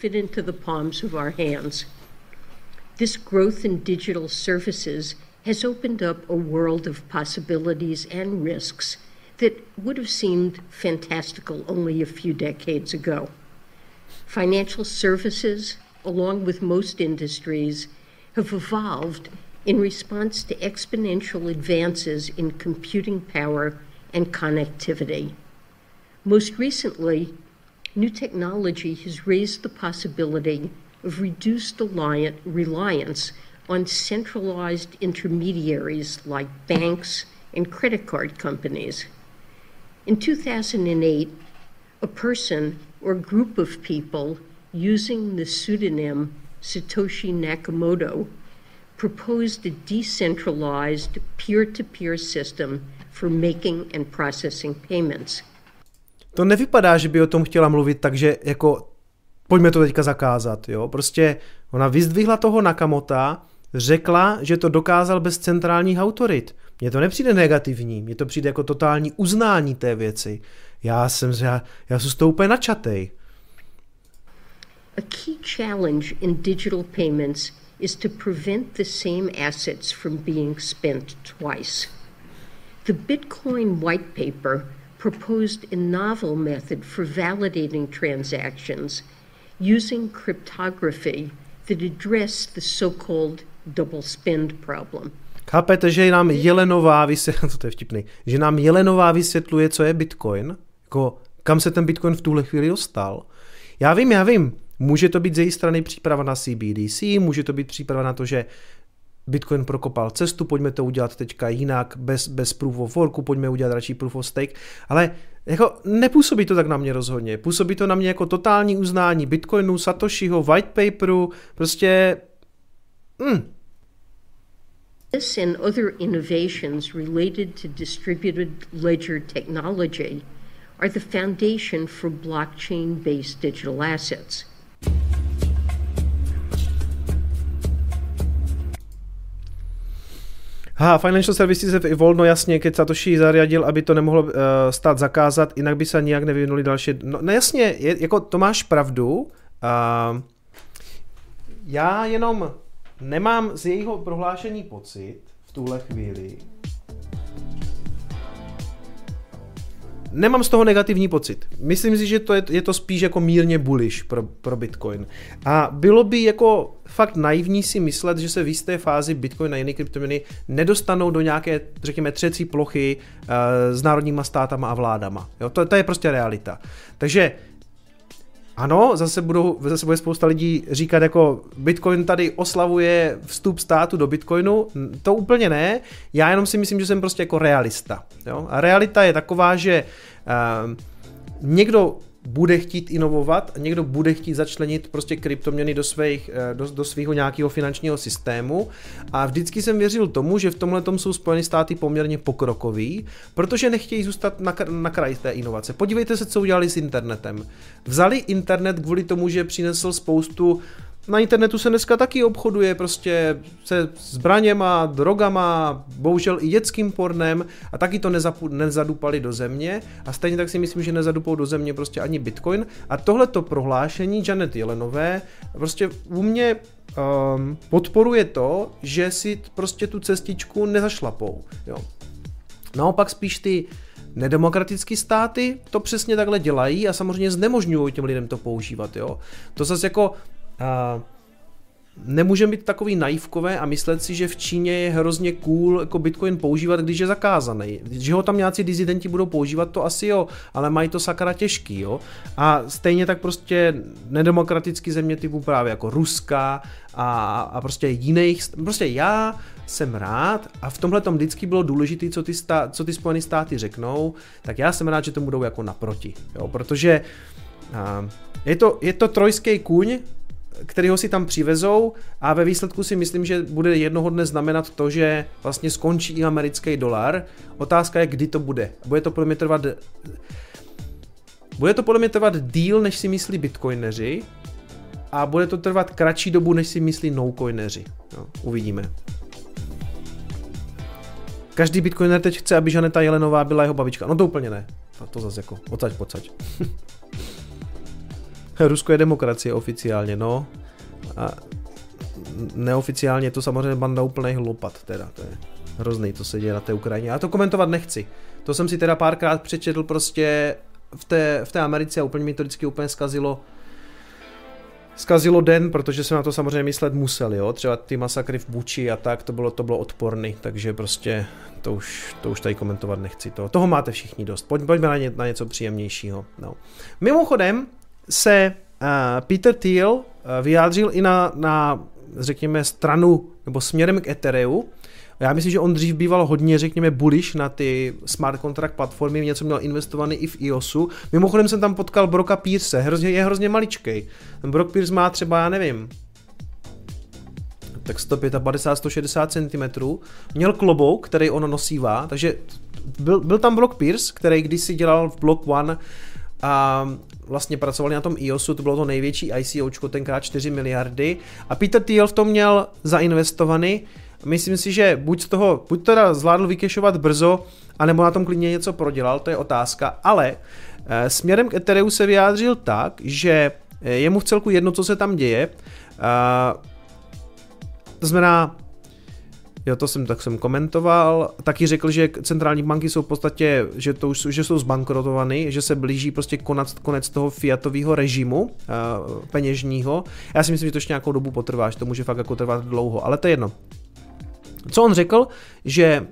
This growth in digital services has opened up a world of possibilities and risks that would have seemed fantastical only a few decades ago. Financial services, along with most industries, have evolved in response to exponential advances in computing power and connectivity. Most recently, new technology has raised the possibility of reduced reliance on centralized intermediaries like banks and credit card companies. In 2008, a person or group of people using the pseudonym Satoshi Nakamoto proposed a decentralized peer-to-peer system for making and processing payments. To nevypadá, že by o tom chtěla mluvit, takže jako pojďme to teďka zakázat, jo. Prostě ona vyzdvihla toho Nakamota, řekla, že to dokázal bez centrálních autorit. Mně to nepřijde negativní, mně to přijde jako totální uznání té věci. Já jsem z toho úplně načatej. A key challenge in digital payments is to prevent the same assets from being spent twice. The Bitcoin white paper proposed a novel method for validating transactions using cryptography that addressed the so-called double spend problem. Chápete, že nám Jelenová vysvětluje, co je Bitcoin? Jako, kam se ten Bitcoin v tuhle chvíli dostal? Já vím. Může to být z její strany příprava na CBDC, může to být příprava na to, že Bitcoin prokopal cestu, pojďme to udělat teďka jinak, bez proof of worku, pojďme udělat radši proof of stake, ale jako nepůsobí to tak na mě rozhodně, působí to na mě jako totální uznání Bitcoinu, Satoshiho, white paperu, prostě This and other innovations related to distributed ledger technology are the foundation for blockchain-based digital assets. Financial Services have evolved, no jasně, keď Satoshi zariadil, aby to nemohlo stát zakázat, jinak by se nijak nevyvinuli další. No jasně, jako to máš pravdu. Já jenom nemám z jejího prohlášení pocit v tuhle chvíli. Nemám z toho negativní pocit. Myslím si, že je to spíš jako mírně bullish pro Bitcoin. A bylo by jako fakt naivní si myslet, že se v jisté fázi Bitcoin a jiné kryptoměny nedostanou do nějaké, řekněme, třecí plochy s národníma státama a vládama. Jo? To je prostě realita. Takže ano, zase bude spousta lidí říkat, jako Bitcoin tady oslavuje vstup státu do Bitcoinu. To úplně ne, já jenom si myslím, že jsem prostě jako realista. Jo? A realita je taková, že někdo bude chtít inovovat, někdo bude chtít začlenit prostě kryptoměny do svého nějakého finančního systému a vždycky jsem věřil tomu, že v tomhletom jsou Spojené státy poměrně pokrokoví, protože nechtějí zůstat na kraji té inovace. Podívejte se, co udělali s internetem. Vzali internet kvůli tomu, že přinesl spoustu. Na internetu se dneska taky obchoduje prostě se zbraněma, drogama, bohužel i dětským pornem a taky to nezadupali do země a stejně tak si myslím, že nezadupou do země prostě ani Bitcoin a tohleto prohlášení Janet Yellenové prostě u mě podporuje to, že si prostě tu cestičku nezašlapou. Jo. Naopak spíš ty nedemokratické státy to přesně takhle dělají a samozřejmě znemožňují těm lidem to používat, jo. To zase jako nemůžeme být takový naivkové a myslet si, že v Číně je hrozně cool jako Bitcoin používat, když je zakázaný. Že ho tam nějací disidenti budou používat, to asi jo, ale mají to sakra těžký, jo. A stejně tak prostě nedemokratické země typu právě jako Ruska a prostě jiných, prostě já jsem rád a v tomhle tom vždycky bylo důležité, co ty Spojené státy řeknou, tak já jsem rád, že tomu budou jako naproti, jo, protože je to trojský kůň, kterýho si tam přivezou a ve výsledku si myslím, že bude jednoho dne znamenat to, že vlastně skončí i americký dolar. Otázka je, kdy to bude. Bude to podle mě trvat díl, než si myslí bitcoineři a bude to trvat kratší dobu, než si myslí nocoineři. No, uvidíme. Každý bitcoiner teď chce, aby Žaneta Jelenová byla jeho babička. No to úplně ne. To zase jako odsaď. Rusko je demokracie oficiálně, no. A neoficiálně je to samozřejmě banda úplných lopat, teda. To je hrozný, to se děje na té Ukrajině. Já to komentovat nechci. To jsem si teda párkrát přečetl prostě v té Americe a úplně mi to vždycky úplně zkazilo den, protože jsem na to samozřejmě myslet musel, jo. Třeba ty masakry v Buči a tak, to bylo odporný, takže prostě to už tady komentovat nechci. Toho máte všichni dost. Pojďme na něco příjemnějšího. No. Mimochodem se Peter Thiel vyjádřil i na řekněme stranu nebo směrem k Ethereu. Já myslím, že on dřív býval hodně, řekněme, bullish na ty smart contract platformy, něco měl investovaný i v EOSu. Mimochodem jsem tam potkal Brocka Pierce, je hrozně maličkej. Ten Brock Pierce má třeba, já nevím, tak 155-160 cm. Měl klobouk, který on nosívá, takže byl tam Brock Pierce, který kdysi dělal v Block One a vlastně pracovali na tom EOSu, to bylo to největší ICOčko, tenkrát 4 miliardy a Peter Thiel v tom měl zainvestovaný. Myslím si, že buď teda zvládl vykešovat brzo, anebo na tom klidně něco prodělal, to je otázka, ale směrem k Ethereu se vyjádřil tak, že je mu v celku jedno, co se tam děje. To znamená, jo, tak jsem komentoval, taky řekl, že centrální banky jsou v podstatě, že jsou zbankrotovaný, že se blíží prostě konec toho fiatového režimu peněžního. Já si myslím, že to ještě nějakou dobu potrvá, že to může fakt jako trvat dlouho, ale to je jedno. Co on řekl, že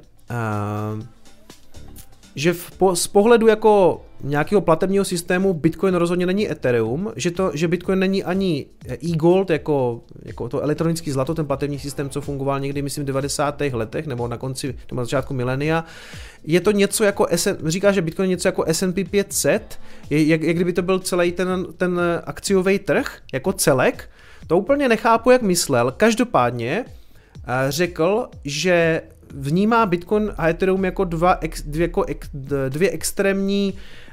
z pohledu jako nějakého platebního systému Bitcoin rozhodně není Ethereum, že Bitcoin není ani e-gold, jako to elektronické zlato, ten platební systém, co fungoval někdy, myslím, v 90. letech, nebo na začátku milénia. Je to něco jako, říká, že Bitcoin je něco jako S&P 500, jak kdyby to byl celý ten akciový trh, jako celek. To úplně nechápu, jak myslel. Každopádně řekl, že vnímá Bitcoin a Ethereum jako dvě extrémní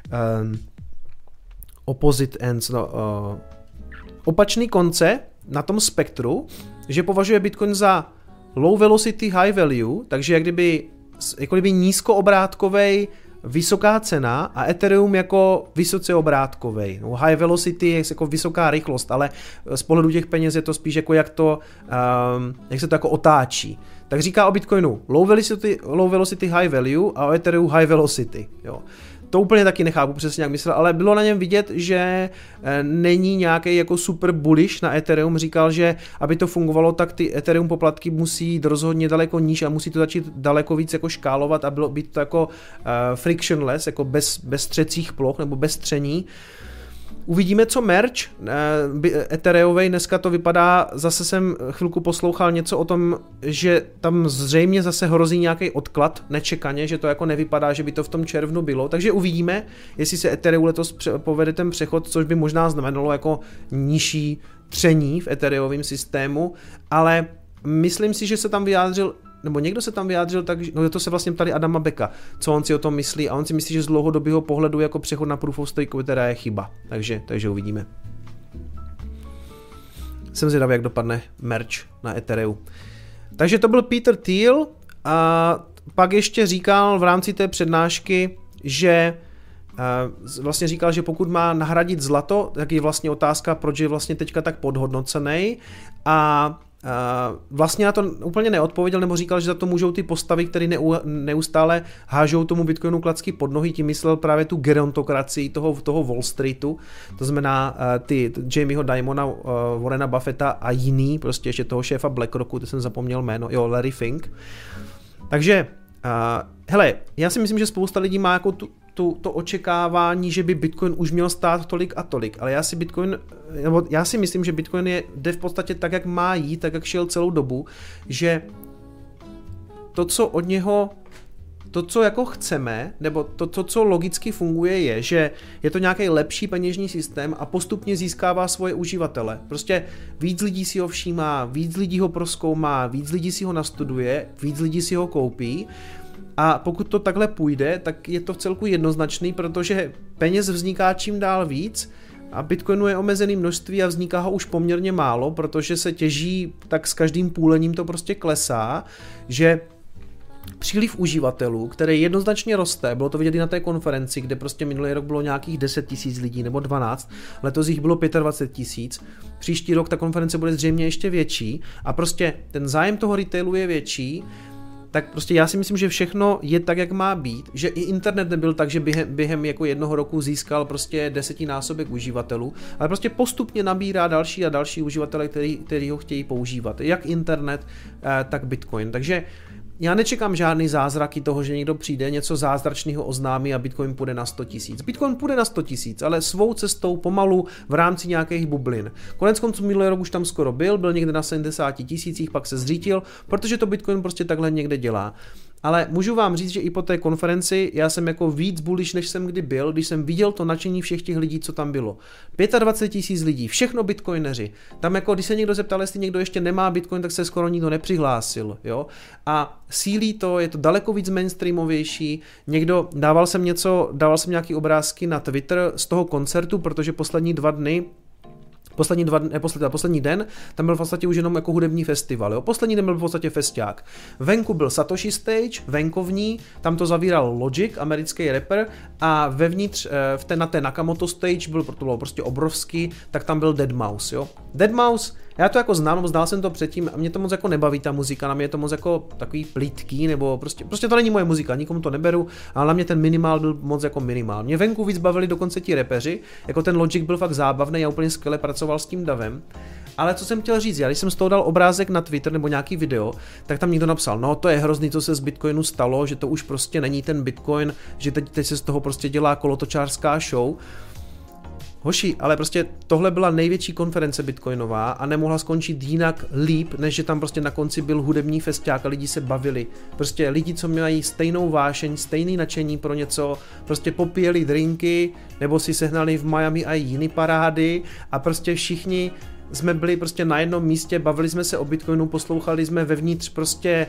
opposite ends, opačný konce na tom spektru, že považuje Bitcoin za low velocity, high value, takže jako kdyby nízkoobrátkovej vysoká cena a Ethereum jako vysoce obrátkovej. No, high velocity je jako vysoká rychlost, ale z pohledu těch peněz je to spíš jako jak se to jako otáčí. Tak říká o Bitcoinu low velocity, high value a o Ethereum high velocity. Jo. To úplně taky nechápu přesně, jak myslel, ale bylo na něm vidět, že není nějaký jako super bullish na Ethereum. Říkal, že aby to fungovalo, tak ty Ethereum poplatky musí jít rozhodně daleko níž a musí to začít daleko víc jako škálovat a být to jako frictionless, jako bez třecích ploch nebo bez tření. Uvidíme, co merch Ethereovej, dneska to vypadá, zase jsem chvilku poslouchal něco o tom, že tam zřejmě zase hrozí nějaký odklad nečekaně, že to jako nevypadá, že by to v tom červnu bylo, takže uvidíme, jestli se Ethereu letos povede ten přechod, což by možná znamenalo jako nižší tření v Ethereovém systému, ale myslím si, že se tam vyjádřil, nebo někdo se tam vyjádřil tak, no to se vlastně ptali Adama Becka, co on si o tom myslí a on si myslí, že z dlouhodobého pohledu jako přechod na Proof of Stake teda je chyba, takže uvidíme. Jsem zvědavý, jak dopadne merch na Ethereu. Takže to byl Peter Thiel a pak ještě říkal v rámci té přednášky, že vlastně říkal, že pokud má nahradit zlato, tak je vlastně otázka, proč je vlastně teďka tak podhodnocený a vlastně na to úplně neodpověděl, nebo říkal, že za to můžou ty postavy, které neustále hážou tomu Bitcoinu klacky pod nohy, tím myslel právě tu gerontokracii toho Wall Streetu, to znamená ty Jamieho Dimona, Warrena Buffetta a jiný, prostě ještě toho šéfa BlackRocku, to jsem zapomněl jméno, jo, Larry Fink. Takže, hele, já si myslím, že spousta lidí má jako to očekávání, že by Bitcoin už měl stát tolik a tolik, ale já si myslím, že Bitcoin jde v podstatě tak, jak má jít, tak, jak šel celou dobu, že to, co od něho, to, co jako chceme, nebo to, co logicky funguje, je, že je to nějaký lepší peněžní systém a postupně získává svoje uživatele. Prostě víc lidí si ho všímá, víc lidí ho prozkoumá, víc lidí si ho nastuduje, víc lidí si ho koupí. A pokud to takhle půjde, tak je to vcelku jednoznačný, protože peněz vzniká čím dál víc a Bitcoinu je omezený množství a vzniká ho už poměrně málo, protože se těží, tak s každým půlením to prostě klesá, že příliv uživatelů, který jednoznačně roste, bylo to vidět i na té konferenci, kde prostě minulý rok bylo nějakých 10 000 lidí nebo 12, letos jich bylo 25 000, příští rok ta konference bude zřejmě ještě větší a prostě ten zájem toho retailu je větší, tak prostě já si myslím, že všechno je tak, jak má být, že i internet nebyl tak, že během jako jednoho roku získal prostě 10násobek uživatelů, ale prostě postupně nabírá další a další uživatele, který ho chtějí používat, jak internet, tak Bitcoin. Takže já nečekám žádný zázraky toho, že někdo přijde, něco zázračného oznámí a Bitcoin půjde na 100 000. Bitcoin půjde na 100 000, ale svou cestou pomalu v rámci nějakých bublin. Koneckonců minulý rok už tam skoro byl někde na 70 000, pak se zřítil, protože to Bitcoin prostě takhle někde dělá. Ale můžu vám říct, že i po té konferenci já jsem jako víc bullish, než jsem kdy byl, když jsem viděl to nadšení všech těch lidí, co tam bylo. 25 000 lidí, všechno bitcoineři. Tam jako, když se někdo zeptal, jestli někdo ještě nemá Bitcoin, tak se skoro nikdo nepřihlásil, jo. A sílí to, je to daleko víc mainstreamovější. Dával jsem nějaký obrázky na Twitter z toho koncertu, protože poslední den, tam byl v podstatě už jenom jako hudební festival, jo? Poslední den byl v podstatě festiák. Venku byl Satoshi Stage, venkovní, tam to zavíral Logic, americký rapper, a vevnitř, na té Nakamoto Stage, to bylo prostě obrovský, tak tam byl Deadmau5, jo? Deadmau5, já to jako znal jsem to předtím a mě to moc jako nebaví ta muzika, na mě je to moc jako takový plítký, nebo prostě to není moje muzika, nikomu to neberu, ale na mě ten minimál byl moc jako minimál. Mě venku víc bavili dokonce ti rapeři, jako ten Logic byl fakt zábavný, já úplně skvěle pracoval s tím davem. Ale co jsem chtěl říct, já když jsem z toho dal obrázek na Twitter nebo nějaký video, tak tam někdo napsal, no to je hrozný, co se z Bitcoinu stalo, že to už prostě není ten Bitcoin, že teď se z toho prostě dělá kolotočářská show. Hoši, ale prostě tohle byla největší konference bitcoinová a nemohla skončit jinak líp, než že tam prostě na konci byl hudební festiák a lidi se bavili. Prostě lidi, co mají stejnou vášeň, stejný nadšení pro něco, prostě popíjeli drinky, nebo si sehnali v Miami i jiný parády a prostě všichni jsme byli prostě na jednom místě, bavili jsme se o Bitcoinu, poslouchali jsme vevnitř prostě,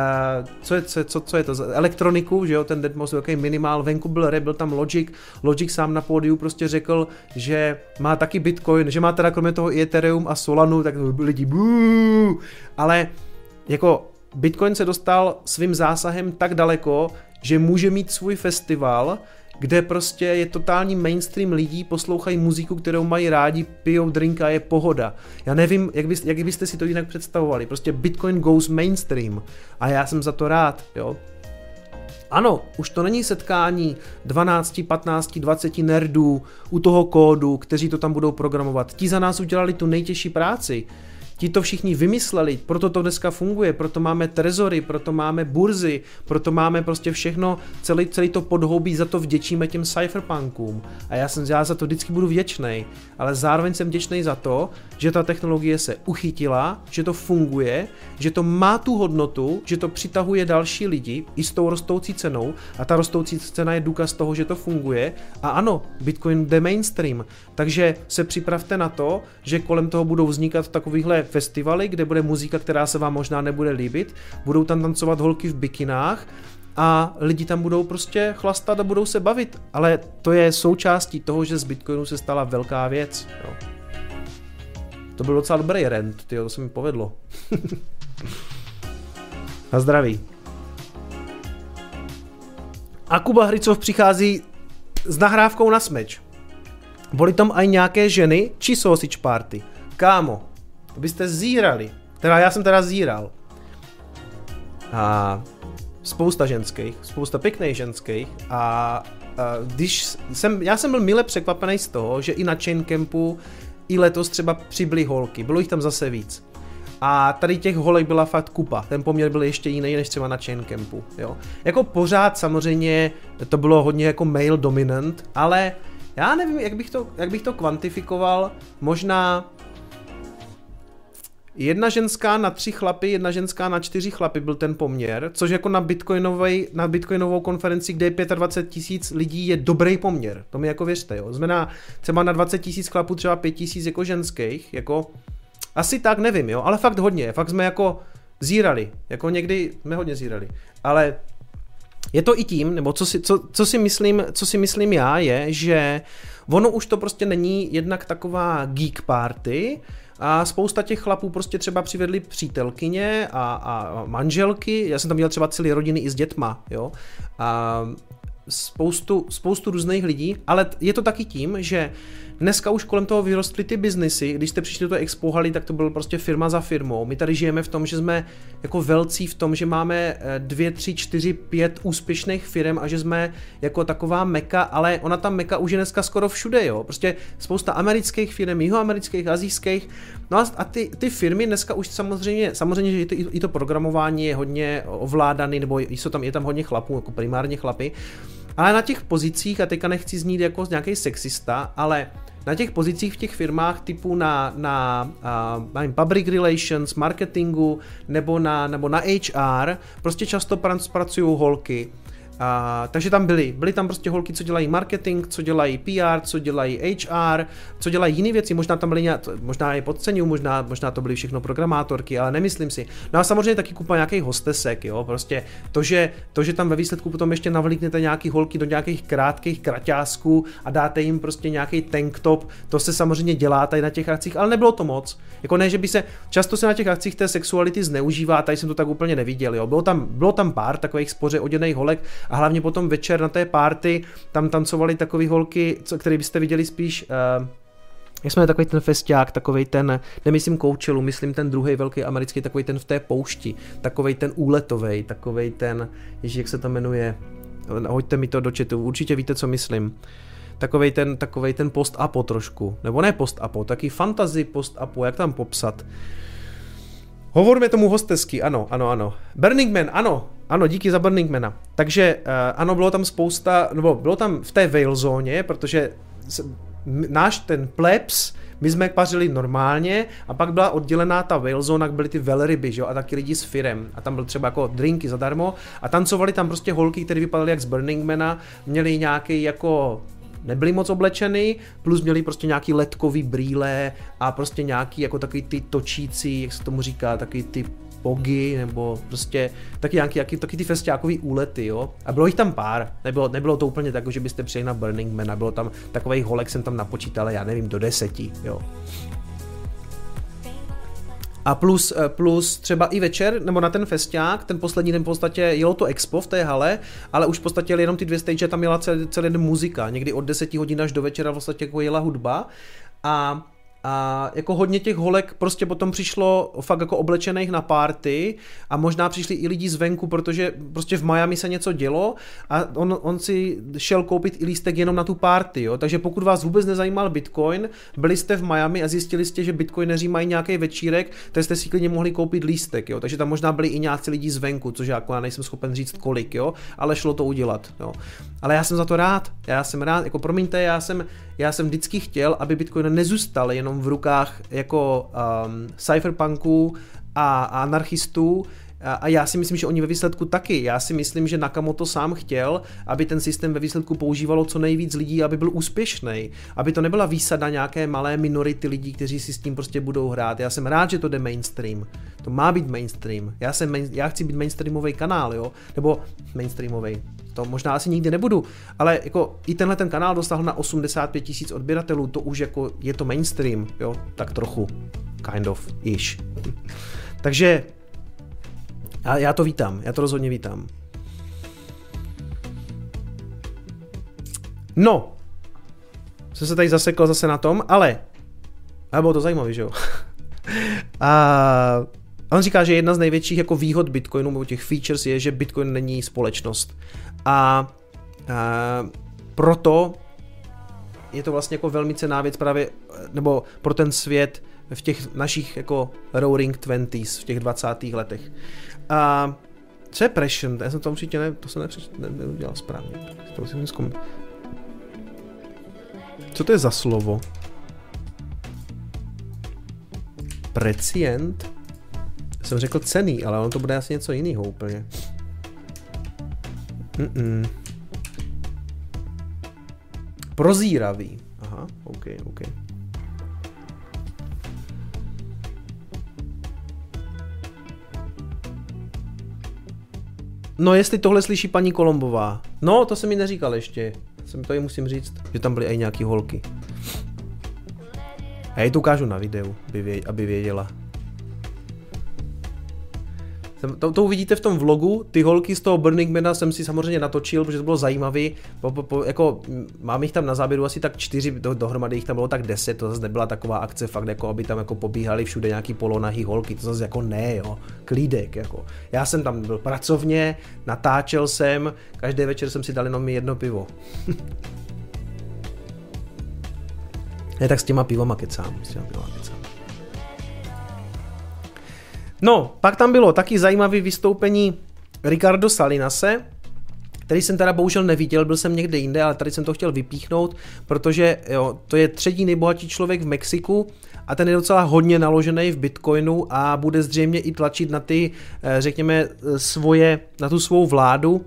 co je to, elektroniku, že jo, ten Deadmau5 velký minimál, venku byl rap, byl tam Logic sám na pódiu prostě řekl, že má taky Bitcoin, že má teda kromě toho i Ethereum a Solanu, tak lidi bůů, ale jako Bitcoin se dostal svým zásahem tak daleko, že může mít svůj festival, kde prostě je totální mainstream lidí, poslouchají muziku, kterou mají rádi, pijou drink a je pohoda. Já nevím, jak byste si to jinak představovali. Prostě Bitcoin goes mainstream a já jsem za to rád, jo. Ano, už to není setkání 12, 15, 20 nerdů u toho kódu, kteří to tam budou programovat. Ti za nás udělali tu nejtěžší práci. Ti to všichni vymysleli, proto to dneska funguje, proto máme trezory, proto máme burzy, proto máme prostě všechno, celý to podhoubí, za to vděčíme těm cypherpunkům. A já za to vždycky budu vděčnej, ale zároveň jsem vděčnej za to, že ta technologie se uchytila, že to funguje, že to má tu hodnotu, že to přitahuje další lidi i s tou rostoucí cenou a ta rostoucí cena je důkaz toho, že to funguje. A ano, Bitcoin jde mainstream, takže se připravte na to, že kolem toho budou vznikat takovýhle festivaly, kde bude muzika, která se vám možná nebude líbit, budou tam tancovat holky v bikinách a lidi tam budou prostě chlastat a budou se bavit, ale to je součástí toho, že z Bitcoinu se stala velká věc. Jo. To byl docela dobrý rant, to se mi povedlo. Na zdraví. A Kuba Hrycov přichází s nahrávkou na smeč. Byly tam aj nějaké ženy či sausage party. Kámo, abyste zírali, teda já jsem teda zíral. A spousta ženských, spousta pěkných ženských a já jsem byl mile překvapený z toho, že i na Chain Campu i letos třeba přibyly holky, bylo jich tam zase víc. A tady těch holek byla fakt kupa, ten poměr byl ještě jiný než třeba na Chain Campu, jo. Jako pořád samozřejmě to bylo hodně jako male dominant, ale já nevím, jak bych to kvantifikoval, možná 1 ženská na 3 chlapy, 1 ženská na 4 chlapy byl ten poměr, což jako na bitcoinovou konferenci, kde je 25 000 lidí, je dobrý poměr, to mi jako věřte, jo. Znamená třeba na 20 000 chlapů třeba 5 000 jako ženských, jako asi tak, nevím, jo, ale fakt hodně, fakt jsme jako zírali, jako někdy jsme hodně zírali, ale je to i tím, nebo co si myslím já je, že ono už to prostě není jednak taková geek party a spousta těch chlapů prostě třeba přivedli přítelkyně a manželky, já jsem tam měl třeba celé rodiny i s dětma, jo, a spoustu různých lidí, ale je to taky tím, že dneska už kolem toho vyrostly ty biznesy, když jste přišli do toho Expo haly, tak to bylo prostě firma za firmou. My tady žijeme v tom, že jsme jako velcí v tom, že máme 2, 3, 4, 5 úspěšných firm a že jsme jako taková meka, ale ona ta meka už je dneska skoro všude, jo. Prostě spousta amerických firm, jihoamerických, asijských. No a ty firmy dneska už samozřejmě, že i to programování je hodně ovládaný, nebo je tam hodně chlapů, jako primárně chlapy. Ale na těch pozicích, a teďka nechci znít jako nějaký sexista, ale na těch pozicích v těch firmách typu na public relations, marketingu nebo na HR prostě často pracují holky. Takže tam byly tam prostě holky, co dělají marketing, co dělají PR, co dělají HR, co dělají jiné věci, možná tam byly možná je podceňují, možná to byly všechno programátorky, ale nemyslím si. No a samozřejmě taky kupa nějakých hostesek, jo, prostě to, že tam ve výsledku potom ještě navlíknete nějaký holky do nějakých krátkých kraťásků a dáte jim prostě nějaký tank top, to se samozřejmě dělá tady na těch akcích, ale nebylo to moc. Jako ne, že by často se na těch akcích té sexuality zneužívá, tady jsem to tak úplně neviděl, jo. Bylo tam pár takových spoře oděných holek a hlavně potom večer na té party tam tancovali takový holky, který byste viděli spíš, jak jsme takový ten festiák, takovej ten, nemyslím Coachellalu, myslím ten druhý velký americký, takový ten v té poušti, takovej ten úletovej, takovej ten, jak se to jmenuje, hoďte mi to do chatu, určitě víte, co myslím. Takovej ten post-apo trošku, nebo ne post-apo, taky fantasy post-apo, jak tam popsat. Hovoríme tomu hostesky, ano. Burning Man, ano, díky za Burning Mana. Takže ano, bylo tam bylo tam v té Whale zóně, protože náš ten plebs, my jsme pařili normálně a pak byla oddělená ta Whale zóna, byly ty velryby, že jo, a taky lidi s firem a tam byl třeba jako drinky zadarmo a tancovali tam prostě holky, které vypadaly jak z Burning Mana, měli nějaký jako nebyli moc oblečený, plus měli prostě nějaký ledkový brýle a prostě nějaký jako takový ty točící, jak se tomu říká, takový ty pogy, nebo prostě taky ty festiákový úlety, jo. A bylo jich tam pár, nebylo to úplně tak, že byste přijeli na Burning Man, bylo tam takových holek, jsem tam napočítal, já nevím, do 10, jo. A plus třeba i večer, nebo na ten festiák, ten poslední den v podstatě jelo to expo v té hale, ale už v podstatě jeli jenom ty 2 stage, tam jela celý den muzika, někdy od 10 hodin až do večera vlastně jako jela hudba a jako hodně těch holek prostě potom přišlo fakt jako oblečených na party a možná přišli i lidi zvenku, protože prostě v Miami se něco dělo a on si šel koupit i lístek jenom na tu party, jo. Takže pokud vás vůbec nezajímal Bitcoin, byli jste v Miami a zjistili jste, že Bitcoineři mají nějaký večírek, tak jste si klidně mohli koupit lístek, jo. Takže tam možná byli i nějací lidi zvenku, což jako já nejsem schopen říct kolik, jo, ale šlo to udělat, jo. Ale já jsem za to rád, jako promiňte, já jsem vždycky chtěl, aby Bitcoin nezůstal jenom v rukách jako cypherpunků a anarchistů a já si myslím, že oni ve výsledku taky. Já si myslím, že Nakamoto sám chtěl, aby ten systém ve výsledku používalo co nejvíc lidí, aby byl úspěšný, aby to nebyla výsada nějaké malé minority lidí, kteří si s tím prostě budou hrát. Já jsem rád, že to jde mainstream. To má být mainstream. Já chci být mainstreamový kanál, jo? Nebo mainstreamový. To možná asi nikdy nebudu, ale jako i tenhle ten kanál dosáhl na 85 000 odběratelů, to už jako je to mainstream, jo, tak trochu, kind of, ish. Takže já to vítám, já to rozhodně vítám. No, jsem se tady zasekl zase na tom, ale bylo to zajímavé, že jo. A on říká, že jedna z největších jako výhod Bitcoinu nebo těch features je, že Bitcoin není společnost. A proto je to vlastně jako velmi cenná věc právě, nebo pro ten svět v těch našich jako roaring 20s, v těch 20. letech. A co je prescient? Já jsem to určitě to jsem neudělal správně. To co to je za slovo? Prescient? Jsem řekl cenný, ale ono to bude asi něco jiného úplně. Prozíravý. Aha, OK. No, jestli tohle slyší paní Kolombová. No, to jsem mi neříkal ještě. To jí musím říct, že tam byly i nějaký holky. Já ji to ukážu na videu, aby věděla. To uvidíte v tom vlogu, ty holky z toho Burning Mana jsem si samozřejmě natočil, protože to bylo zajímavý, jako mám jich tam na záběru asi tak 4, dohromady jich tam bylo tak 10, to zase nebyla taková akce fakt, jako aby tam jako pobíhali všude nějaký polonahý holky, to zase jako ne, jo, klídek, jako. Já jsem tam byl pracovně, natáčel jsem, každý večer jsem si dal jenom jedno pivo. Ne, tak s těma pivama kecám. No, pak tam bylo taky zajímavé vystoupení Ricardo Salinase, který jsem teda bohužel neviděl, byl jsem někde jinde, ale tady jsem to chtěl vypíchnout, protože jo, to je 3. nejbohatší člověk v Mexiku a ten je docela hodně naložený v Bitcoinu a bude zřejmě i tlačit na ty, řekněme, na tu svou vládu.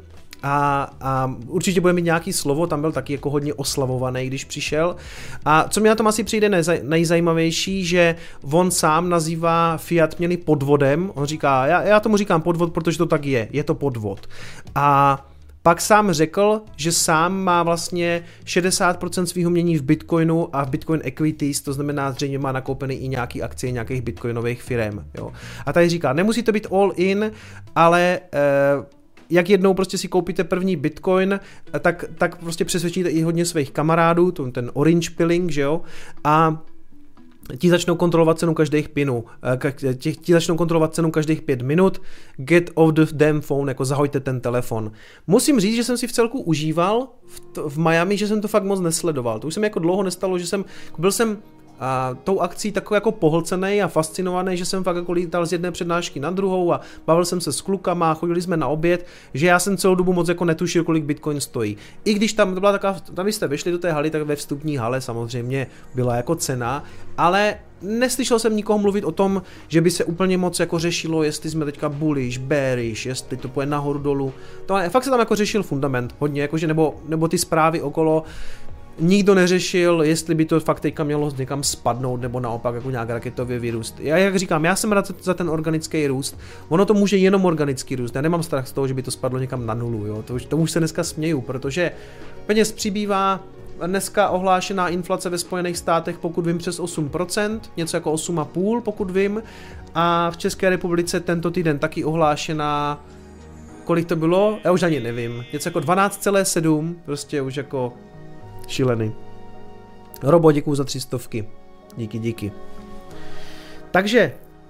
A určitě bude mít nějaký slovo, tam byl taky jako hodně oslavovaný, když přišel. A co mi na tom asi přijde nejzajímavější, že on sám nazývá fiat měny podvodem. On říká, já tomu říkám podvod, protože to tak je to podvod. A pak sám řekl, že sám má vlastně 60% svého mění v Bitcoinu a v Bitcoin Equities, to znamená zřejmě má nakoupený i nějaký akcie nějakých bitcoinových firem. Jo. A tady říká, nemusí to být all in, ale jak jednou prostě si koupíte první Bitcoin, tak prostě přesvědčíte i hodně svých kamarádů, ten orange pilling, že jo, a ti začnou kontrolovat cenu každých ti začnou kontrolovat cenu každých 5 minut, get off the damn phone, jako zahoďte ten telefon. Musím říct, že jsem si v celku užíval v Miami, že jsem to fakt moc nesledoval. To už se mi jako dlouho nestalo, že byl jsem tou akcí takový jako pohlcený a fascinovaný, že jsem fakt jako lítal z jedné přednášky na druhou a bavil jsem se s klukama, chodili jsme na oběd, že já jsem celou dobu moc jako netušil, kolik Bitcoin stojí. I když tam byla taková, tam jste vešli do té haly, tak ve vstupní hale samozřejmě byla jako cena, ale neslyšel jsem nikoho mluvit o tom, že by se úplně moc jako řešilo, jestli jsme teďka bullish, bearish, jestli to půjde nahoru dolů. Fakt se tam jako řešil fundament hodně, jakože nebo ty zprávy okolo. Nikdo neřešil, jestli by to fakt teďka mělo někam spadnout, nebo naopak jako nějak raketově vyrůst. Já jak říkám, já jsem rád za ten organický růst. Ono to může jenom organický růst. Já nemám strach z toho, že by to spadlo někam na nulu. Jo? To už se dneska směju, protože peněz přibývá. Dneska ohlášená inflace ve Spojených státech, pokud vím, přes 8%, něco jako 8,5%, pokud vím. A v České republice tento týden taky ohlášená, kolik to bylo? Já už ani nevím. Něco jako 12,7%, prostě už jako šílený. Robo, děkuju za 300. Díky. Takže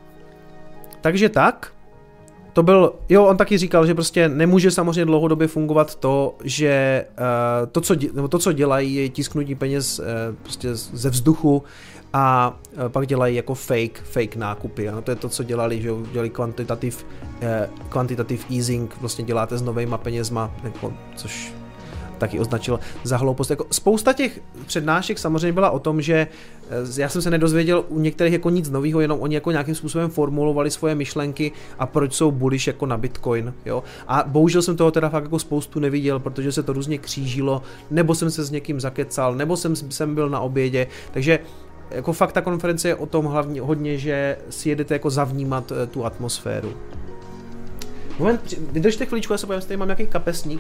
tak. To byl, on taky říkal, že prostě nemůže samozřejmě dlouhodobě fungovat to, že to, co dělají, je tisknutí peněz prostě ze vzduchu a pak dělají jako fake nákupy. Ano, to je to, co dělali, že dělali quantitative easing, vlastně děláte s novejma penězma, jako, což taky označil za hloupost. Jako spousta těch přednášek samozřejmě byla o tom, že já jsem se nedozvěděl u některých jako nic nového, jenom oni jako nějakým způsobem formulovali svoje myšlenky a proč jsou bullish jako na Bitcoin, jo. A bohužel jsem toho teda fakt jako spoustu neviděl, protože se to různě křížilo, nebo jsem se s někým zakecal, nebo jsem byl na obědě, takže jako fakt ta konference je o tom hlavně hodně, že si jedete jako zavnímat tu atmosféru. Moment, vydržte chvíličku, já se povím, tady mám nějaký kapesník.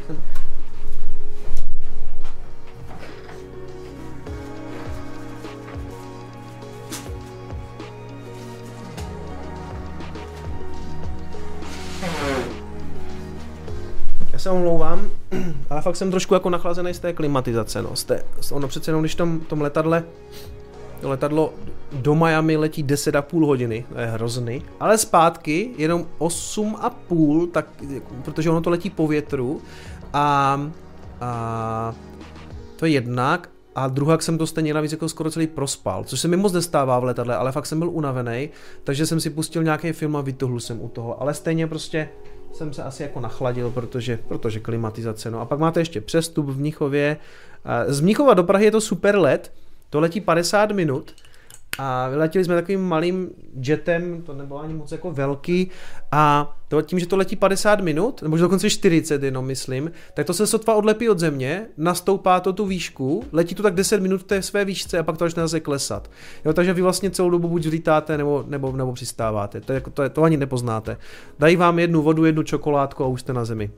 Já se omlouvám, ale fakt jsem trošku jako nachlazený z té klimatizace, no. Ono přece jenom, když v tom letadle to letadlo do Miami letí 10,5 hodiny, to je hrozný, ale zpátky jenom 8,5, tak, protože ono to letí po větru a to je jednak. A druhak jsem to stejně navíc jako skoro celý prospal, což se mi moc nestává v letadle, ale fakt jsem byl unavený, takže jsem si pustil nějaký film a vytohl jsem u toho, ale stejně prostě jsem se asi jako nachladil, protože klimatizace. No a pak máte ještě přestup v Mnichově. Z Mnichova do Prahy je to super let, to letí 50 minut a vyletěli jsme takovým malým jetem, to nebylo ani moc jako velký a tím, že to letí 50 minut, nebo dokonce 40 jenom myslím, tak to se sotva odlepí od země, nastoupá to tu výšku, letí to tak 10 minut v té své výšce a pak to začne zase klesat. Jo, takže vy vlastně celou dobu buď vzlítáte nebo přistáváte, to ani nepoznáte. Dají vám jednu vodu, jednu čokoládku a už jste na zemi.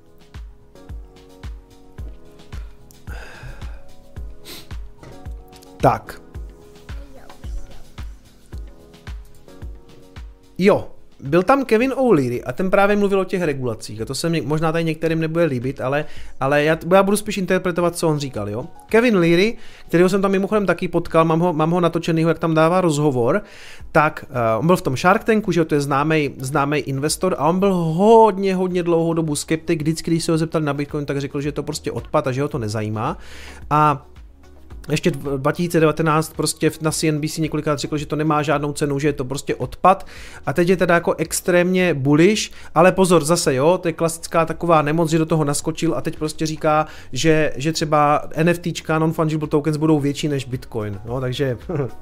Tak. Jo, byl tam Kevin O'Leary a ten právě mluvil o těch regulacích a to se možná tady některým nebude líbit, ale já budu spíš interpretovat, co on říkal, jo. Kevin Leary, kterého jsem tam mimochodem taky potkal, mám ho natočenýho, jak tam dává rozhovor, tak on byl v tom Shark Tanku, že jo, to je známý investor a on byl hodně dlouhou dobu skeptik, vždycky, když se ho zeptali na Bitcoin, tak řekl, že je to prostě odpad a že ho to nezajímá a ještě 2019 prostě na CNBC několikrát řekl, že to nemá žádnou cenu, že je to prostě odpad a teď je teda jako extrémně bullish, ale pozor zase jo, to je klasická taková nemoc, že do toho naskočil a teď prostě říká, že třeba NFTčka, non-fungible tokens budou větší než Bitcoin, no takže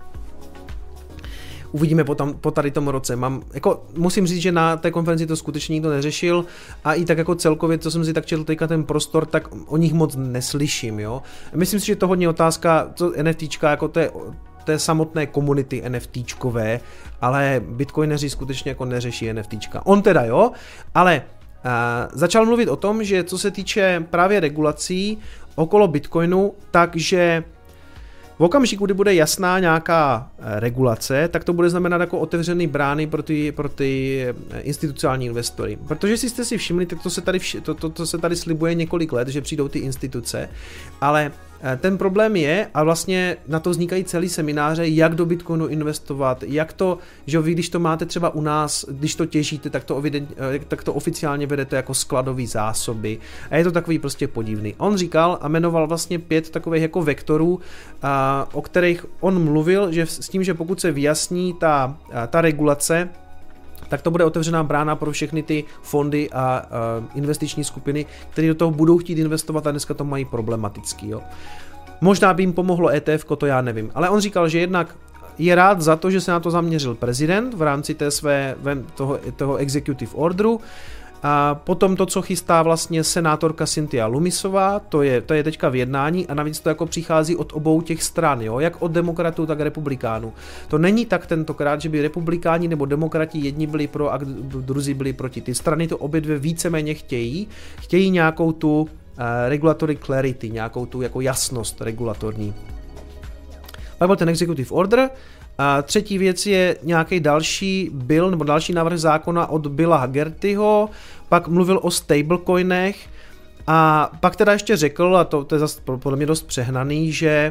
uvidíme po tady tom roce. Musím říct, že na té konferenci to skutečně nikdo neřešil a i tak jako celkově, co jsem si tak četl teďka ten prostor, tak o nich moc neslyším, jo. Myslím si, že to hodně otázka, co NFTčka, jako té samotné komunity NFTčkové, ale bitcoineři skutečně jako neřeší NFTčka. On teda jo, ale začal mluvit o tom, že co se týče právě regulací okolo Bitcoinu, takže v okamžiku, kdy bude jasná nějaká regulace, tak to bude znamenat jako otevřený brány pro ty institucionální investory. Protože jestli jste si všimli, tak to se tady slibuje několik let, že přijdou ty instituce, ale ten problém je, a vlastně na to vznikají celý semináře, jak do Bitcoinu investovat, jak to, že vy, když to máte třeba u nás, když to těžíte, tak to oficiálně vedete jako skladové zásoby a je to takový prostě podivný. On říkal a jmenoval vlastně 5 takových jako vektorů, o kterých on mluvil, že s tím, že pokud se vyjasní ta regulace, tak to bude otevřená brána pro všechny ty fondy a investiční skupiny, které do toho budou chtít investovat a dneska to mají problematický. Jo. Možná by jim pomohlo ETF, to já nevím. Ale on říkal, že jednak je rád za to, že se na to zaměřil prezident v rámci toho executive orderu. A potom to, co chystá vlastně senátorka Cynthia Lummisová, to je teďka v jednání a navíc to jako přichází od obou těch stran, jo? Jak od demokratů, tak republikánů. To není tak tentokrát, že by republikáni nebo demokrati jedni byli pro a druzí byli proti. Ty strany to obě dvě víceméně chtějí nějakou tu regulatory clarity, nějakou tu jako jasnost regulatorní. Pak byl ten executive order. A třetí věc je nějaký další návrh zákona od Billa Hagertyho, pak mluvil o stablecoinech a pak teda ještě řekl, a to je zase podle mě dost přehnaný,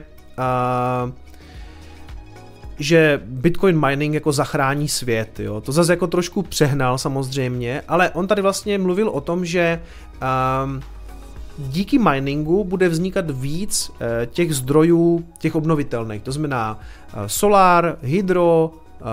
že Bitcoin mining jako zachrání svět, jo. To zase jako trošku přehnal samozřejmě, ale on tady vlastně mluvil o tom, že díky miningu bude vznikat víc těch zdrojů, těch obnovitelných, to znamená solár, hydro,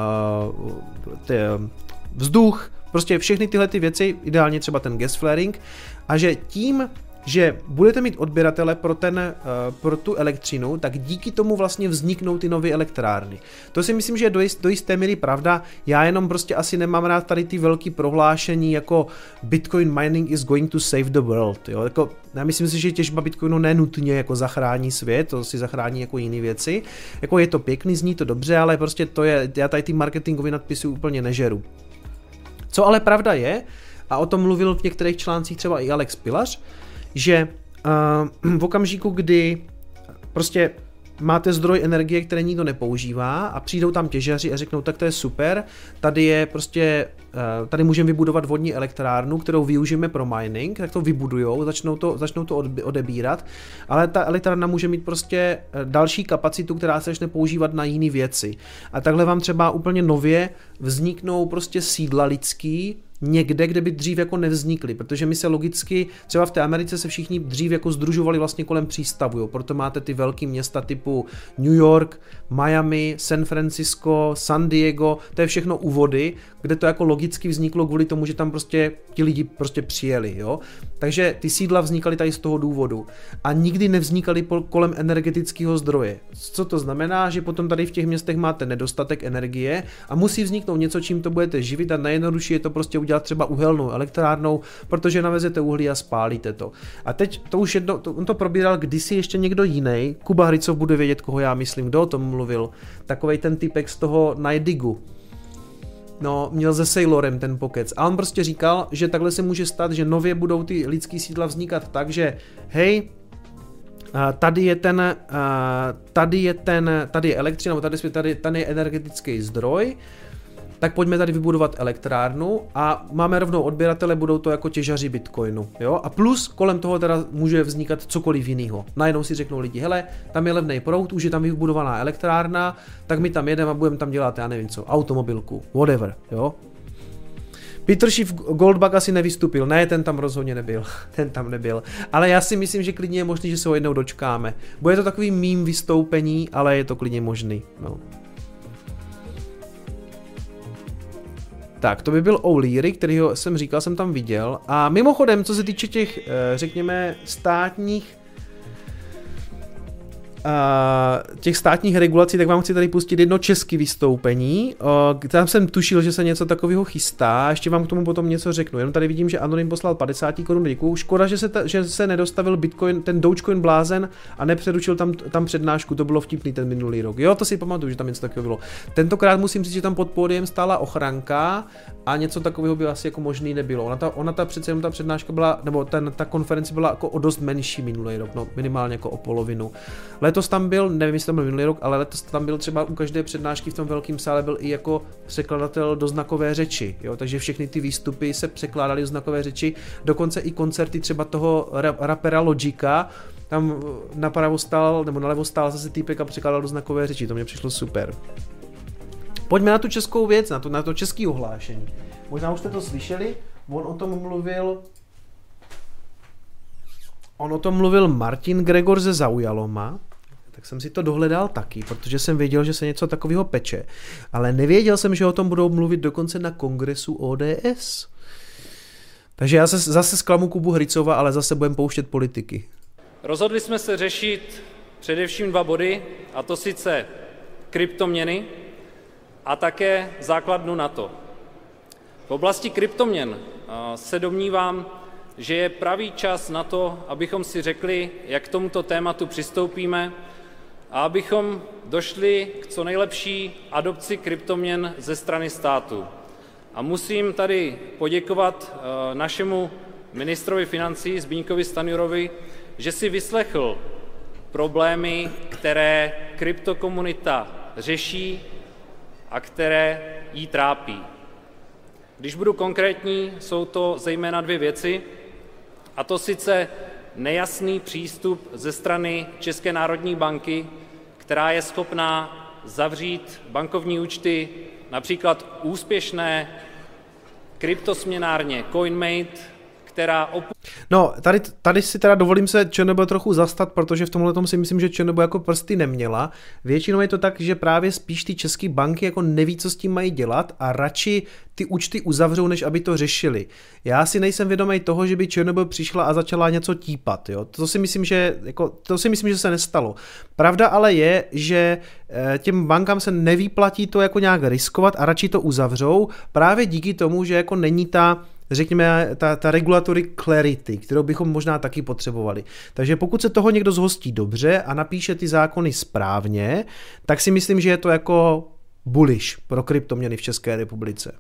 vzduch, prostě všechny tyhle ty věci, ideálně třeba ten gas flaring, a že tím, že budete mít odběratele pro tu elektřinu, tak díky tomu vlastně vzniknou ty nové elektrárny. To si myslím, že je do jisté míry pravda. Já jenom prostě asi nemám rád tady ty velký prohlášení jako Bitcoin mining is going to save the world. Jo? Jako, já myslím si, že těžba Bitcoinu nenutně jako zachrání svět, to si zachrání jako jiné věci. Jako je to pěkný, zní to dobře, ale prostě já tady ty marketingové nadpisy úplně nežeru. Co ale pravda je, a o tom mluvil v některých článcích třeba i Alex Pilař, že v okamžiku, kdy prostě máte zdroj energie, který nikdo nepoužívá a přijdou tam těžaři a řeknou, tak to je super, tady je prostě, tady můžeme vybudovat vodní elektrárnu, kterou využijeme pro mining, tak to vybudujou, začnou to odebírat, ale ta elektrárna může mít prostě další kapacitu, která se začne používat na jiné věci. A takhle vám třeba úplně nově vzniknou prostě sídla lidský, někde, kde by dřív jako nevznikly, protože my se logicky, třeba v té Americe se všichni dřív jako sdružovali vlastně kolem přístavu, jo? Proto máte ty velký města typu New York, Miami, San Francisco, San Diego, to je všechno u vody, kde to jako logicky vzniklo kvůli tomu, že tam prostě ti lidi prostě přijeli, jo? Takže ty sídla vznikaly tady z toho důvodu a nikdy nevznikaly kolem energetického zdroje. Co to znamená, že potom tady v těch městech máte nedostatek energie a musí vzniknout něco, čím to budete živit a nejjednodušší je to prostě udělat třeba uhelnou elektrárnou, protože navezete uhlí a spálíte to. A teď to už on to probíral kdysi ještě někdo jiný, Kuba Hrycov bude vědět, koho já myslím, kdo o tom mluvil, takovej ten typek z toho Nightigu. No, měl se Sailorem ten pokec. A on prostě říkal, že takhle se může stát, že nově budou ty lidský sídla vznikat tak, že hej, tady je elektřina, tady je energetický zdroj, tak pojďme tady vybudovat elektrárnu a máme rovnou odběratele, budou to jako těžaři Bitcoinu, jo? A plus kolem toho teda může vznikat cokoliv jiného. Najednou si řeknou lidi, hele, tam je levný proud, už je tam vybudovaná elektrárna, tak my tam jedeme a budeme tam dělat, já nevím co, automobilku, whatever, jo? Peter Schiff Goldbach asi nevystupil, ne, ten tam rozhodně nebyl, ale já si myslím, že klidně je možný, že se ho jednou dočkáme. Bude to takový mým vystoupení, ale je to klidně možný, no. Tak, to by byl O'Leary, kterýho jsem říkal, jsem tam viděl. A mimochodem, co se týče těch, řekněme, státních regulací, tak vám chci tady pustit jedno české vystoupení. Tam jsem tušil, že se něco takového chystá, ještě vám k tomu potom něco řeknu. Jenom tady vidím, že Anonym poslal 50 Kč, děkuju. Škoda, že se nedostavil Bitcoin, ten Dogecoin blázen a nepřerušil tam přednášku, to bylo vtipný ten minulý rok. Jo, to si pamatuju, že tam něco takového bylo. Tentokrát musím říct, že tam pod pódiem stála ochranka a něco takového by asi jako možný nebylo. Přece jenom ta přednáška byla, nebo ta konference byla jako o dost menší minulý rok, no minimálně jako o polovinu. Letos tam byl, nevím, jestli tam byl minulý rok, ale letos tam byl třeba u každé přednášky v tom velkém sále byl i jako překladatel do znakové řeči, jo, takže všechny ty výstupy se překládaly do znakové řeči, dokonce i koncerty třeba toho rapera Logika, tam napravo stál, nebo nalevo stál zase týpek a překládal do znakové řeči, to mě přišlo super. Pojďme na tu českou věc, na to české ohlášení. Možná už jste to slyšeli, on o tom mluvil Martin Gregor ze Zaujaloma, tak jsem si to dohledal taky, protože jsem věděl, že se něco takového peče, ale nevěděl jsem, že o tom budou mluvit dokonce na kongresu ODS. Takže já zase zklamu Kubu Hrycova, ale zase budeme pouštět politiky. Rozhodli jsme se řešit především 2 body, a to sice kryptoměny a také základnu NATO. V oblasti kryptoměn se domnívám, že je pravý čas na to, abychom si řekli, jak k tomuto tématu přistoupíme a abychom došli k co nejlepší adopci kryptoměn ze strany státu. A musím tady poděkovat našemu ministrovi financí Zbyňkovi Stanjurovi, že si vyslechl problémy, které kryptokomunita řeší a které jí trápí. Když budu konkrétní, jsou to zejména 2 věci, a to sice nejasný přístup ze strany České národní banky, která je schopná zavřít bankovní účty například úspěšné kryptosměnárně CoinMate, která No, tady si teda dovolím se ČNB trochu zastat, protože v tomhletom si myslím, že ČNB jako prsty neměla. Většinou je to tak, že právě spíš ty české banky jako neví, co s tím mají dělat a radši ty účty uzavřou, než aby to řešili. Já si nejsem vědomý toho, že by ČNB přišla a začala něco típat, jo. To si myslím, že se nestalo. Pravda ale je, že těm bankám se nevyplatí to jako nějak riskovat a radši to uzavřou, právě díky tomu, že jako není řekněme, ta regulatory clarity, kterou bychom možná taky potřebovali. Takže pokud se toho někdo zhostí dobře a napíše ty zákony správně, tak si myslím, že je to jako bullish pro kryptoměny v České republice.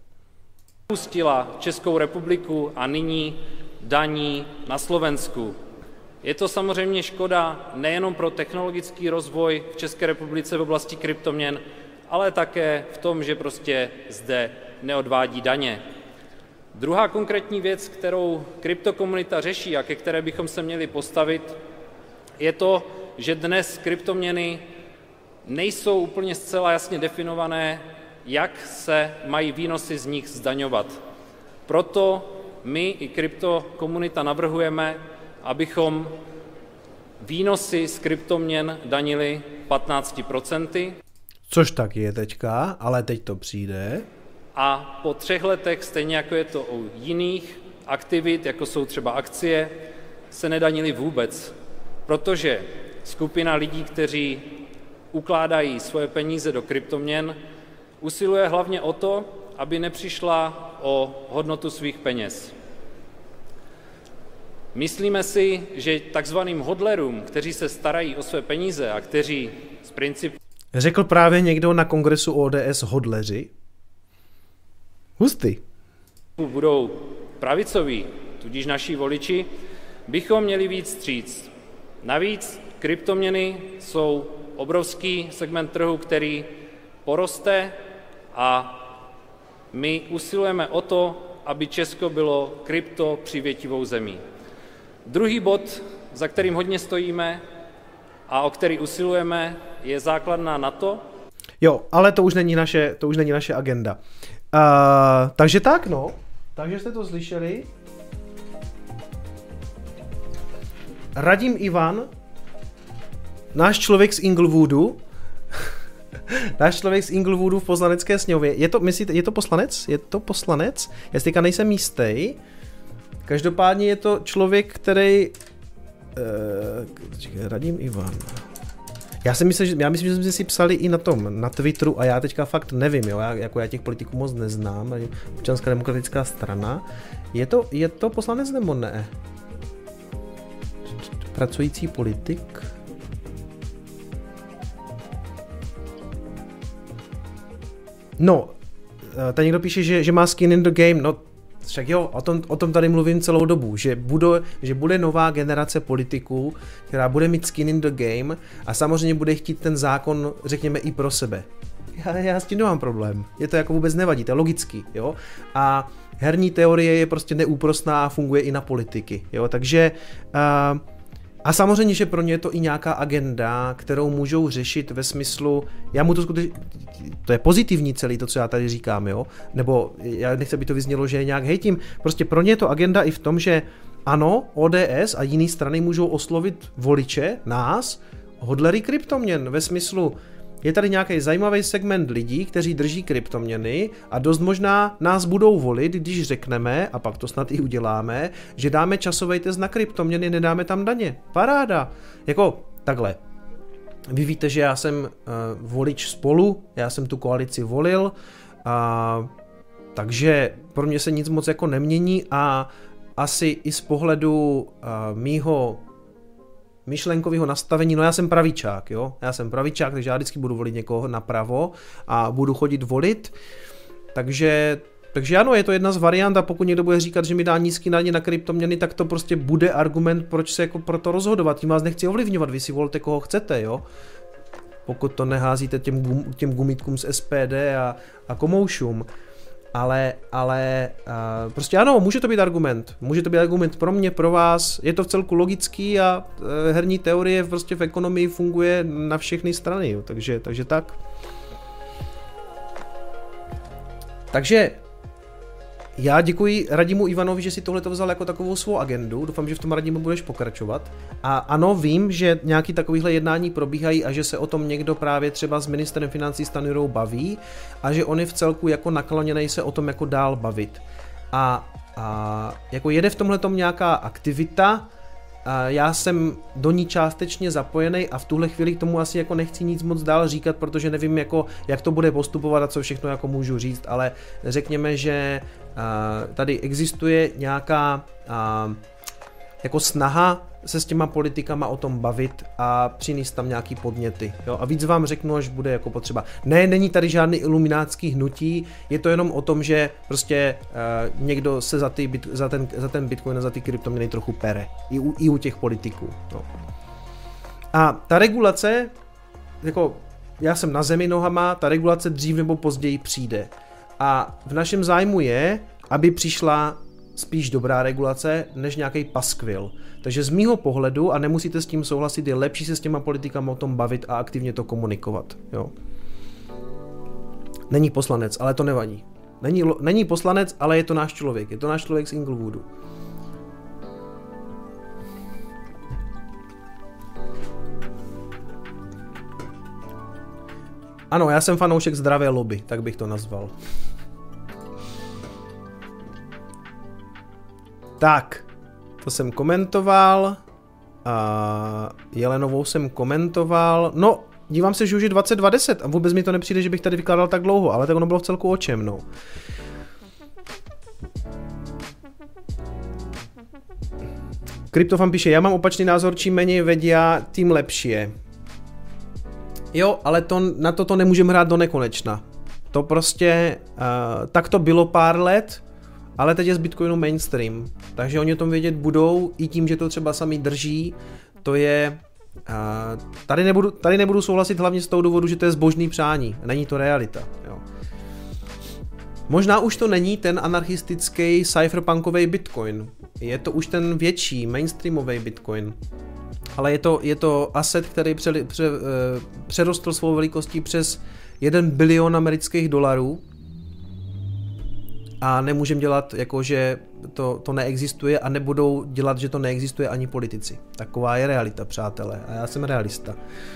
Pustila Českou republiku a nyní daní na Slovensku. Je to samozřejmě škoda nejenom pro technologický rozvoj v České republice v oblasti kryptoměn, ale také v tom, že prostě zde neodvádí daně. Druhá konkrétní věc, kterou kryptokomunita řeší a ke které bychom se měli postavit, je to, že dnes kryptoměny nejsou úplně zcela jasně definované, jak se mají výnosy z nich zdaňovat. Proto my i kryptokomunita navrhujeme, abychom výnosy z kryptoměn danili 15%. Což tak je teďka, ale teď to přijde. A po 3 letech, stejně jako je to u jiných aktivit, jako jsou třeba akcie, se nedanili vůbec. Protože skupina lidí, kteří ukládají svoje peníze do kryptoměn, usiluje hlavně o to, aby nepřišla o hodnotu svých peněz. Myslíme si, že takzvaným hodlerům, kteří se starají o své peníze a kteří z principu... Řekl právě někdo na kongresu ODS hodleři? Hustý. Budou pravicoví, tudíž naši voliči, bychom měli víc vstříc. Navíc kryptoměny jsou obrovský segment trhu, který poroste a my usilujeme o to, aby Česko bylo krypto přívětivou zemí. Druhý bod, za kterým hodně stojíme a o který usilujeme, je základna NATO. Jo, ale to už není naše agenda. Takže tak, no. Takže jste to slyšeli. Radim Ivan, náš člověk z Inglewoodu, v poslanecké sněmově. Je to poslanec? Je to poslanec? Já si teďka nejsem jistý. Každopádně je to člověk, který... Radim Ivan... Já myslím, že jsme si psali i na Twitteru a já teďka fakt nevím, jo, já těch politiků moc neznám, Občanská demokratická strana. Je to poslanec nebo ne? Pracující politik? No, tady někdo píše, že má skin in the game, no však jo, o tom tady mluvím celou dobu, že bude nová generace politiků, která bude mít skin in the game a samozřejmě bude chtít ten zákon, řekněme, i pro sebe. Já s tím nemám problém, je to jako vůbec nevadí, to je logický, jo. A herní teorie je prostě neúprosná a funguje i na politiky, jo, takže... A samozřejmě, že pro ně je to i nějaká agenda, kterou můžou řešit ve smyslu, to je pozitivní celý to, co já tady říkám, jo, nebo já nechci, aby to vyznělo, že je nějak hejtím, prostě pro ně je to agenda i v tom, že ano, ODS a jiné strany můžou oslovit voliče, nás, hodlery kryptoměn, ve smyslu, je tady nějaký zajímavý segment lidí, kteří drží kryptoměny a dost možná nás budou volit, když řekneme, a pak to snad i uděláme, že dáme časový test na kryptoměny, nedáme tam daně. Paráda. Jako takhle. Vy víte, že já jsem volič Spolu, já jsem tu koalici volil, takže pro mě se nic moc jako nemění a asi i z pohledu mýho myšlenkového nastavení, no já jsem pravičák, jo, takže já vždycky budu volit někoho napravo a budu chodit volit, takže ano, je to jedna z variant a pokud někdo bude říkat, že mi dá nízký daně na kryptoměny, tak to prostě bude argument, proč se jako pro to rozhodovat, tím vás nechci ovlivňovat, vy si volte koho chcete, jo, pokud to neházíte těm gumitkům z SPD a komoušům. Ale prostě ano, může to být argument pro mě, pro vás, je to vcelku logický a herní teorie prostě v ekonomii funguje na všechny strany, jo, takže tak. Takže já děkuji Radimu Ivanovi, že si tohle to vzal jako takovou svou agendu, doufám, že v tom Radimu budeš pokračovat a ano, vím, že nějaký takovýhle jednání probíhají a že se o tom někdo právě třeba s ministrem financí Stanjurou baví a že on je v celku jako nakloněnej se o tom jako dál bavit a jako jede v tomhletom nějaká aktivita, já jsem do ní částečně zapojený a v tuhle chvíli k tomu asi jako nechci nic moc dál říkat, protože nevím jako, jak to bude postupovat a co všechno jako můžu říct, ale řekněme, že tady existuje nějaká jako snaha se s těma politikama o tom bavit a přinést tam nějaký podněty. Jo? A víc vám řeknu, až bude jako potřeba. Ne, není tady žádný iluminátský hnutí, je to jenom o tom, že prostě někdo se za ten Bitcoin a za ty kryptoměny trochu pere. I u těch politiků. No. A ta regulace, jako já jsem na zemi nohama, ta regulace dřív nebo později přijde. A v našem zájmu je, aby přišla spíš dobrá regulace, než nějaký paskvil. Takže z mýho pohledu, a nemusíte s tím souhlasit, je lepší se s těma politikama o tom bavit a aktivně to komunikovat. Jo. Není poslanec, ale to nevadí. Není poslanec, ale je to náš člověk. Je to náš člověk z Inglewoodu. Ano, já jsem fanoušek zdravé lobby, tak bych to nazval. Tak, to jsem komentoval. Jelenovou jsem komentoval. No, dívám se, že už je 22:10 a vůbec mi to nepřijde, že bych tady vykládal tak dlouho, ale tak ono bylo v celku o čem, no. Kryptofan píše, já mám opačný názor, čím méně vedia, tím lepší je. Jo, ale na to nemůžeme hrát do nekonečna. To prostě, tak to bylo pár let, ale teď je z Bitcoinu mainstream. Takže oni o tom vědět budou, i tím, že to třeba sami drží. To je, tady nebudu souhlasit hlavně z toho důvodu, že to je zbožný přání. Není to realita. Jo. Možná už to není ten anarchistický cypherpunkový Bitcoin. Je to už ten větší, mainstreamový Bitcoin. Ale je to asset, který přerostl svou velikostí přes 1 bilion amerických dolarů a nemůžeme dělat jako, že to neexistuje a nebudou dělat, že to neexistuje ani politici. Taková je realita, přátelé, a já jsem realista.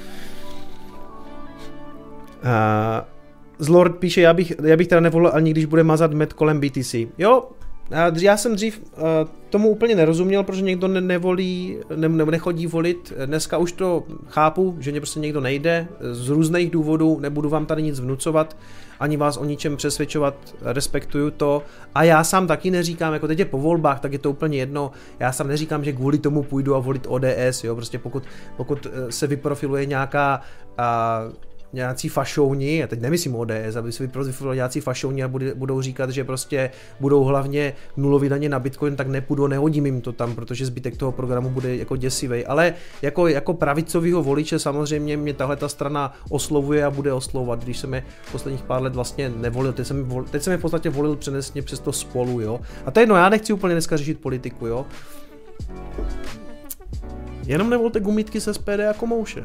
Zlord píše, já bych teda nevolil ani když bude mazat med kolem BTC. Jo, já jsem dřív tomu úplně nerozuměl, protože někdo nechodí volit. Dneska už to chápu, že prostě někdo nejde z různých důvodů, nebudu vám tady nic vnucovat, ani vás o ničem přesvědčovat, respektuju to. A já sám taky neříkám, jako teď je po volbách, tak je to úplně jedno. Já sám neříkám, že kvůli tomu půjdu a volit ODS, jo, prostě pokud se vyprofiluje nějací fašouni, a teď nemyslím ODS, aby se vyprofilovali nějací fašouni a budou říkat, že prostě budou hlavně nulový daně na Bitcoin, tak nepůjdu, nehodím jim to tam, protože zbytek toho programu bude jako děsivej. Ale jako pravicovýho voliče samozřejmě mě tahle ta strana oslovuje a bude oslovovat, když jsem je posledních pár let vlastně nevolil, teď jsem je v podstatě volil přenesně přes to Spolu, jo. A to je jedno, já nechci úplně dneska řešit politiku, jo. Jenom nevolte gumítky se SPD a komouše.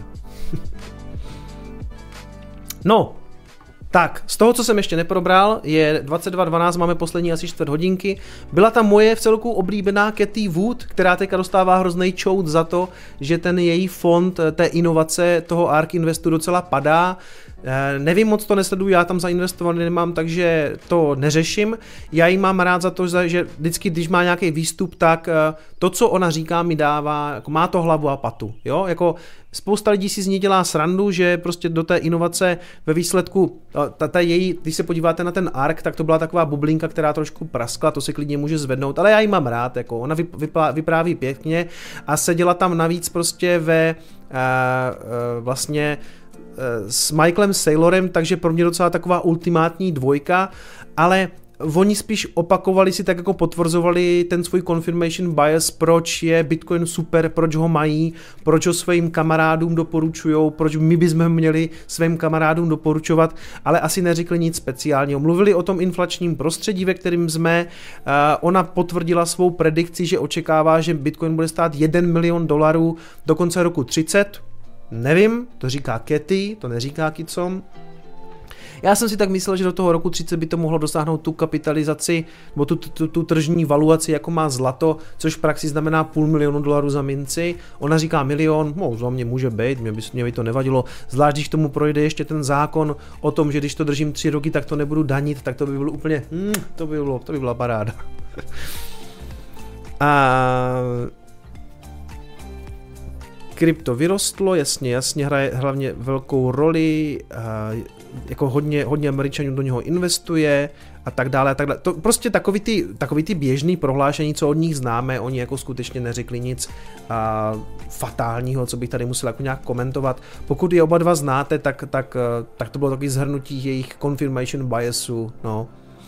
No, tak, z toho, co jsem ještě neprobral, je 22:12, máme poslední asi čtvrt hodinky. Byla tam moje vcelku oblíbená Cathie Wood, která teďka dostává hroznej čout za to, že ten její fond té inovace toho ARK Investu docela padá. Nevím, moc to nesleduju, já tam zainvestovaný nemám, takže to neřeším. Já jí mám rád za to, že vždycky, když má nějaký výstup, tak to, co ona říká, mi dává, jako má to hlavu a patu. Jo? Jako spousta lidí si z ní dělá srandu, že prostě do té inovace ve výsledku, když se podíváte na ten ARK, tak to byla taková bublinka, která trošku praskla, to si klidně může zvednout, ale já ji mám rád, jako ona vypráví pěkně a seděla tam navíc prostě vlastně s Michaelem Saylorem, takže pro mě docela taková ultimátní dvojka, ale oni spíš opakovali si, tak jako potvrzovali ten svůj confirmation bias, proč je Bitcoin super, proč ho mají, proč ho svým kamarádům doporučujou, proč my bychom měli svým kamarádům doporučovat, ale asi neřekli nic speciálního. Mluvili o tom inflačním prostředí, ve kterém jsme. Ona potvrdila svou predikci, že očekává, že Bitcoin bude stát $1 milion do konce roku 30. Nevím, to říká Cathie, to neříká Kicom. Já jsem si tak myslel, že do toho roku 30 by to mohlo dosáhnout tu kapitalizaci, nebo tu tržní valuaci, jako má zlato, což v praxi znamená $500 000 za minci. Ona říká milion, no za mě může být, mě by to nevadilo, zvlášť když tomu projde ještě ten zákon o tom, že když to držím 3 roky, tak to nebudu danit, tak to by bylo úplně, to by byla paráda. Krypto vyrostlo, jasně, hraje hlavně velkou roli. jako hodně Američanů do něho investuje a tak dále. To prostě takový ty běžný prohlášení, co od nich známe, oni jako skutečně neřekli nic fatálního, co bych tady musel jako nějak komentovat. Pokud je oba dva znáte, tak to bylo takový zhrnutí jejich confirmation biasu, no.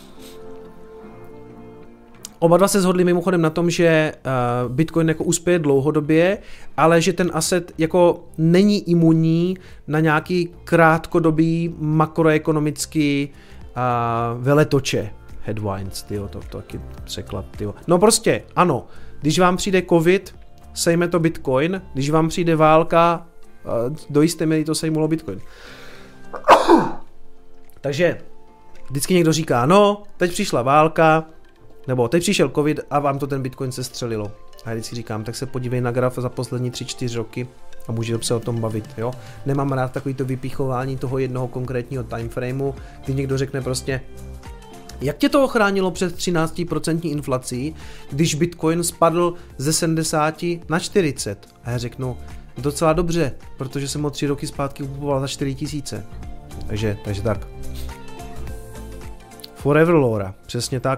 Oba dva se shodli mimochodem na tom, že Bitcoin jako uspěje dlouhodobě, ale že ten asset jako není imunní na nějaký krátkodobý makroekonomický veletoče. Headwinds, tyjo, to taky překlad, tyjo. No prostě, ano, když vám přijde covid, sejme to Bitcoin, když vám přijde válka, do jisté míry to sejmulo Bitcoin. Takže vždycky někdo říká, no, teď přišla válka, nebo teď přišel covid a vám to ten Bitcoin sestřelilo. A já vždycky říkám, tak se podívej na graf za poslední 3-4 roky a můžete se o tom bavit, jo. Nemám rád takovýto vypichování toho jednoho konkrétního timeframeu, kdy někdo řekne prostě, jak tě to ochránilo před 13% inflací, když Bitcoin spadl ze 70 na 40? A já řeknu, docela dobře, protože jsem ho 3 roky zpátky kupoval za 4000. Takže tak. Forever Laura, přesně tak.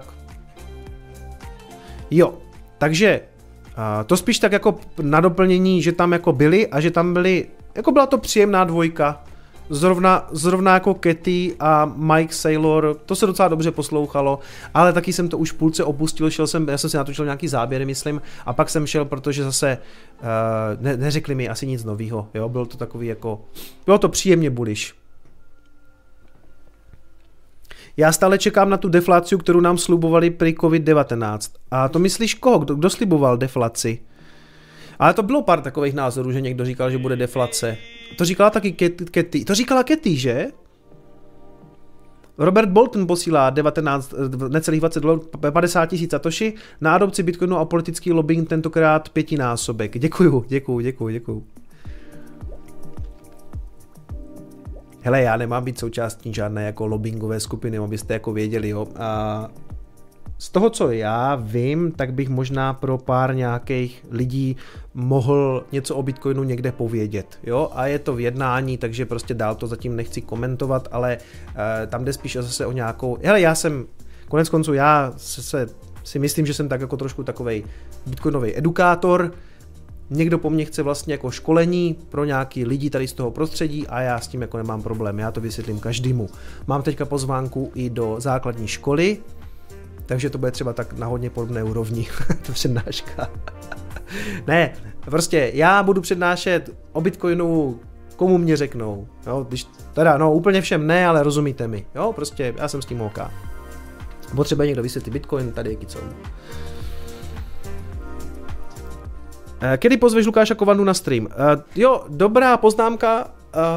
Jo, takže to spíš tak jako na doplnění, že tam jako byli a že tam byli, jako byla to příjemná dvojka, zrovna jako Katy a Mike Saylor, to se docela dobře poslouchalo, ale taky jsem to už v půlce opustil, já jsem si natočil nějaký záběry, myslím, a pak jsem šel, protože zase neřekli mi asi nic novýho, jo, bylo to takový jako, bylo to příjemně bullish. Já stále čekám na tu deflaci, kterou nám slibovali při COVID-19. A to myslíš koho? Kdo sliboval deflaci? Ale to bylo pár takových názorů, že někdo říkal, že bude deflace. To říkala taky Katy. To říkala Katy, že? Robert Bolton posílá necelých 20 dolarů, 50 000 satoshi na adopci Bitcoinu a politický lobbying tentokrát 5násobek. Děkuju. Hele, já nemám být součástí žádné jako lobbyingové skupiny, abyste jako věděli, jo. A z toho, co já vím, tak bych možná pro pár nějakých lidí mohl něco o Bitcoinu někde povědět, jo. A je to v jednání, takže prostě dál to zatím nechci komentovat, ale tam jde spíš zase o nějakou... Hele, já jsem, konec konců, já si myslím, že jsem tak jako trošku takovej bitcoinový edukátor. Někdo po mně chce vlastně jako školení pro nějaký lidi tady z toho prostředí a já s tím jako nemám problém, já to vysvětlím každému. Mám teďka pozvánku i do základní školy, takže to bude třeba tak na hodně podobné úrovni, to přednáška. Ne, prostě já budu přednášet o Bitcoinu, komu mě řeknou, jo, když, teda no úplně všem ne, ale rozumíte mi, jo, prostě já jsem s tím OK. Potřebuje někdo vysvětlit Bitcoin, tady je Kicou. Kdy pozveš Lukáša Kovandu na stream? Jo, dobrá poznámka.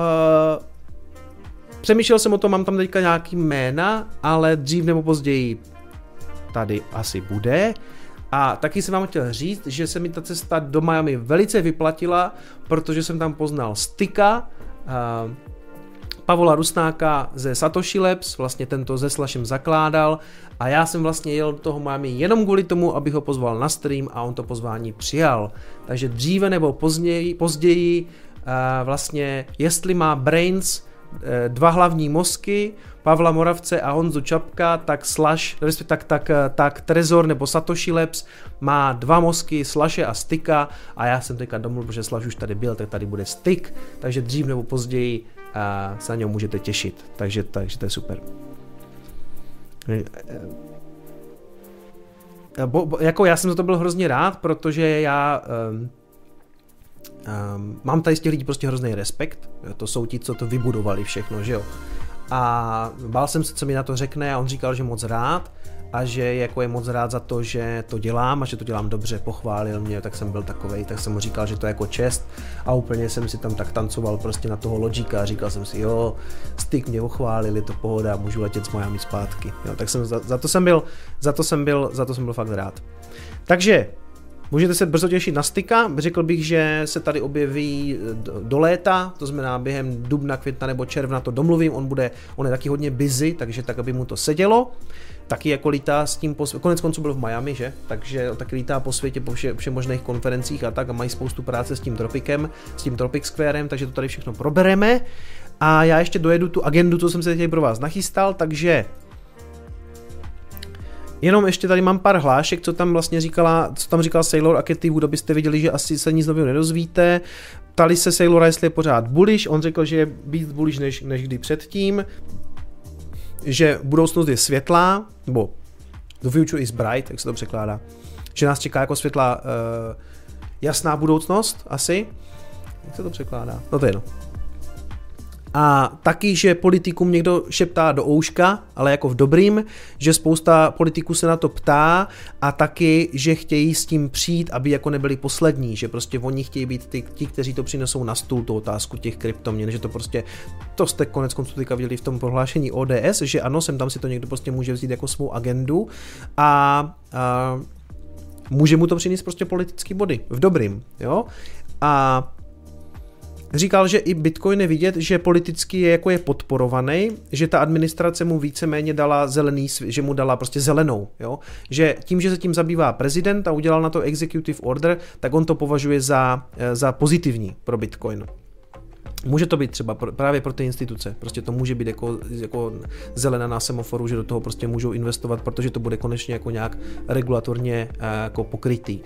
Přemýšlel jsem o tom, mám tam teďka nějaký jména, ale dřív nebo později tady asi bude. A taky jsem vám chtěl říct, že se mi ta cesta do Miami velice vyplatila, protože jsem tam poznal Styka, Pavola Rusnáka ze Satoshi Labs, vlastně tento se Slashem zakládal a já jsem vlastně jel do toho Miami jenom kvůli tomu, abych ho pozval na stream a on to pozvání přijal. Takže dříve nebo později vlastně, jestli má Brains 2 hlavní mozky, Pavla Moravce a Honzu Čapka, tak Slash, tak Trezor nebo Satoshi Labs má 2 mozky, Slashe a Styka a já jsem teďka domluvil, protože Slash už tady byl, tak tady bude Styk, takže dřív nebo později se na něho můžete těšit, takže to je super. Jako já jsem za to byl hrozně rád, protože já mám tady z těch lidí prostě hrozný respekt, to jsou ti, co to vybudovali všechno, že jo. A bál jsem se, co mi na to řekne a on říkal, že moc rád a že jako je moc rád za to, že to dělám a že to dělám dobře, pochválil mě, tak jsem byl takovej, tak jsem mu říkal, že to je jako čest a úplně jsem si tam tak tancoval prostě na toho Logika a říkal jsem si, jo, Styk mě pochválil, je to pohoda, můžu letět s Miami zpátky, jo, tak jsem, za to jsem byl fakt rád. Takže můžete se brzo těšit na Styka, řekl bych, že se tady objeví do léta, to znamená během dubna, května nebo června to domluvím, on je taky hodně busy, takže tak, aby mu to sedělo. Taky jako lítá s tím, konec konců byl v Miami, že? Takže taky lítá po světě po všech možných konferencích a tak a mají spoustu práce s tím Tropikem, s tím Tropic Squarem, takže to tady všechno probereme. A já ještě dojedu tu agendu, co jsem se teď pro vás nachystal, takže jenom ještě tady mám pár hlášek, co tam říkal Sailor a Cathy Wood, abyste viděli, že asi se nic nového nedozvíte. Ptali se Sailora, jestli je pořád bullish, on řekl, že je víc bullish než kdy předtím, že budoucnost je světlá, nebo the future is bright, jak se to překládá, že nás čeká jako světlá jasná budoucnost, asi. Jak se to překládá? No to je jedno. A taky, že politikům někdo šeptá do ouška, ale jako v dobrým, že spousta politiků se na to ptá a taky, že chtějí s tím přijít, aby jako nebyli poslední, že prostě oni chtějí být ti, kteří to přinesou na stůl, tu otázku těch kryptoměn, že to prostě, to jste konec konců teďka viděli v tom prohlášení ODS, že ano, sem tam si to někdo prostě může vzít jako svou agendu a může mu to přinést prostě politický body, v dobrým, jo? A říkal, že i Bitcoin je vidět, že politicky je podporovaný, že ta administrace mu víceméně dala že mu dala prostě zelenou, jo? Že tím, že se tím zabývá prezident a udělal na to executive order, tak on to považuje za pozitivní pro Bitcoin. Může to být třeba právě pro ty instituce, prostě to může být jako zelená na semaforu, že do toho prostě můžou investovat, protože to bude konečně jako nějak regulatorně jako pokrytý.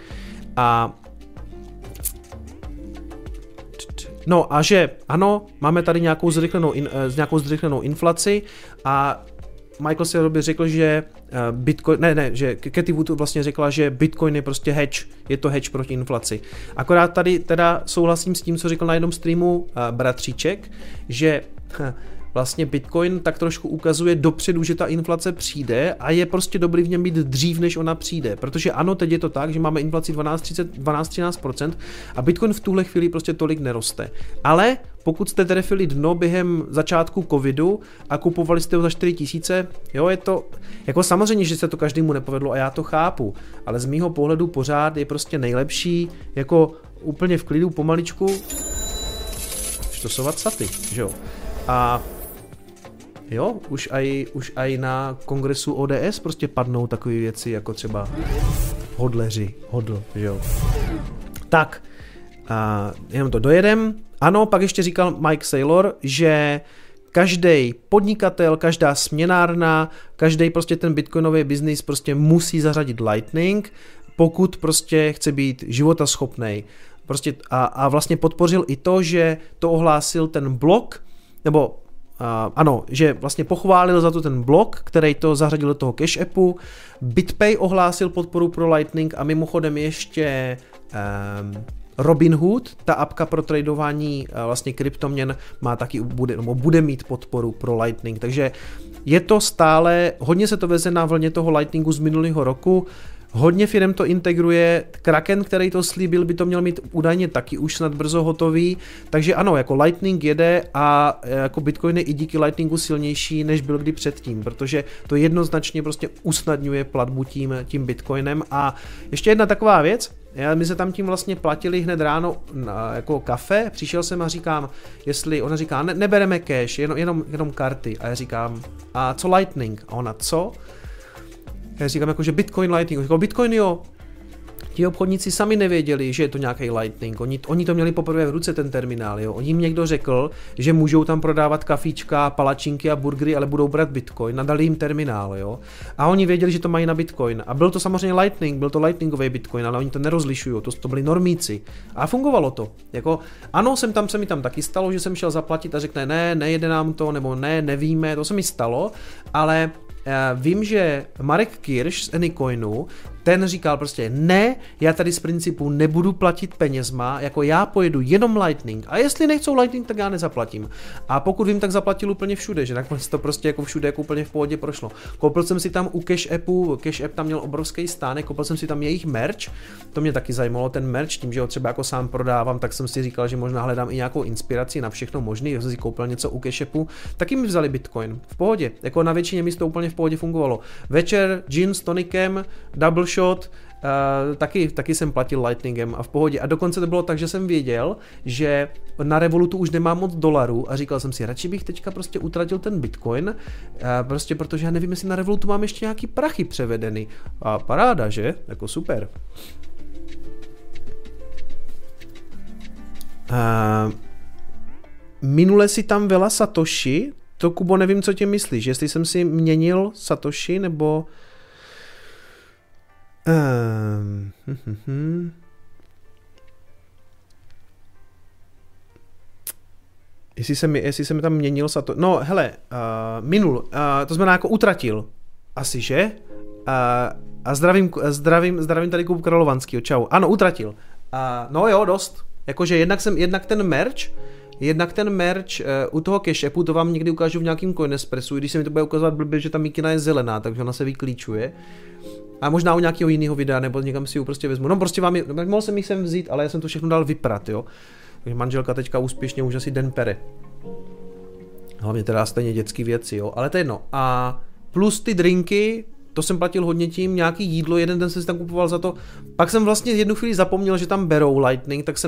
No a že ano, máme tady nějakou zrychlenou inflaci a Michael Saylor by řekl, že Bitcoin, že Cathy Wood vlastně řekla, že Bitcoin je prostě hedge, je to hedge proti inflaci. Akorát tady teda souhlasím s tím, co řekl na jednom streamu bratříček, že vlastně Bitcoin tak trošku ukazuje dopředu, že ta inflace přijde a je prostě dobrý v něm být dřív, než ona přijde. Protože ano, teď je to tak, že máme inflaci 12-13% a Bitcoin v tuhle chvíli prostě tolik neroste. Ale pokud jste trefili dno během začátku covidu a kupovali jste ho za 4000, jo, je to, jako samozřejmě, že se to každému nepovedlo a já to chápu, ale z mýho pohledu pořád je prostě nejlepší, jako úplně v klidu, pomaličku, štosovat saty, že jo. A jo, už aj na kongresu ODS prostě padnou takové věci, jako třeba hodleři, jo. Tak, jenom to dojedem. Ano, pak ještě říkal Mike Saylor, že každý podnikatel, každá směnárna, každý prostě ten bitcoinový biznis prostě musí zařadit Lightning, pokud prostě chce být životaschopnej. Prostě a vlastně podpořil i to, že to ohlásil ten blok, nebo ano, že vlastně pochválil za to ten blok, který to zařadil do toho Cash appu. BitPay ohlásil podporu pro Lightning a mimochodem ještě Robinhood, ta apka pro tradování vlastně kryptoměn, má taky bude mít podporu pro Lightning, takže je to stále, hodně se to veze na vlně toho Lightningu z minulého roku. Hodně firm to integruje, Kraken, který to slíbil, by to měl mít údajně taky už snad brzo hotový, takže ano, jako Lightning jede a jako Bitcoin je i díky Lightningu silnější, než byl kdy předtím, protože to jednoznačně prostě usnadňuje platbu tím Bitcoinem. A ještě jedna taková věc, my se tam tím vlastně platili hned ráno jako kafe, přišel jsem a říkám, jestli, ona říká, nebereme cash, jenom karty, a já říkám, a co Lightning? A ona, co? Já říkám jako, že Bitcoin Lightning, říkal, Bitcoin jo, ti obchodníci sami nevěděli, že je to nějaký Lightning, oni to měli poprvé v ruce ten terminál, jo. Oni jim někdo řekl, že můžou tam prodávat kafíčka, palačinky a burgery, ale budou brát Bitcoin, nadali jim terminál, jo. A oni věděli, že to mají na Bitcoin. A byl to samozřejmě Lightning, byl to Lightningový Bitcoin, ale oni to nerozlišují, to byli normíci. A fungovalo to. Jako, ano, se mi tam taky stalo, že jsem šel zaplatit a řekne, ne, nejede nám to, nebo ne, nevíme, to se mi stalo, ale vím, že Marek Kirš z Anycoinu, ten říkal prostě ne, já tady z principu nebudu platit penězma, jako já pojedu jenom Lightning a jestli nechcou Lightning, tak já nezaplatím. A pokud vím, tak zaplatil úplně všude, že nakonec to prostě jako všude jako úplně v pohodě prošlo. Koupil jsem si tam u Cash appu, Cash app tam měl obrovský stánek, koupil jsem si tam jejich merch, to mě taky zajímalo, ten merch, tím, že ho třeba jako sám prodávám, tak jsem si říkal, že možná hledám i nějakou inspiraci na všechno možné, že jsem si koupil něco u Cash appu, taky mi vzali Bitcoin, v pohodě, jako na většině míst to úplně v pohodě fungovalo. Večer, gin s tonikem, double shot, taky jsem platil Lightningem a v pohodě. A dokonce to bylo tak, že jsem věděl, že na Revolutu už nemám moc dolarů a říkal jsem si, radši bych teďka prostě utratil ten Bitcoin, prostě protože já nevím, jestli na Revolutu mám ještě nějaký prachy převedeny. A paráda, že? Jako super. minule si tam vela Satoshi, to Kubo nevím, co tě myslíš, jestli jsem si měnil Satoshi, nebo... Jestli se mi tam měnil Satoshi, no hele, minul, to znamená jako utratil, asi, že? A zdravím tady Kubu Kralovanskýho, čau, ano, utratil, no jo, dost, jakože jednak ten merch u toho Cash Appu, to vám někdy ukážu v nějakým Coinespressu, když se mi to bude ukazovat blbě, že ta mikina je zelená, takže ona se vyklíčuje. A možná u nějakého jiného videa, nebo někam si ji prostě vezmu. No prostě tak mohl jsem jich sem vzít, ale já jsem to všechno dal vyprat, jo. Takže manželka teďka úspěšně už asi den pere. Hlavně teda stejně dětský věci, jo, ale to je jedno. A plus ty drinky, to jsem platil hodně tím, nějaký jídlo, jeden den jsem si tam kupoval za to. Pak jsem vlastně jednu chvíli zapomněl, že tam berou Lightning, tak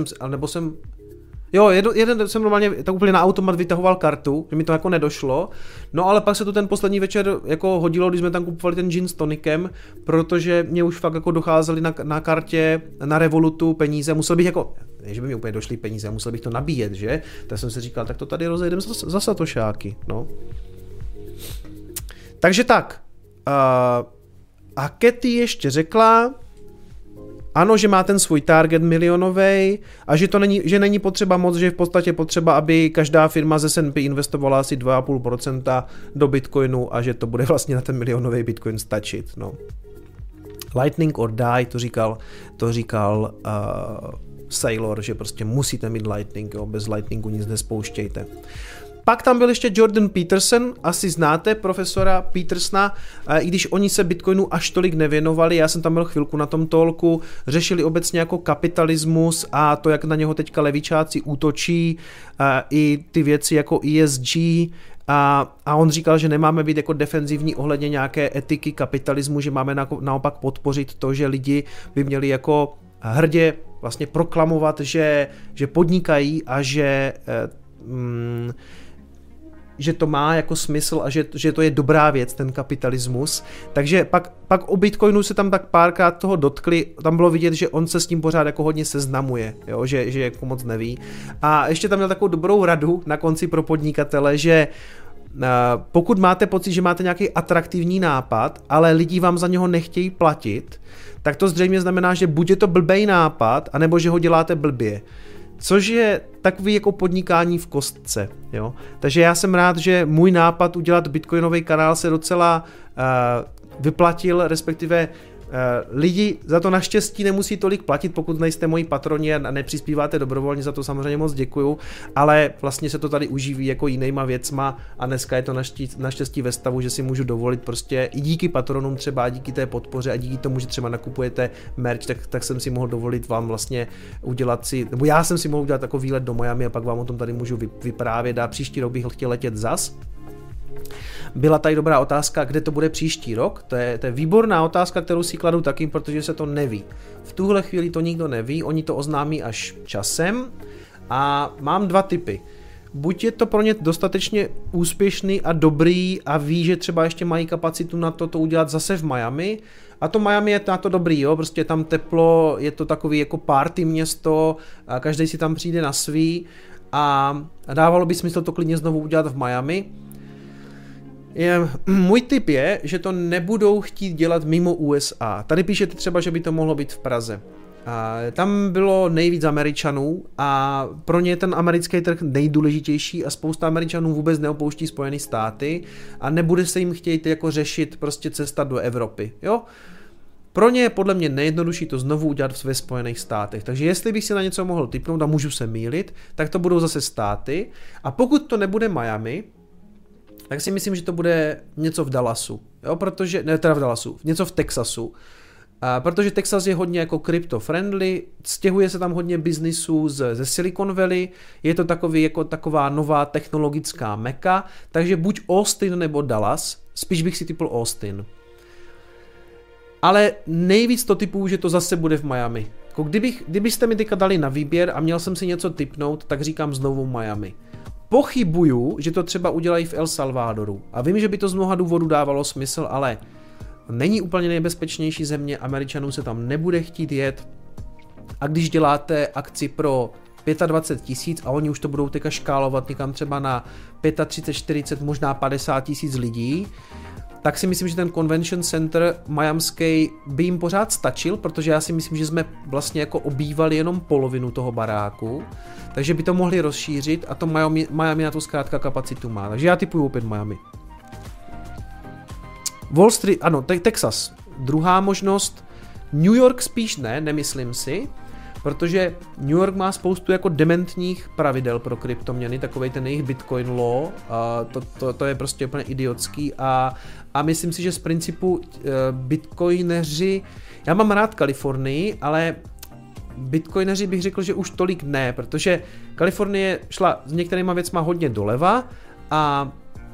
jeden jsem normálně tak úplně na automat vytahoval kartu, že mi to jako nedošlo, no ale pak se to ten poslední večer jako hodilo, když jsme tam kupovali ten gin s tonikem, protože mě už fakt jako docházely na kartě, na Revolutu peníze, musel bych jako, že by mi úplně došly peníze, musel bych to nabíjet, že? Tak jsem si říkal, tak to tady rozejdem za satošáky, no. Takže tak, a Katy ještě řekla, ano, že má ten svůj target milionovej a že není potřeba moc, že je v podstatě potřeba, aby každá firma ze S&P investovala asi 2,5% do Bitcoinu a že to bude vlastně na ten milionový Bitcoin stačit. No. Lightning or die, to říkal Saylor, že prostě musíte mít Lightning, jo, bez Lightningu nic nespouštějte. Pak tam byl ještě Jordan Peterson, asi znáte profesora Petersona, i když oni se Bitcoinu až tolik nevěnovali, já jsem tam byl chvilku na tom talku, řešili obecně jako kapitalismus a to, jak na něho teďka levičáci útočí, i ty věci jako ESG, a on říkal, že nemáme být jako defenzivní ohledně nějaké etiky kapitalismu, že máme naopak podpořit to, že lidi by měli jako hrdě vlastně proklamovat, že podnikají a že to má jako smysl a že to je dobrá věc, ten kapitalismus. Takže pak o Bitcoinu se tam tak párkrát toho dotkli, tam bylo vidět, že on se s tím pořád jako hodně seznamuje, jo? Že jako moc neví. A ještě tam měl takovou dobrou radu na konci pro podnikatele, že pokud máte pocit, že máte nějaký atraktivní nápad, ale lidi vám za něho nechtějí platit, tak to zřejmě znamená, že buď je to blbej nápad, anebo že ho děláte blbě. Což je takový jako podnikání v kostce, jo. Takže já jsem rád, že můj nápad udělat bitcoinový kanál se docela vyplatil, respektive lidi za to naštěstí nemusí tolik platit, pokud nejste moji patroni a nepřispíváte dobrovolně, za to samozřejmě moc děkuju, ale vlastně se to tady uživí jako jinýma věcma a dneska je to naštěstí ve stavu, že si můžu dovolit prostě i díky patronům třeba a díky té podpoře a díky tomu, že třeba nakupujete merch, tak jsem si mohl dovolit vám vlastně udělat si, nebo já jsem si mohl udělat jako výlet do Miami a pak vám o tom tady můžu vyprávět a příští rok bych chtěl letět zas. Byla tady dobrá otázka, kde to bude příští rok. To je výborná otázka, kterou si kladu taky, protože se to neví. V tuhle chvíli to nikdo neví, oni to oznámí až časem a mám dva typy. Buď je to pro ně dostatečně úspěšný a dobrý a ví, že třeba ještě mají kapacitu na to udělat zase v Miami, a to Miami je na to dobrý, jo, prostě je tam teplo, je to takový jako party město, a každý si tam přijde na svý a dávalo by smysl to klidně znovu udělat v Miami. Můj tip je, že to nebudou chtít dělat mimo USA. Tady píšete třeba, že by to mohlo být v Praze. Tam bylo nejvíc Američanů a pro ně je ten americký trh nejdůležitější a spousta Američanů vůbec neopouští Spojené státy a nebude se jim chtít jako řešit prostě cesta do Evropy. Jo? Pro ně je podle mě nejjednodušší to znovu udělat ve Spojených státech. Takže jestli bych si na něco mohl tipnout a můžu se mýlit, tak to budou zase státy a pokud to nebude Miami, tak si myslím, že to bude něco v Dallasu, jo, protože, ne teda v Dallasu, něco v Texasu, protože Texas je hodně jako crypto-friendly, stěhuje se tam hodně biznisů ze Silicon Valley, je to takový, jako taková nová technologická meka, takže buď Austin nebo Dallas, spíš bych si tipl Austin. Ale nejvíc to typuju, že to zase bude v Miami. Jako kdybyste mi teďka dali na výběr a měl jsem si něco tipnout, tak říkám znovu Miami. Pochybuju, že to třeba udělají v El Salvadoru. A vím, že by to z mnoha důvodů dávalo smysl, ale není úplně nejbezpečnější země, Američanům se tam nebude chtít jet. A když děláte akci pro 25 tisíc a oni už to budou teďka škálovat někam třeba na 35, 40, možná 50 tisíc lidí, tak si myslím, že ten convention center miamský by jim pořád stačil, protože já si myslím, že jsme vlastně jako obývali jenom polovinu toho baráku, takže by to mohli rozšířit a to Miami na to zkrátka kapacitu má, takže já tipuju opět Miami. Wall Street, ano, Texas, druhá možnost, New York spíš nemyslím si, protože New York má spoustu jako dementních pravidel pro kryptoměny, takovej ten jejich Bitcoin law, a to je prostě úplně idiotský a myslím si, že z principu bitcoineři, já mám rád Kalifornii, ale bitcoineři bych řekl, že už tolik ne, protože Kalifornie šla s některýma věcma hodně doleva a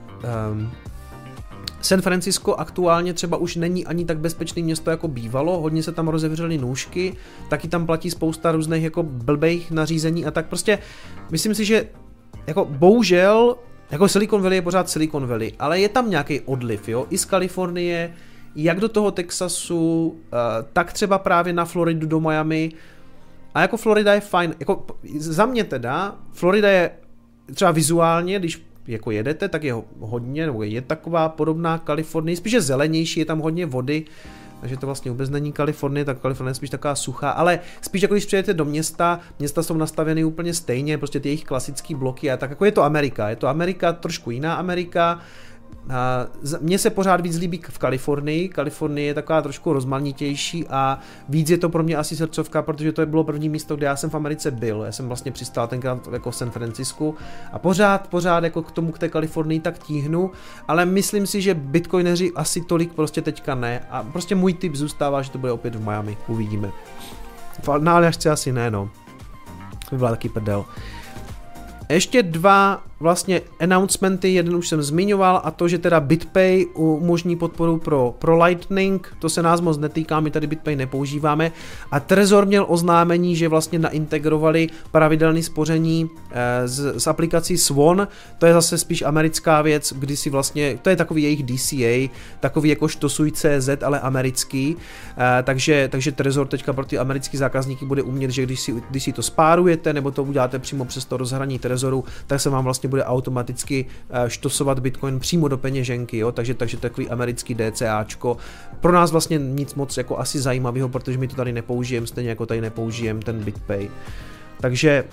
San Francisco aktuálně třeba už není ani tak bezpečný město jako bývalo, hodně se tam rozevřely nůžky, taky tam platí spousta různých jako blbejch nařízení a tak prostě myslím si, že jako bohužel jako Silicon Valley je pořád Silicon Valley, ale je tam nějaký odliv, jo, i z Kalifornie, jak do toho Texasu, tak třeba právě na Floridu do Miami a jako Florida je fajn, jako za mě teda, Florida je třeba vizuálně, když jako jedete, tak je hodně, nebo je taková podobná Kalifornii, spíše zelenější, je tam hodně vody, takže to vlastně vůbec není Kalifornie, tak Kalifornie je spíš taková suchá, ale spíš jako když přijedete do města jsou nastaveny úplně stejně, prostě ty jejich klasický bloky a tak jako je to Amerika, trošku jiná Amerika. Mně se pořád víc líbí v Kalifornii, Kalifornie je taková trošku rozmanitější a víc je to pro mě asi srdcovka, protože to bylo první místo, kde já jsem v Americe byl, já jsem vlastně přistál tenkrát jako v San Francisku a pořád jako k té Kalifornii tak tíhnu, ale myslím si, že bitcoineři asi tolik prostě teďka ne a prostě můj tip zůstává, že to bude opět v Miami, uvidíme. Na Aljašce asi ne, no. To by byla taky prdel. Ještě dva vlastně announcementy, jeden už jsem zmiňoval a to, že teda BitPay umožní podporu pro Lightning, to se nás moc netýká, my tady BitPay nepoužíváme a Trezor měl oznámení, že vlastně naintegrovali pravidelné spoření z aplikací Swan, to je zase spíš americká věc, kdy si vlastně, to je takový jejich DCA, takový jako štosuj.cz, ale americký, takže Trezor teďka pro ty americký zákazníky bude umět, že když si to spárujete nebo to uděláte přímo přes to rozhraní Trezoru, tak se vám vlastně bude automaticky štosovat Bitcoin přímo do peněženky, jo? Takže takový americký DCAčko. Pro nás vlastně nic moc jako asi zajímavého, protože my to tady nepoužijeme, stejně jako tady nepoužijeme ten BitPay. Takže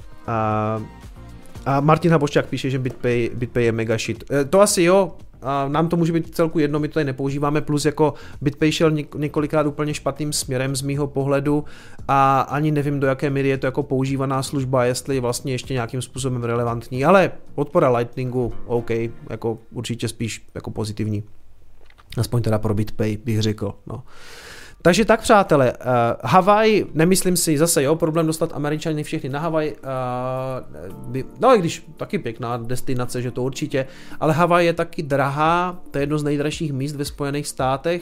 a Martin Habošťák píše, že BitPay je mega shit. To asi jo, a nám to může být celku jedno, my to tady nepoužíváme, plus jako BitPay šel několikrát úplně špatným směrem z mýho pohledu a ani nevím, do jaké míry je to jako používaná služba, jestli je vlastně ještě nějakým způsobem relevantní, ale podpora Lightningu, OK, jako určitě spíš jako pozitivní. Aspoň teda pro BitPay bych řekl, no. Takže tak, přátelé, Havaj, nemyslím si, zase jo, problém dostat Američany všechny na Havaj, no i když taky pěkná destinace, že to určitě, ale Havaj je taky drahá, to je jedno z nejdražších míst ve Spojených státech.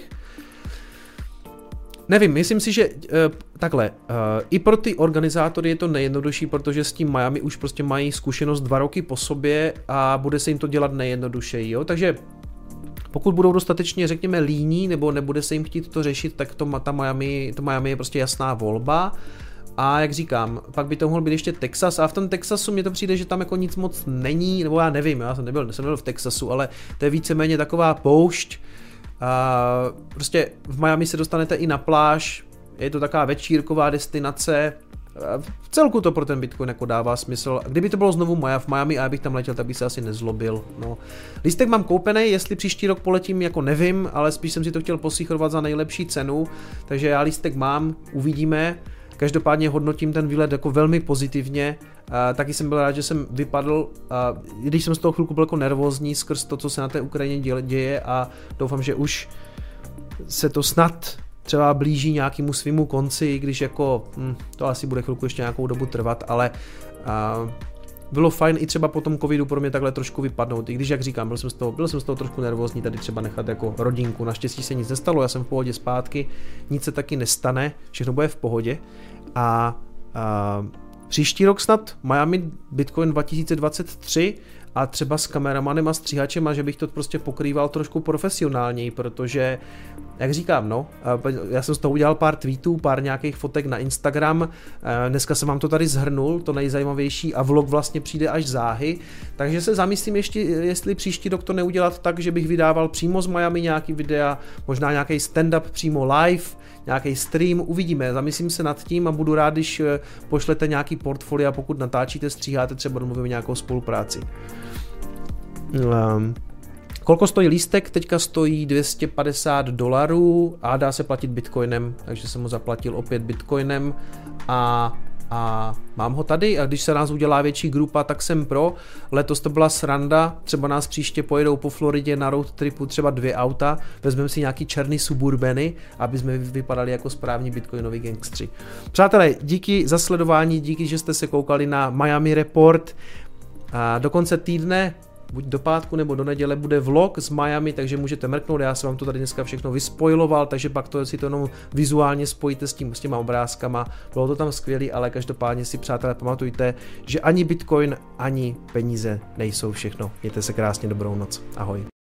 Nevím, myslím si, že takhle, i pro ty organizátory je to nejjednodušší, protože s tím Miami už prostě mají zkušenost 2 roky po sobě a bude se jim to dělat nejjednodušeji, jo, takže pokud budou dostatečně, řekněme, líní, nebo nebude se jim chtít to řešit, tak to Miami je prostě jasná volba. A jak říkám, pak by to mohl být ještě Texas a v tom Texasu mně to přijde, že tam jako nic moc není, nebo já nevím, já jsem nebyl v Texasu, ale to je víceméně taková poušť. Prostě v Miami se dostanete i na pláž, je to taková večírková destinace. V celku to pro ten Bitcoin jako dává smysl. Kdyby to bylo znovu v Miami a já bych tam letěl, tak bych se asi nezlobil. No. Lístek mám koupený, jestli příští rok poletím, jako nevím, ale spíš jsem si to chtěl posíchrovat za nejlepší cenu, takže já lístek mám, uvidíme. Každopádně hodnotím ten výlet jako velmi pozitivně. Taky jsem byl rád, že jsem vypadl, když jsem z toho chvilku byl jako nervózní skrz to, co se na té Ukrajině děje a doufám, že už se to snad třeba blíží nějakému svýmu konci, když jako, to asi bude chvilku ještě nějakou dobu trvat, ale bylo fajn i třeba po tom covidu pro mě takhle trošku vypadnout, i když jak říkám, byl jsem z toho trošku nervózní tady třeba nechat jako rodinku, naštěstí se nic nestalo, já jsem v pohodě zpátky, nic se taky nestane, všechno bude v pohodě a Příští rok snad Miami Bitcoin 2023 a třeba s kameramanem a stříhačem a že bych to prostě pokrýval trošku profesionálněji, protože, jak říkám, no, já jsem z toho udělal pár tweetů, pár nějakých fotek na Instagram, dneska jsem vám to tady zhrnul, to nejzajímavější a vlog vlastně přijde až záhy, takže se zamyslím ještě, jestli příští rok to neudělat tak, že bych vydával přímo z Miami nějaký videa, možná nějaký stand-up přímo live, nějaký stream, uvidíme, zamyslím se nad tím a budu rád, když pošlete nějaký portfolio, pokud natáčíte, stříháte, třeba domluvíme nějakou spolupráci. Kolko stojí lístek? Teďka stojí $250 a dá se platit bitcoinem, takže jsem ho zaplatil opět bitcoinem a mám ho tady a když se nás udělá větší grupa, tak jsem pro. Letos to byla sranda, třeba nás příště pojedou po Floridě na road tripu třeba 2 auta, vezmeme si nějaký černý suburbany, aby jsme vypadali jako správní bitcoinoví gangstři. Přátelé, díky za sledování, díky, že jste se koukali na Miami Report. A do konce týdne, buď do pátku nebo do neděle, bude vlog z Miami, takže můžete mrknout, já jsem vám to tady dneska všechno vyspoiloval, takže pak si to jenom vizuálně spojíte s těma obrázkama, bylo to tam skvělý, ale každopádně si, přátelé, pamatujte, že ani Bitcoin, ani peníze nejsou všechno. Mějte se krásně, dobrou noc, ahoj.